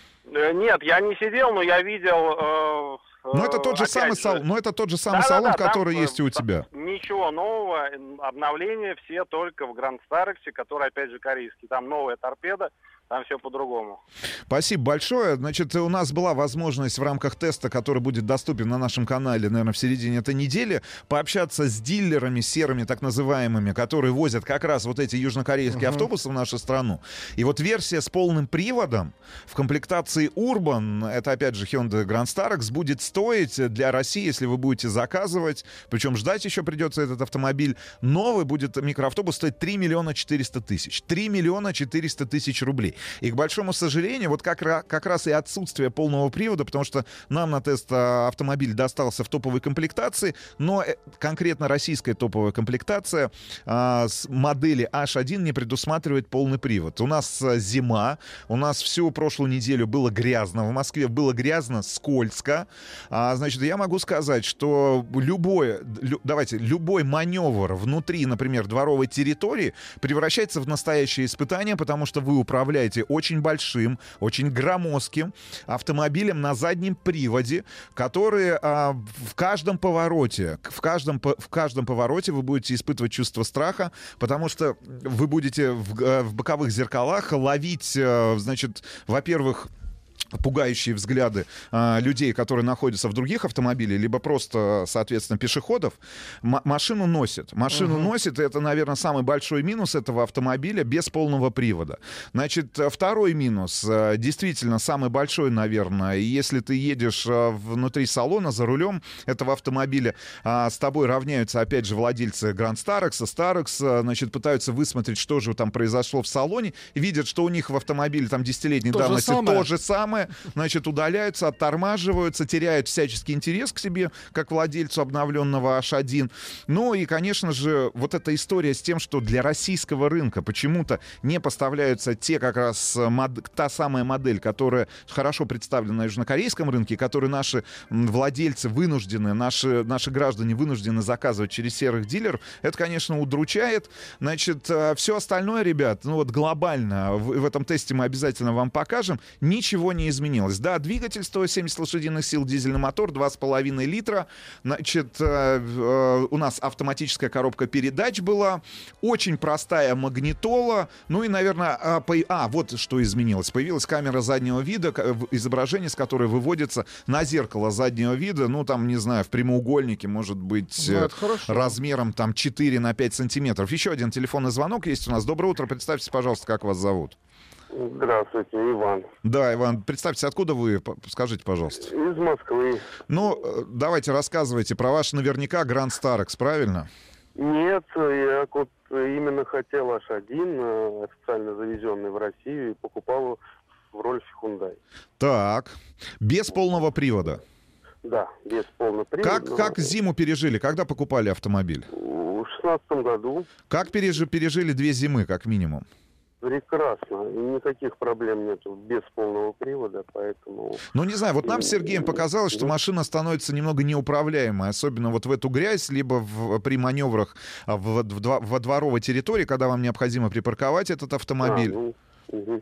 Нет, я не сидел, но я видел... Э, но это тот же самый, же... сал... но это тот же самый да, салон, да, да, который там, есть и у тебя. Ничего нового, обновления все только в Гранд Старексе, который, опять же, корейский. Там новая торпеда, там все по-другому. Спасибо большое. Значит, у нас была возможность в рамках теста, который будет доступен на нашем канале, наверное, в середине этой недели, пообщаться с дилерами серыми, так называемыми, которые возят как раз вот эти южнокорейские uh-huh. автобусы в нашу страну. И вот версия с полным приводом в комплектации Urban, это опять же Hyundai Grand Starex, будет стоить для России, если вы будете заказывать, причем ждать еще придется этот автомобиль, новый будет микроавтобус стоить три миллиона четыреста тысяч. три миллиона четыреста тысяч рублей. И, к большому сожалению, вот как, как раз и отсутствие полного привода, потому что нам на тест автомобиль достался в топовой комплектации, но конкретно российская топовая комплектация а, с модели эйч один не предусматривает полный привод. У нас зима, у нас всю прошлую неделю было грязно, в Москве было грязно, скользко. А, значит, я могу сказать, что любой, лю, давайте, любой маневр внутри, например, дворовой территории превращается в настоящее испытание, потому что вы управляете очень большим, очень громоздким автомобилем на заднем приводе, который а, в каждом повороте, в каждом, в каждом повороте вы будете испытывать чувство страха, потому что вы будете в, в боковых зеркалах ловить, значит, во-первых, пугающие взгляды а, людей, которые находятся в других автомобилях, либо просто, соответственно, пешеходов. М- машину носит. Машину uh-huh. носит, и это, наверное, самый большой минус этого автомобиля без полного привода. Значит, второй минус, действительно, самый большой, наверное, если ты едешь внутри салона за рулем этого автомобиля, а, с тобой равняются, опять же, владельцы Grand Starex, Starex, значит, пытаются высмотреть, что же там произошло в салоне, и видят, что у них в автомобиле там десятилетней то давности то же самое, значит, удаляются, оттормаживаются, теряют всяческий интерес к себе, как владельцу обновленного эйч один. Ну и, конечно же, вот эта история с тем, что для российского рынка почему-то не поставляются те как раз мод... та самая модель, которая хорошо представлена на южнокорейском рынке, которую наши владельцы вынуждены, наши, наши граждане вынуждены заказывать через серых дилеров, это, конечно, удручает. Значит, все остальное, ребят, ну вот глобально, в, в этом тесте мы обязательно вам покажем, ничего не изменилось. Да, двигатель сто семьдесят лошадиных сил, дизельный мотор, два с половиной литра. Значит, э, э, у нас автоматическая коробка передач была, очень простая магнитола. Ну и, наверное, а, по... а, вот что изменилось. Появилась камера заднего вида, изображение, с которой выводится на зеркало заднего вида, ну, там, не знаю, в прямоугольнике, может быть, ну, размером там четыре на пять сантиметров. Еще один телефонный звонок есть у нас. Доброе утро. Представьтесь, пожалуйста, как вас зовут. Здравствуйте, Иван. Да, Иван, представьтесь, откуда вы, скажите, пожалуйста. Из Москвы. Ну, давайте рассказывайте про ваш наверняка Grand Starex, правильно? Нет, я вот именно хотел эйч один, официально завезенный в Россию, и покупал в Рольфе Hyundai. Так, без полного привода? Да, без полного привода. Как, но... как зиму пережили, когда покупали автомобиль? В шестнадцатом году. Как пережи, пережили две зимы, как минимум? Прекрасно. И никаких проблем нету без полного привода, поэтому... Ну, не знаю, вот нам с Сергеем показалось, что машина становится немного неуправляемой, особенно вот в эту грязь, либо в, при маневрах в, в, в, во дворовой территории, когда вам необходимо припарковать этот автомобиль. А, ну, угу.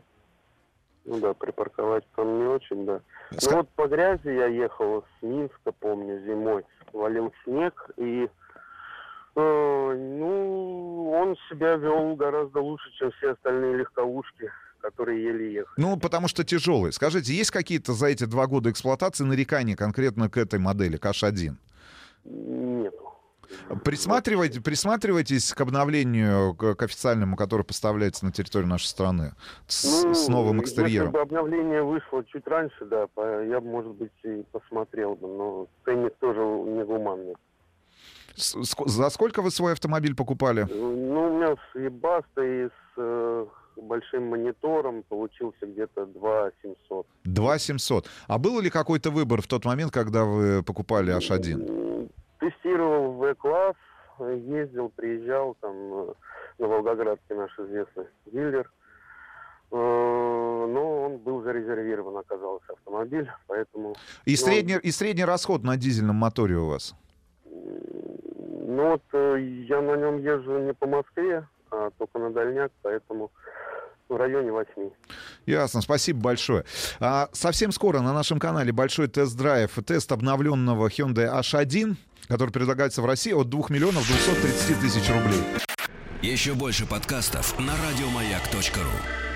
ну да, припарковать там не очень, да. Ск... Ну вот по грязи я ехал с Минска, помню, зимой. Валил снег, и... Ну, он себя вел гораздо лучше, чем все остальные легковушки, которые еле ехали. Ну, потому что тяжелый. Скажите, есть какие-то за эти два года эксплуатации нарекания конкретно к этой модели, к эйч один? Нету. Присматривайте, присматривайтесь к обновлению, к, к официальному, которое поставляется на территорию нашей страны, с, ну, с новым экстерьером. Если бы обновление вышло чуть раньше, да, я бы, может быть, и посмотрел бы, но ценник тоже негуманный. За сколько вы свой автомобиль покупали? Ну, у меня с Ебастой, с э, большим монитором получился где-то два семьсот. два семьсот. А был ли какой-то выбор в тот момент, когда вы покупали эйч один? Тестировал В-класс, ездил, приезжал, там, на Волгоградке наш известный дилер. Но он был зарезервирован, оказался автомобиль, поэтому... И средний, и средний расход на дизельном моторе у вас? Ну вот я на нем езжу не по Москве, а только на дальняк, поэтому в районе восьми. Ясно, спасибо большое. А, совсем скоро на нашем канале большой тест-драйв, тест обновленного Hyundai эйч один, который предлагается в России от двух миллионов двухсот тридцати тысяч рублей. Еще больше подкастов на радиомаяк точка ру.